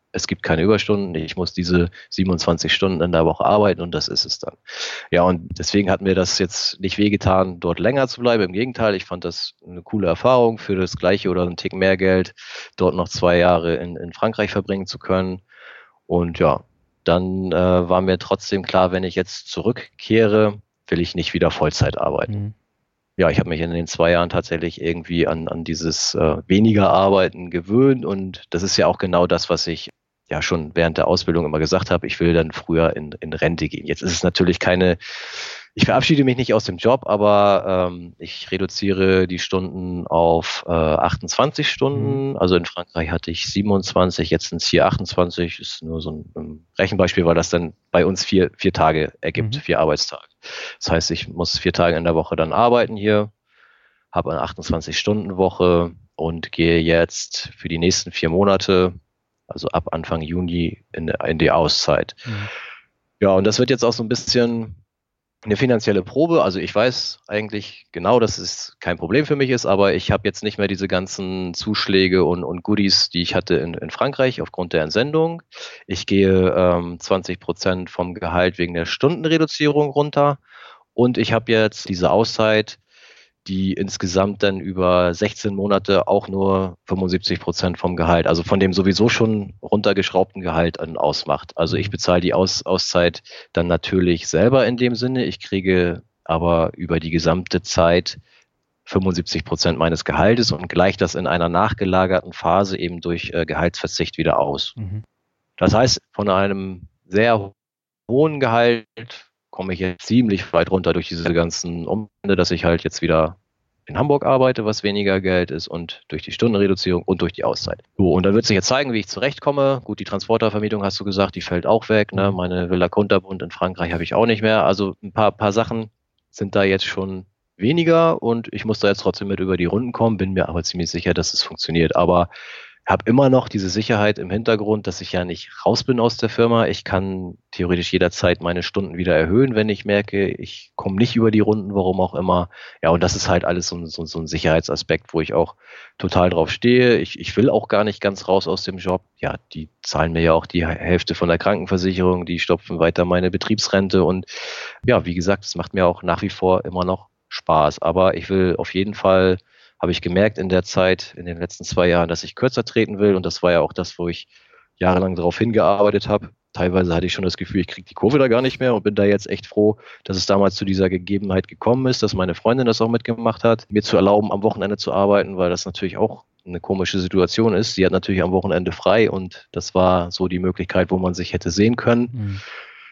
es gibt keine Überstunden, ich muss diese siebenundzwanzig Stunden in der Woche arbeiten und das ist es dann. Ja, und deswegen hat mir das jetzt nicht wehgetan, dort länger zu bleiben. Im Gegenteil, ich fand das eine coole Erfahrung, für das Gleiche oder einen Tick mehr Geld dort noch zwei Jahre in, in Frankreich verbringen zu können. Und ja, dann äh, war mir trotzdem klar, wenn ich jetzt zurückkehre, will ich nicht wieder Vollzeit arbeiten. Mhm. Ja, ich habe mich in den zwei Jahren tatsächlich irgendwie an, an dieses äh, weniger Arbeiten gewöhnt und das ist ja auch genau das, was ich ja schon während der Ausbildung immer gesagt habe, ich will dann früher in, in Rente gehen. Jetzt ist es natürlich keine, ich verabschiede mich nicht aus dem Job, aber ähm, ich reduziere die Stunden auf äh, achtundzwanzig Stunden. Also in Frankreich hatte ich siebenundzwanzig, jetzt sind es hier achtundzwanzig. Ist nur so ein, ein Rechenbeispiel, weil das dann bei uns vier, vier Tage ergibt, mhm. vier Arbeitstage. Das heißt, ich muss vier Tage in der Woche dann arbeiten hier, habe eine achtundzwanzig-Stunden-Woche und gehe jetzt für die nächsten vier Monate, also ab Anfang Juni, in, in die Auszeit. Mhm. Ja, und das wird jetzt auch so ein bisschen eine finanzielle Probe. Also ich weiß eigentlich genau, dass es kein Problem für mich ist, aber ich habe jetzt nicht mehr diese ganzen Zuschläge und, und Goodies, die ich hatte in, in Frankreich aufgrund der Entsendung. Ich gehe ähm, zwanzig Prozent vom Gehalt wegen der Stundenreduzierung runter und ich habe jetzt diese Auszeit, die insgesamt dann über sechzehn Monate auch nur fünfundsiebzig Prozent vom Gehalt, also von dem sowieso schon runtergeschraubten Gehalt an ausmacht. Also ich bezahle die Aus, Auszeit dann natürlich selber in dem Sinne. Ich kriege aber über die gesamte Zeit fünfundsiebzig Prozent meines Gehaltes und gleiche das in einer nachgelagerten Phase eben durch äh, Gehaltsverzicht wieder aus. Mhm. Das heißt, von einem sehr hohen Gehalt komme ich jetzt ziemlich weit runter durch diese ganzen Umstände, dass ich halt jetzt wieder in Hamburg arbeite, was weniger Geld ist und durch die Stundenreduzierung und durch die Auszeit. So, und dann wird sich jetzt zeigen, wie ich zurechtkomme. Gut, die Transportervermietung hast du gesagt, die fällt auch weg. Ne? Meine Villa Kunterbund in Frankreich habe ich auch nicht mehr. Also ein paar, paar Sachen sind da jetzt schon weniger und ich muss da jetzt trotzdem mit über die Runden kommen, bin mir aber ziemlich sicher, dass es funktioniert. Aber habe immer noch diese Sicherheit im Hintergrund, dass ich ja nicht raus bin aus der Firma. Ich kann theoretisch jederzeit meine Stunden wieder erhöhen, wenn ich merke, ich komme nicht über die Runden, warum auch immer. Ja, und das ist halt alles so, so, so ein Sicherheitsaspekt, wo ich auch total drauf stehe. Ich, ich will auch gar nicht ganz raus aus dem Job. Ja, die zahlen mir ja auch die Hälfte von der Krankenversicherung, die stopfen weiter meine Betriebsrente und ja, wie gesagt, es macht mir auch nach wie vor immer noch Spaß. Aber ich will auf jeden Fall, habe ich gemerkt in der Zeit, in den letzten zwei Jahren, dass ich kürzer treten will. Und das war ja auch das, wo ich jahrelang darauf hingearbeitet habe. Teilweise hatte ich schon das Gefühl, ich kriege die Kurve da gar nicht mehr und bin da jetzt echt froh, dass es damals zu dieser Gegebenheit gekommen ist, dass meine Freundin das auch mitgemacht hat, mir zu erlauben, am Wochenende zu arbeiten, weil das natürlich auch eine komische Situation ist. Sie hat natürlich am Wochenende frei und das war so die Möglichkeit, wo man sich hätte sehen können. Mhm.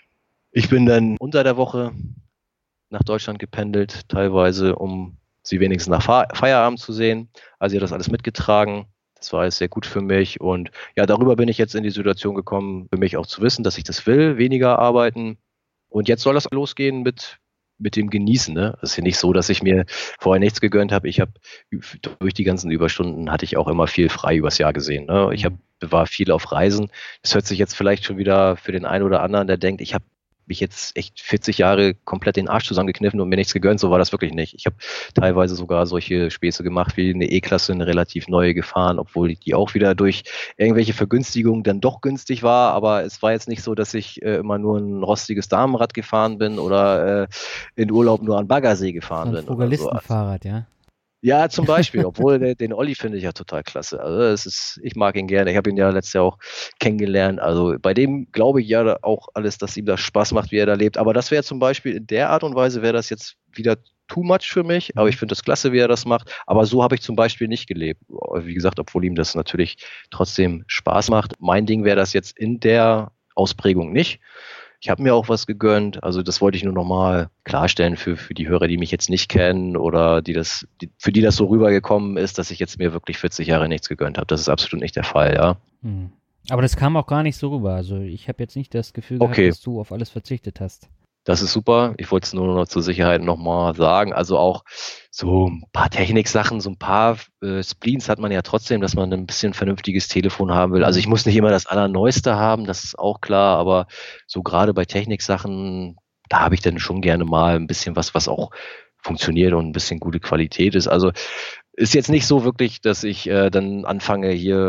Ich bin dann unter der Woche nach Deutschland gependelt, teilweise, um sie wenigstens nach Feierabend zu sehen. Also sie hat das alles mitgetragen. Das war alles sehr gut für mich. Und ja, darüber bin ich jetzt in die Situation gekommen, für mich auch zu wissen, dass ich das will, weniger arbeiten. Und jetzt soll das losgehen mit, mit dem Genießen. Ne? Es ist ja nicht so, dass ich mir vorher nichts gegönnt habe. Ich habe durch die ganzen Überstunden hatte ich auch immer viel frei übers Jahr gesehen. Ne? Ich hab, war viel auf Reisen. Das hört sich jetzt vielleicht schon wieder für den einen oder anderen, der denkt, ich habe mich jetzt echt vierzig Jahre komplett den Arsch zusammengekniffen und mir nichts gegönnt, so war das wirklich nicht. Ich habe teilweise sogar solche Späße gemacht, wie eine E-Klasse, eine relativ neue gefahren, obwohl die auch wieder durch irgendwelche Vergünstigungen dann doch günstig war, aber es war jetzt nicht so, dass ich äh, immer nur ein rostiges Damenrad gefahren bin oder äh, in Urlaub nur an Baggersee gefahren bin. Ein
Vogelistenfahrrad, so. Ja?
Ja, zum Beispiel, obwohl den, den Olli finde ich ja total klasse. Also es ist, ich mag ihn gerne. Ich habe ihn ja letztes Jahr auch kennengelernt. Also bei dem glaube ich ja auch alles, dass ihm das Spaß macht, wie er da lebt. Aber das wäre zum Beispiel in der Art und Weise wäre das jetzt wieder too much für mich. Aber ich finde das klasse, wie er das macht. Aber so habe ich zum Beispiel nicht gelebt. Wie gesagt, obwohl ihm das natürlich trotzdem Spaß macht. Mein Ding wäre das jetzt in der Ausprägung nicht. Ich habe mir auch was gegönnt, also das wollte ich nur nochmal klarstellen für, für die Hörer, die mich jetzt nicht kennen oder die das, die, für die das so rübergekommen ist, dass ich jetzt mir wirklich vierzig Jahre nichts gegönnt habe. Das ist absolut nicht der Fall, ja.
Hm. Aber das kam auch gar nicht so rüber. Also ich habe jetzt nicht das Gefühl gehabt,
okay,
dass du auf alles verzichtet hast.
Das ist super. Ich wollte es nur noch zur Sicherheit nochmal sagen. Also auch so ein paar Techniksachen, so ein paar äh, Spleens hat man ja trotzdem, dass man ein bisschen vernünftiges Telefon haben will. Also ich muss nicht immer das Allerneueste haben, das ist auch klar, aber so gerade bei Techniksachen, da habe ich dann schon gerne mal ein bisschen was, was auch funktioniert und ein bisschen gute Qualität ist. Also ist jetzt nicht so wirklich, dass ich äh, dann anfange hier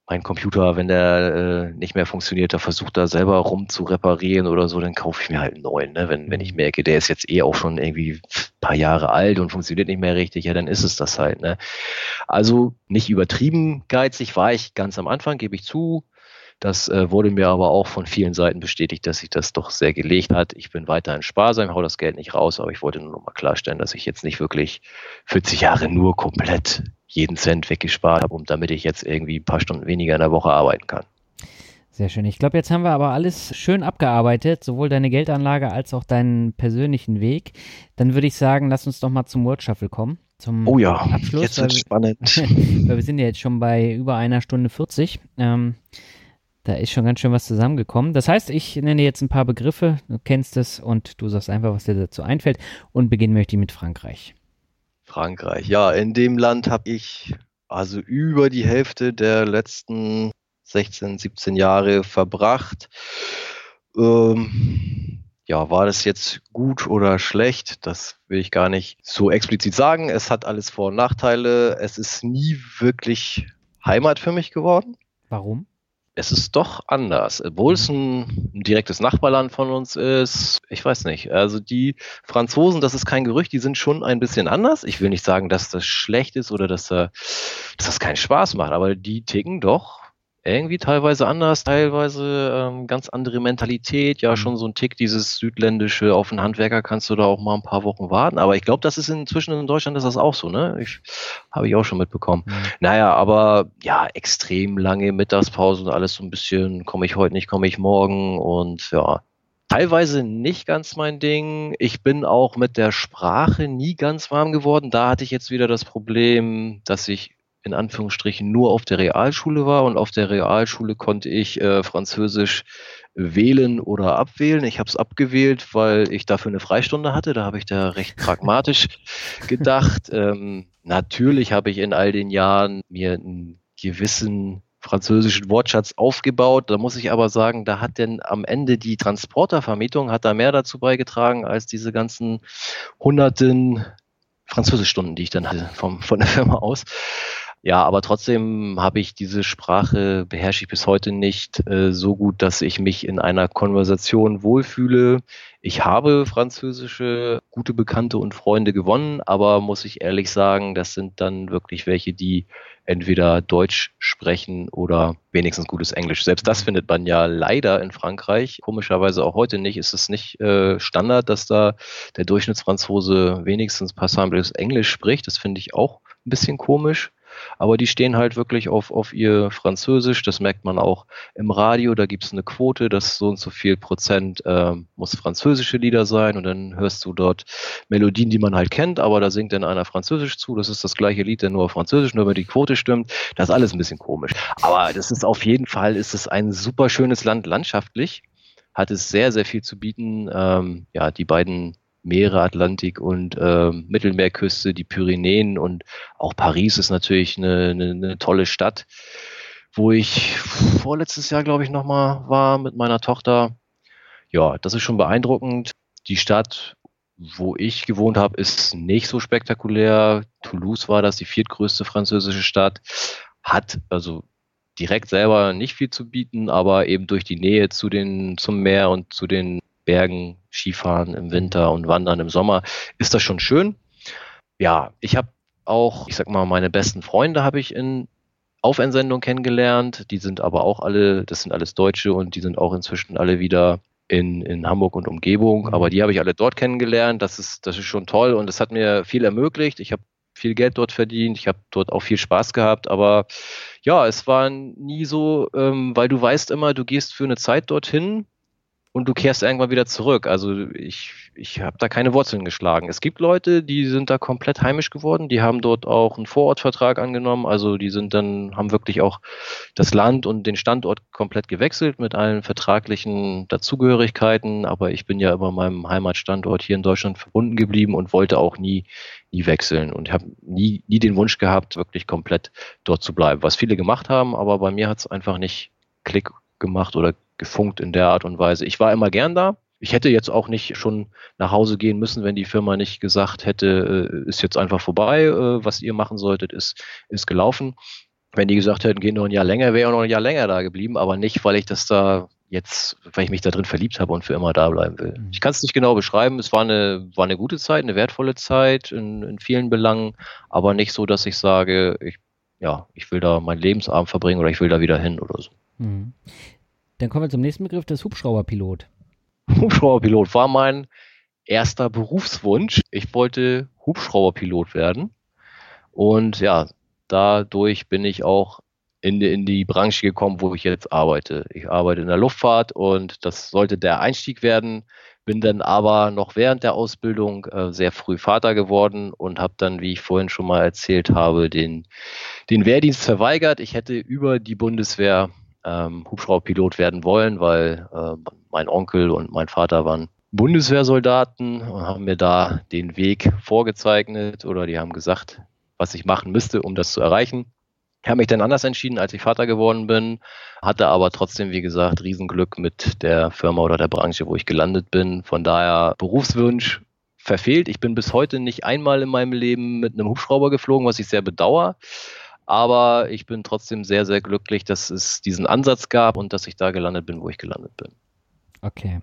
mein Computer, wenn der äh, nicht mehr funktioniert, da versucht er selber rum zu reparieren oder so, dann kaufe ich mir halt einen neuen. Ne? Wenn, wenn ich merke, der ist jetzt eh auch schon irgendwie ein paar Jahre alt und funktioniert nicht mehr richtig, ja, dann ist es das halt. Ne? Also nicht übertrieben geizig war ich ganz am Anfang, gebe ich zu. Das äh, wurde mir aber auch von vielen Seiten bestätigt, dass sich das doch sehr gelegt hat. Ich bin weiterhin sparsam, hau das Geld nicht raus, aber ich wollte nur noch mal klarstellen, dass ich jetzt nicht wirklich vierzig Jahre nur komplett jeden Cent weggespart habe, um damit ich jetzt irgendwie ein paar Stunden weniger in der Woche arbeiten kann.
Sehr schön. Ich glaube, jetzt haben wir aber alles schön abgearbeitet, sowohl deine Geldanlage als auch deinen persönlichen Weg. Dann würde ich sagen, lass uns doch mal zum Word Shuffle kommen. Zum
oh ja,
Abschluss,
jetzt wird es spannend.
Weil wir sind ja jetzt schon bei über einer Stunde vierzig. Ähm, da ist schon ganz schön was zusammengekommen. Das heißt, ich nenne jetzt ein paar Begriffe, du kennst es und du sagst einfach, was dir dazu einfällt. Und beginnen möchte ich mit Frankreich.
Frankreich, ja, in dem Land habe ich also über die Hälfte der letzten sechzehn, siebzehn Jahre verbracht. Ähm, ja, war das jetzt gut oder schlecht? Das will ich gar nicht so explizit sagen. Es hat alles Vor- und Nachteile. Es ist nie wirklich Heimat für mich geworden.
Warum?
Es ist doch anders, obwohl es ein, ein direktes Nachbarland von uns ist. Ich weiß nicht, also die Franzosen, das ist kein Gerücht, die sind schon ein bisschen anders. Ich will nicht sagen, dass das schlecht ist oder dass, dass das keinen Spaß macht, aber die ticken doch irgendwie teilweise anders, teilweise ähm, ganz andere Mentalität, ja, schon so ein Tick, dieses südländische, auf einen Handwerker kannst du da auch mal ein paar Wochen warten, aber ich glaube, das ist inzwischen in Deutschland ist das auch so, ne, ich, habe ich auch schon mitbekommen. Mhm. Naja, aber ja, extrem lange Mittagspause und alles so ein bisschen, komme ich heute nicht, komme ich morgen und ja, teilweise nicht ganz mein Ding. Ich bin auch mit der Sprache nie ganz warm geworden, da hatte ich jetzt wieder das Problem, dass ich in Anführungsstrichen nur auf der Realschule war und auf der Realschule konnte ich äh, Französisch wählen oder abwählen. Ich habe es abgewählt, weil ich dafür eine Freistunde hatte. Da habe ich da recht pragmatisch gedacht. Ähm, natürlich habe ich in all den Jahren mir einen gewissen französischen Wortschatz aufgebaut. Da muss ich aber sagen, da hat denn am Ende die Transportervermietung hat da mehr dazu beigetragen als diese ganzen hunderten Französischstunden, die ich dann hatte vom, von der Firma aus. Ja, aber trotzdem habe ich diese Sprache, beherrsche ich bis heute nicht äh, so gut, dass ich mich in einer Konversation wohlfühle. Ich habe französische gute Bekannte und Freunde gewonnen, aber muss ich ehrlich sagen, das sind dann wirklich welche, die entweder Deutsch sprechen oder wenigstens gutes Englisch. Selbst das findet man ja leider in Frankreich. Komischerweise auch heute nicht. Ist es nicht äh, Standard, dass da der Durchschnittsfranzose wenigstens passables Englisch spricht. Das finde ich auch ein bisschen komisch. Aber die stehen halt wirklich auf, auf ihr Französisch, das merkt man auch im Radio, da gibt es eine Quote, dass so und so viel Prozent äh, muss französische Lieder sein und dann hörst du dort Melodien, die man halt kennt, aber da singt dann einer Französisch zu, das ist das gleiche Lied, dann nur auf Französisch, nur wenn die Quote stimmt, das ist alles ein bisschen komisch. Aber das ist auf jeden Fall, ist es ein super schönes Land landschaftlich, hat es sehr, sehr viel zu bieten, ähm, ja, die beiden Meere, Atlantik und äh, Mittelmeerküste, die Pyrenäen und auch Paris ist natürlich eine, eine, eine tolle Stadt, wo ich vorletztes Jahr, glaube ich, nochmal war mit meiner Tochter. Ja, das ist schon beeindruckend. Die Stadt, wo ich gewohnt habe, ist nicht so spektakulär. Toulouse war das, die viertgrößte französische Stadt, hat also direkt selber nicht viel zu bieten, aber eben durch die Nähe zu den, zum Meer und zu den Bergen, Skifahren im Winter und Wandern im Sommer, ist das schon schön. Ja, ich habe auch, ich sag mal, meine besten Freunde habe ich in auf Entsendung kennengelernt. Die sind aber auch alle, das sind alles Deutsche und die sind auch inzwischen alle wieder in, in Hamburg und Umgebung. Aber die habe ich alle dort kennengelernt. Das ist, das ist schon toll und das hat mir viel ermöglicht. Ich habe viel Geld dort verdient. Ich habe dort auch viel Spaß gehabt. Aber ja, es war nie so, ähm, weil du weißt immer, du gehst für eine Zeit dorthin und du kehrst irgendwann wieder zurück. Also ich, ich habe da keine Wurzeln geschlagen. Es gibt Leute, die sind da komplett heimisch geworden. Die haben dort auch einen Vorortvertrag angenommen. Also die sind dann, haben wirklich auch das Land und den Standort komplett gewechselt mit allen vertraglichen Dazugehörigkeiten. Aber ich bin ja immer meinem Heimatstandort hier in Deutschland verbunden geblieben und wollte auch nie, nie wechseln. Und habe nie, nie den Wunsch gehabt, wirklich komplett dort zu bleiben. Was viele gemacht haben, aber bei mir hat es einfach nicht Klick gemacht oder gefunkt in der Art und Weise. Ich war immer gern da. Ich hätte jetzt auch nicht schon nach Hause gehen müssen, wenn die Firma nicht gesagt hätte, ist jetzt einfach vorbei, was ihr machen solltet, ist, ist gelaufen. Wenn die gesagt hätten, gehen noch ein Jahr länger, wäre ich auch noch ein Jahr länger da geblieben, aber nicht, weil ich das da jetzt, weil ich mich da drin verliebt habe und für immer da bleiben will. Ich kann es nicht genau beschreiben. Es war eine, war eine gute Zeit, eine wertvolle Zeit in, in vielen Belangen, aber nicht so, dass ich sage, ich, ja, ich will da meinen Lebensabend verbringen oder ich will da wieder hin oder so.
Mhm. Dann kommen wir zum nächsten Begriff, das Hubschrauberpilot.
Hubschrauberpilot war mein erster Berufswunsch. Ich wollte Hubschrauberpilot werden und ja, dadurch bin ich auch in die, in die Branche gekommen, wo ich jetzt arbeite. Ich arbeite in der Luftfahrt und das sollte der Einstieg werden, bin dann aber noch während der Ausbildung äh, sehr früh Vater geworden und habe dann, wie ich vorhin schon mal erzählt habe, den, den Wehrdienst verweigert. Ich hätte über die Bundeswehr ähm, Hubschrauberpilot werden wollen, weil äh, mein Onkel und mein Vater waren Bundeswehrsoldaten und haben mir da den Weg vorgezeichnet oder die haben gesagt, was ich machen müsste, um das zu erreichen. Ich habe mich dann anders entschieden, als ich Vater geworden bin, hatte aber trotzdem, wie gesagt, Riesenglück mit der Firma oder der Branche, wo ich gelandet bin. Von daher Berufswunsch verfehlt. Ich bin bis heute nicht einmal in meinem Leben mit einem Hubschrauber geflogen, was ich sehr bedauere. Aber ich bin trotzdem sehr, sehr glücklich, dass es diesen Ansatz gab und dass ich da gelandet bin, wo ich gelandet bin.
Okay.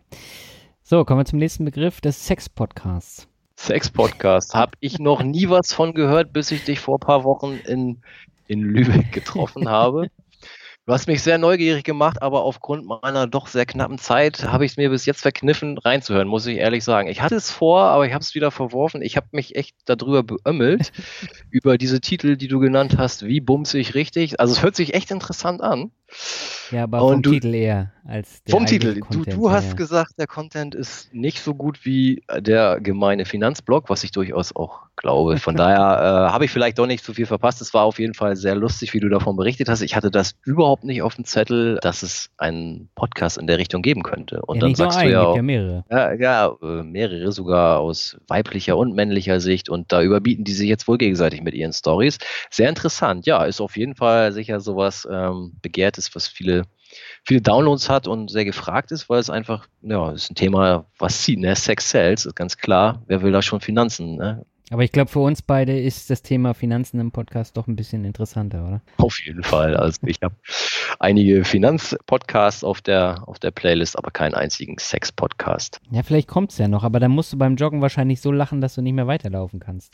So, kommen wir zum nächsten Begriff, des Sex-Podcasts.
Sex-Podcast. Habe ich noch nie was von gehört, bis ich dich vor ein paar Wochen in, in Lübeck getroffen habe. Du hast mich sehr neugierig gemacht, aber aufgrund meiner doch sehr knappen Zeit habe ich es mir bis jetzt verkniffen, reinzuhören, muss ich ehrlich sagen. Ich hatte es vor, aber ich habe es wieder verworfen. Ich habe mich echt darüber beömmelt, über diese Titel, die du genannt hast, wie bumse ich richtig. Also es hört sich echt interessant an.
Ja, aber vom
du,
Titel eher als der
Vom Titel.
Content,
Du, du hast
ja.
gesagt, der Content ist nicht so gut wie der gemeine Finanzblog, was ich durchaus auch glaube. Von daher äh, habe ich vielleicht doch nicht so viel verpasst. Es war auf jeden Fall sehr lustig, wie du davon berichtet hast. Ich hatte das überhaupt nicht auf dem Zettel, dass es einen Podcast in der Richtung geben könnte. Und
Ja,
dann
nicht nur
sagst
einen,
du ja
gibt
auch,
ja mehrere.
ja, ja, äh, mehrere sogar aus weiblicher und männlicher Sicht. Und da überbieten die sich jetzt wohl gegenseitig mit ihren Stories. Sehr interessant. Ja, ist auf jeden Fall sicher sowas ähm, Begehrtes, was viele viele Downloads hat und sehr gefragt ist, weil es einfach, ja, ist ein Thema, was zieht, ne? Sex sells, ist ganz klar. Wer will da schon Finanzen, ne?
Aber ich glaube, für uns beide ist das Thema Finanzen im Podcast doch ein bisschen interessanter, oder?
Auf jeden Fall. Also ich habe einige Finanzpodcasts auf der, auf der Playlist, aber keinen einzigen Sex-Podcast.
Ja, vielleicht kommt es ja noch, aber dann musst du beim Joggen wahrscheinlich so lachen, dass du nicht mehr weiterlaufen kannst.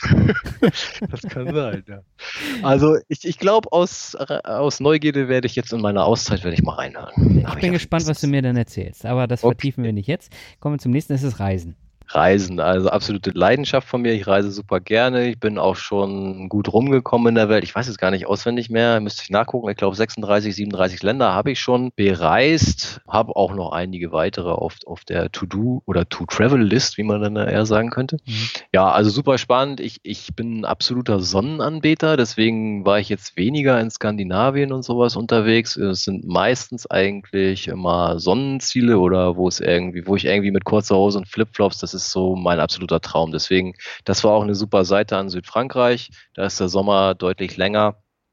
Das kann sein, ja. Also ich, ich glaube, aus, aus Neugierde werde ich jetzt in meiner Auszeit, werde ich mal reinhören.
Ich bin gespannt, was du mir dann erzählst, aber das
Okay.
vertiefen wir nicht jetzt. Kommen wir zum nächsten, das ist Reisen.
Reisen, also absolute Leidenschaft von mir. Ich reise super gerne. Ich bin auch schon gut rumgekommen in der Welt. Ich weiß es gar nicht auswendig mehr, müsste ich nachgucken. Ich glaube sechsunddreißig, siebenunddreißig Länder habe ich schon bereist. Habe auch noch einige weitere auf, auf der To-Do oder To-Travel-List, wie man dann eher sagen könnte. Mhm. Ja, also super spannend. Ich, ich bin ein absoluter Sonnenanbeter, deswegen war ich jetzt weniger in Skandinavien und sowas unterwegs. Es sind meistens eigentlich immer Sonnenziele oder wo es irgendwie, wo ich irgendwie mit kurzer Hose und Flipflops, das ist so mein absoluter Traum. Deswegen, das war auch eine super Seite an Südfrankreich. Da ist der Sommer deutlich länger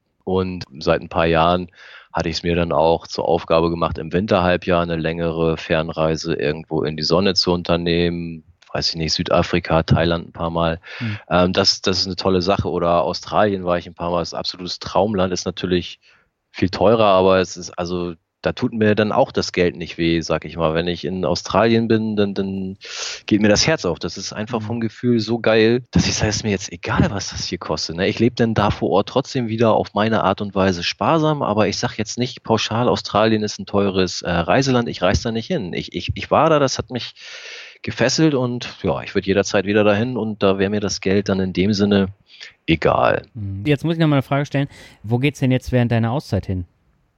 und seit ein paar Jahren hatte ich es mir dann auch zur Aufgabe gemacht, im Winterhalbjahr eine längere Fernreise irgendwo in die Sonne zu unternehmen. Weiß ich nicht, Südafrika, Thailand ein paar Mal. Mhm. Ähm, das, das ist eine tolle Sache. Oder Australien war ich ein paar Mal. Das ist ein absolutes Traumland, ist natürlich viel teurer, aber es ist also da tut mir dann auch das Geld nicht weh, sag ich mal. Wenn ich in Australien bin, dann, dann geht mir das Herz auf. Das ist einfach vom Gefühl so geil, dass ich sage, es ist mir jetzt egal, was das hier kostet. Ne? Ich lebe dann da vor Ort trotzdem wieder auf meine Art und Weise sparsam, aber ich sage jetzt nicht pauschal, Australien ist ein teures äh, Reiseland, ich reise da nicht hin. Ich, ich, ich war da, das hat mich gefesselt und ja, ich würde jederzeit wieder dahin und da wäre mir das Geld dann in dem Sinne egal.
Jetzt muss ich noch mal eine Frage stellen, wo geht's denn jetzt während deiner Auszeit hin?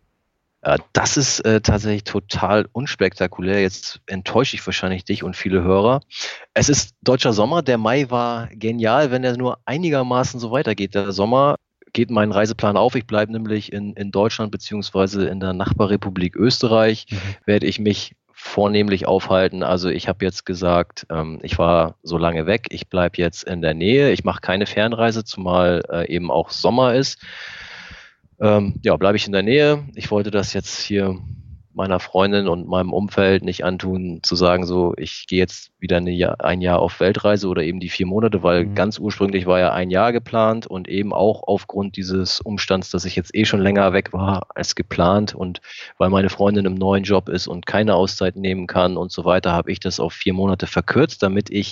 Das ist äh, tatsächlich total unspektakulär. Jetzt enttäusche ich wahrscheinlich dich und viele Hörer. Es ist deutscher Sommer. Der Mai war genial, wenn er nur einigermaßen so weitergeht. Der Sommer geht mein Reiseplan auf. Ich bleibe nämlich in, in Deutschland beziehungsweise in der Nachbarrepublik Österreich. Mhm. Werde ich mich vornehmlich aufhalten. Also ich habe jetzt gesagt, ähm, ich war so lange weg. Ich bleibe jetzt in der Nähe. Ich mache keine Fernreise, zumal äh, eben auch Sommer ist. Ähm, ja, bleibe ich in der Nähe. Ich wollte das jetzt hier meiner Freundin und meinem Umfeld nicht antun, zu sagen, so, ich gehe jetzt wieder eine Jahr, ein Jahr auf Weltreise oder eben die vier Monate, weil mhm. ganz ursprünglich war ja ein Jahr geplant und eben auch aufgrund dieses Umstands, dass ich jetzt eh schon länger weg war als geplant und weil meine Freundin im neuen Job ist und keine Auszeit nehmen kann und so weiter, habe ich das auf vier Monate verkürzt, damit ich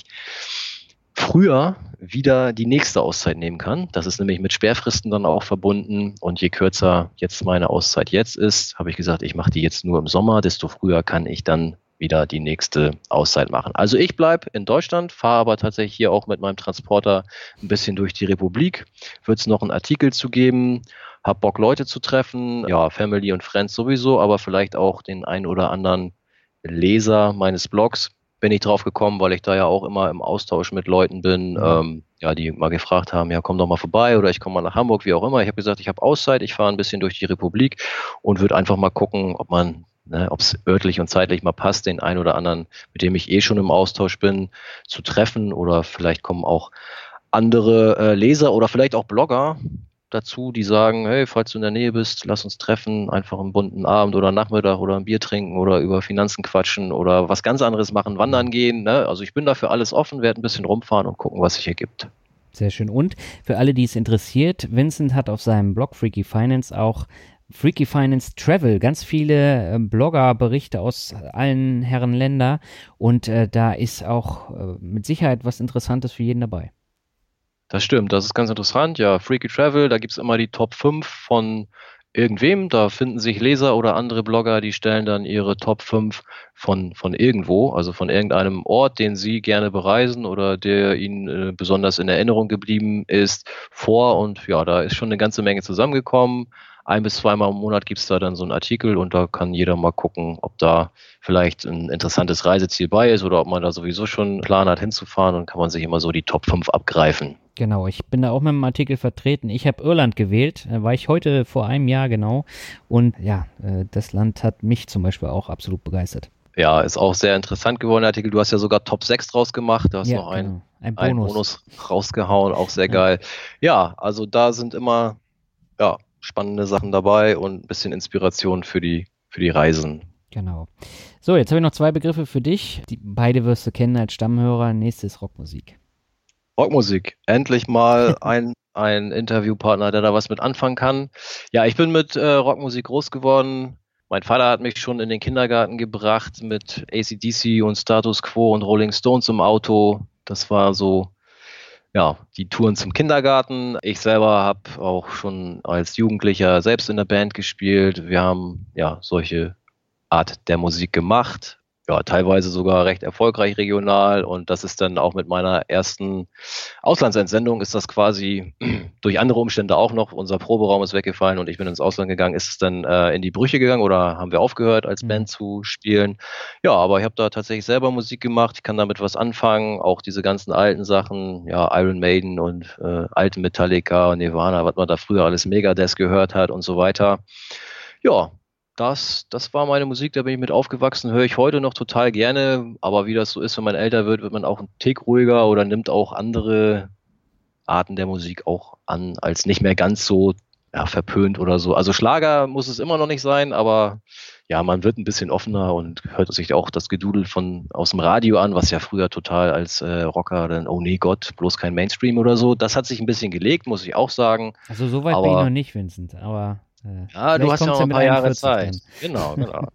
früher wieder die nächste Auszeit nehmen kann. Das ist nämlich mit Sperrfristen dann auch verbunden. Und je kürzer jetzt meine Auszeit jetzt ist, habe ich gesagt, ich mache die jetzt nur im Sommer, desto früher kann ich dann wieder die nächste Auszeit machen. Also ich bleibe in Deutschland, fahre aber tatsächlich hier auch mit meinem Transporter ein bisschen durch die Republik. Wird es noch einen Artikel zu geben, habe Bock, Leute zu treffen, ja, Family und Friends sowieso, aber vielleicht auch den ein oder anderen Leser meines Blogs. Bin ich drauf gekommen, weil ich da ja auch immer im Austausch mit Leuten bin, mhm. ähm, ja, die mal gefragt haben, ja, komm doch mal vorbei oder ich komme mal nach Hamburg, wie auch immer. Ich habe gesagt, ich habe Auszeit, ich fahre ein bisschen durch die Republik und würde einfach mal gucken, ob man, ne, ob es örtlich und zeitlich mal passt, den einen oder anderen, mit dem ich eh schon im Austausch bin, zu treffen oder vielleicht kommen auch andere äh, Leser oder vielleicht auch Blogger dazu, die sagen, hey, falls du in der Nähe bist, lass uns treffen, einfach einen bunten Abend oder Nachmittag oder ein Bier trinken oder über Finanzen quatschen oder was ganz anderes machen, wandern gehen. Ne? Also ich bin dafür alles offen, werde ein bisschen rumfahren und gucken, was sich ergibt.
Sehr schön. Und für alle, die es interessiert, Vincent hat auf seinem Blog Freaky Finance auch Freaky Finance Travel, ganz viele äh, Blogger-Berichte aus allen Herren Länder und äh, da ist auch äh, mit Sicherheit was Interessantes für jeden dabei.
Das stimmt, das ist ganz interessant. Ja, Freaky Travel, da gibt es immer die Top fünf von irgendwem. Da finden sich Leser oder andere Blogger, die stellen dann ihre Top fünf von, von irgendwo, also von irgendeinem Ort, den sie gerne bereisen oder der ihnen äh, besonders in Erinnerung geblieben ist, vor. Und ja, da ist schon eine ganze Menge zusammengekommen. Ein bis zweimal im Monat gibt es da dann so einen Artikel und da kann jeder mal gucken, ob da vielleicht ein interessantes Reiseziel bei ist oder ob man da sowieso schon einen Plan hat hinzufahren und kann man sich immer so die Top fünf abgreifen.
Genau, ich bin da auch mit dem Artikel vertreten. Ich habe Irland gewählt, da war ich heute vor einem Jahr genau und ja, das Land hat mich zum Beispiel auch absolut begeistert.
Ja, ist auch sehr interessant geworden, der Artikel. Du hast ja sogar Top sechs draus gemacht, du hast
ja,
noch einen,
genau. ein, Bonus.
einen Bonus rausgehauen, auch sehr geil. Ja, also da sind immer ja, spannende Sachen dabei und ein bisschen Inspiration für die, für die Reisen.
Genau. So, jetzt habe ich noch zwei Begriffe für dich. Die beide wirst du kennen als Stammhörer. Nächstes Rockmusik.
Rockmusik. Endlich mal ein, ein Interviewpartner, der da was mit anfangen kann. Ja, ich bin mit äh, Rockmusik groß geworden. Mein Vater hat mich schon in den Kindergarten gebracht mit A C D C und Status Quo und Rolling Stones im Auto. Das war so, ja, die Touren zum Kindergarten. Ich selber habe auch schon als Jugendlicher selbst in der Band gespielt. Wir haben ja solche Art der Musik gemacht. Ja, teilweise sogar recht erfolgreich regional und das ist dann auch mit meiner ersten Auslandsentsendung ist das quasi durch andere Umstände auch noch, unser Proberaum ist weggefallen und ich bin ins Ausland gegangen, ist es dann äh, in die Brüche gegangen oder haben wir aufgehört als mhm. Band zu spielen. Ja, aber ich habe da tatsächlich selber Musik gemacht, ich kann damit was anfangen, auch diese ganzen alten Sachen, ja, Iron Maiden und äh, alten Metallica, Nirvana, was man da früher alles Megadeth gehört hat und so weiter. Ja, Das, das war meine Musik, da bin ich mit aufgewachsen, höre ich heute noch total gerne, aber wie das so ist, wenn man älter wird, wird man auch ein Tick ruhiger oder nimmt auch andere Arten der Musik auch an, als nicht mehr ganz so ja, verpönt oder so. Also Schlager muss es immer noch nicht sein, aber ja, man wird ein bisschen offener und hört sich auch das Gedudel von aus dem Radio an, was ja früher total als äh, Rocker dann, oh nee Gott, bloß kein Mainstream oder so. Das hat sich ein bisschen gelegt, muss ich auch sagen.
Also so weit
aber,
bin ich noch nicht, Vincent, aber...
Ja, du hast ja noch ein paar Jahre Zeit. Dann. Genau, genau.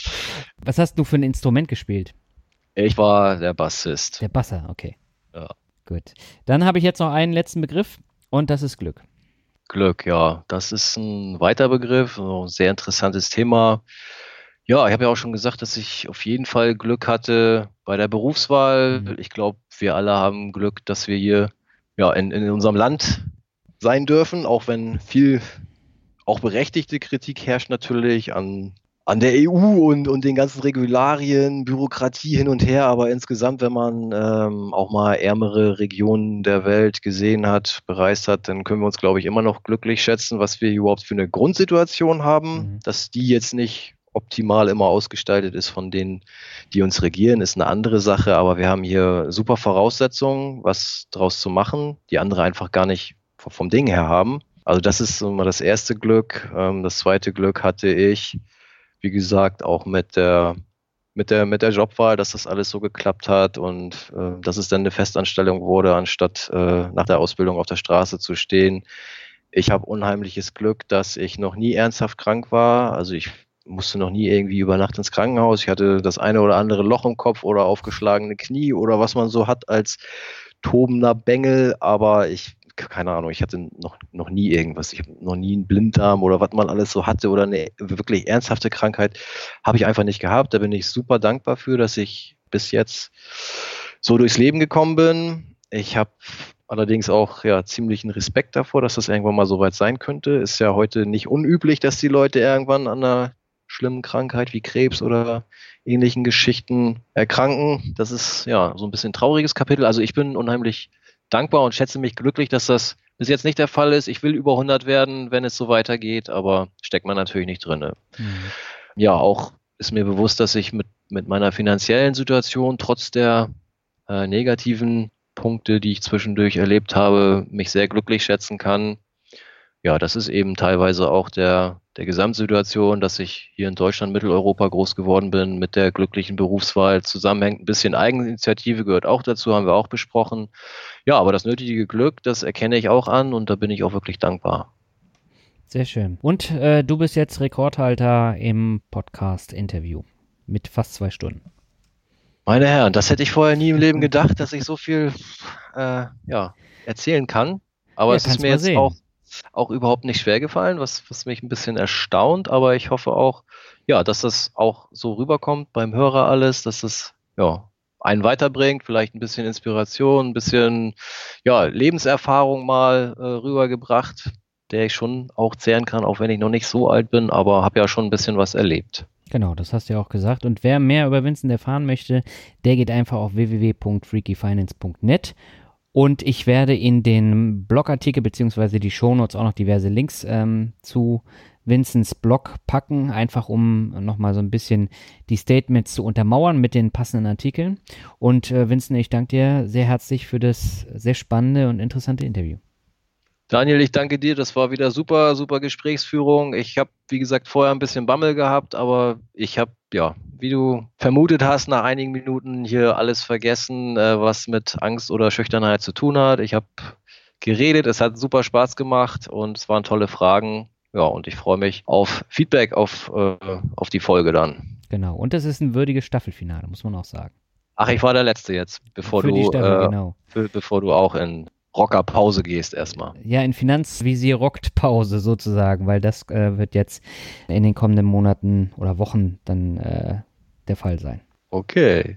Was hast du für ein Instrument gespielt?
Ich war der Bassist.
Der Basser, okay.
Ja.
Gut. Dann habe ich jetzt noch einen letzten Begriff und das ist Glück.
Glück, ja. Das ist ein weiter Begriff, ein sehr interessantes Thema. Ja, ich habe ja auch schon gesagt, dass ich auf jeden Fall Glück hatte bei der Berufswahl. Mhm. Ich glaube, wir alle haben Glück, dass wir hier ja, in, in unserem Land sein dürfen, auch wenn viel... Auch berechtigte Kritik herrscht natürlich an, an der E U und, und den ganzen Regularien, Bürokratie hin und her. Aber insgesamt, wenn man ähm, auch mal ärmere Regionen der Welt gesehen hat, bereist hat, dann können wir uns, glaube ich, immer noch glücklich schätzen, was wir hier überhaupt für eine Grundsituation haben. Mhm. Dass die jetzt nicht optimal immer ausgestaltet ist von denen, die uns regieren, ist eine andere Sache. Aber wir haben hier super Voraussetzungen, was draus zu machen, die andere einfach gar nicht vom Ding her haben. Also das ist immer das erste Glück. Das zweite Glück hatte ich, wie gesagt, auch mit der mit der mit der Jobwahl, dass das alles so geklappt hat und äh, dass es dann eine Festanstellung wurde, anstatt äh, nach der Ausbildung auf der Straße zu stehen. Ich habe unheimliches Glück, dass ich noch nie ernsthaft krank war. Also ich musste noch nie irgendwie über Nacht ins Krankenhaus. Ich hatte das eine oder andere Loch im Kopf oder aufgeschlagene Knie oder was man so hat als tobender Bengel, aber ich keine Ahnung, ich hatte noch, noch nie irgendwas. Ich habe noch nie einen Blinddarm oder was man alles so hatte oder eine wirklich ernsthafte Krankheit habe ich einfach nicht gehabt. Da bin ich super dankbar für, dass ich bis jetzt so durchs Leben gekommen bin. Ich habe allerdings auch ja ziemlichen Respekt davor, dass das irgendwann mal so weit sein könnte. Ist ja heute nicht unüblich, dass die Leute irgendwann an einer schlimmen Krankheit wie Krebs oder ähnlichen Geschichten erkranken. Das ist ja so ein bisschen ein trauriges Kapitel. Also ich bin unheimlich dankbar und schätze mich glücklich, dass das bis jetzt nicht der Fall ist. Ich will über hundert werden, wenn es so weitergeht, aber steckt man natürlich nicht drin. Mhm. Ja, auch ist mir bewusst, dass ich mit, mit meiner finanziellen Situation trotz der äh, negativen Punkte, die ich zwischendurch erlebt habe, mich sehr glücklich schätzen kann. Ja, das ist eben teilweise auch der, der Gesamtsituation, dass ich hier in Deutschland, Mitteleuropa groß geworden bin, mit der glücklichen Berufswahl zusammenhängt. Ein bisschen Eigeninitiative gehört auch dazu, haben wir auch besprochen. Ja, aber das nötige Glück, das erkenne ich auch an und da bin ich auch wirklich dankbar.
Sehr schön. Und äh, du bist jetzt Rekordhalter im Podcast-Interview mit fast zwei Stunden.
Meine Herren, das hätte ich vorher nie im Leben gedacht, dass ich so viel äh, ja, erzählen kann. Aber ja, es ist mir jetzt auch auch überhaupt nicht schwer gefallen, was, was mich ein bisschen erstaunt, aber ich hoffe auch, ja, dass das auch so rüberkommt beim Hörer alles, dass das, ja, einen weiterbringt, vielleicht ein bisschen Inspiration, ein bisschen, ja, Lebenserfahrung mal äh, rübergebracht, der ich schon auch zehren kann, auch wenn ich noch nicht so alt bin, aber habe ja schon ein bisschen was erlebt.
Genau, das hast du ja auch gesagt. Und wer mehr über Vincent erfahren möchte, der geht einfach auf w w w punkt freaky finance punkt net. Und ich werde in den Blogartikel bzw. die Shownotes auch noch diverse Links ähm, zu Vincents Blog packen, einfach um nochmal so ein bisschen die Statements zu untermauern mit den passenden Artikeln. Und äh, Vincent, ich danke dir sehr herzlich für das sehr spannende und interessante Interview.
Daniel, ich danke dir, das war wieder super, super Gesprächsführung. Ich habe, wie gesagt, vorher ein bisschen Bammel gehabt, aber ich habe, ja, wie du vermutet hast, nach einigen Minuten hier alles vergessen, äh, was mit Angst oder Schüchternheit zu tun hat. Ich habe geredet, es hat super Spaß gemacht und es waren tolle Fragen. Ja, und ich freue mich auf Feedback, auf, äh, auf die Folge dann.
Genau, und es ist ein würdiges Staffelfinale, muss man auch sagen.
Ach, ich war der Letzte jetzt, bevor
Für
du,
die Staffel,
äh,
genau.
für, bevor du auch in Rockerpause gehst erstmal.
Ja, in Finanzvisier rockt Pause sozusagen, weil das äh, wird jetzt in den kommenden Monaten oder Wochen dann äh, der Fall sein.
Okay.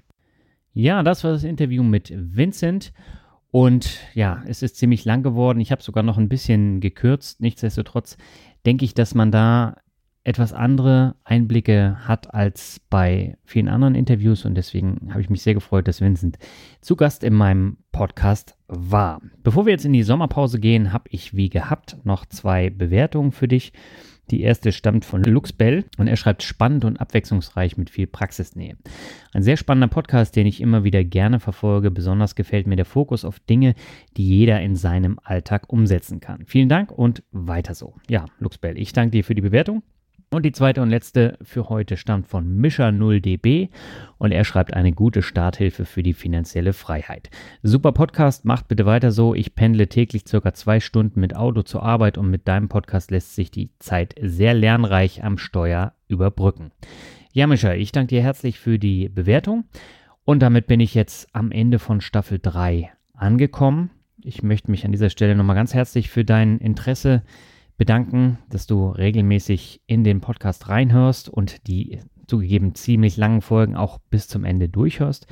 Ja, das war das Interview mit Vincent und ja, es ist ziemlich lang geworden. Ich habe sogar noch ein bisschen gekürzt. Nichtsdestotrotz denke ich, dass man da etwas andere Einblicke hat als bei vielen anderen Interviews und deswegen habe ich mich sehr gefreut, dass Vincent zu Gast in meinem Podcast war. Bevor wir jetzt in die Sommerpause gehen, habe ich wie gehabt noch zwei Bewertungen für dich. Die erste stammt von Luxbell und er schreibt spannend und abwechslungsreich mit viel Praxisnähe. Ein sehr spannender Podcast, den ich immer wieder gerne verfolge. Besonders gefällt mir der Fokus auf Dinge, die jeder in seinem Alltag umsetzen kann. Vielen Dank und weiter so. Ja, Luxbell, ich danke dir für die Bewertung. Und die zweite und letzte für heute stammt von Mischa null d b und er schreibt eine gute Starthilfe für die finanzielle Freiheit. Super Podcast, macht bitte weiter so. Ich pendle täglich circa zwei Stunden mit Auto zur Arbeit und mit deinem Podcast lässt sich die Zeit sehr lernreich am Steuer überbrücken. Ja, Mischa, ich danke dir herzlich für die Bewertung und damit bin ich jetzt am Ende von Staffel drei angekommen. Ich möchte mich an dieser Stelle nochmal ganz herzlich für dein Interesse bedanken, dass du regelmäßig in den Podcast reinhörst und die zugegeben ziemlich langen Folgen auch bis zum Ende durchhörst.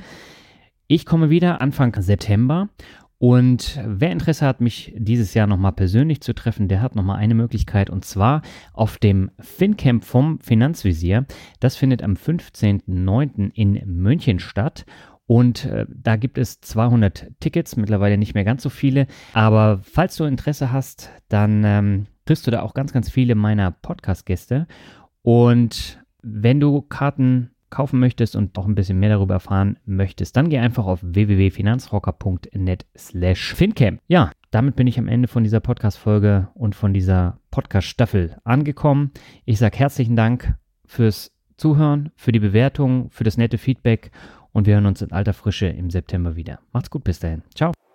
Ich komme wieder Anfang September und wer Interesse hat, mich dieses Jahr nochmal persönlich zu treffen, der hat nochmal eine Möglichkeit und zwar auf dem FinCamp vom Finanzvisier. Das findet am fünfzehnten neunten in München statt. Und äh, da gibt es zweihundert Tickets, mittlerweile nicht mehr ganz so viele. Aber falls du Interesse hast, dann ähm, kriegst du da auch ganz, ganz viele meiner Podcast-Gäste. Und wenn du Karten kaufen möchtest und auch ein bisschen mehr darüber erfahren möchtest, dann geh einfach auf w w w punkt finanzrocker punkt net slash fincamp. Ja, damit bin ich am Ende von dieser Podcast-Folge und von dieser Podcast-Staffel angekommen. Ich sage herzlichen Dank fürs Zuhören, für die Bewertung, für das nette Feedback und wir hören uns in alter Frische im September wieder. Macht's gut, bis dahin. Ciao.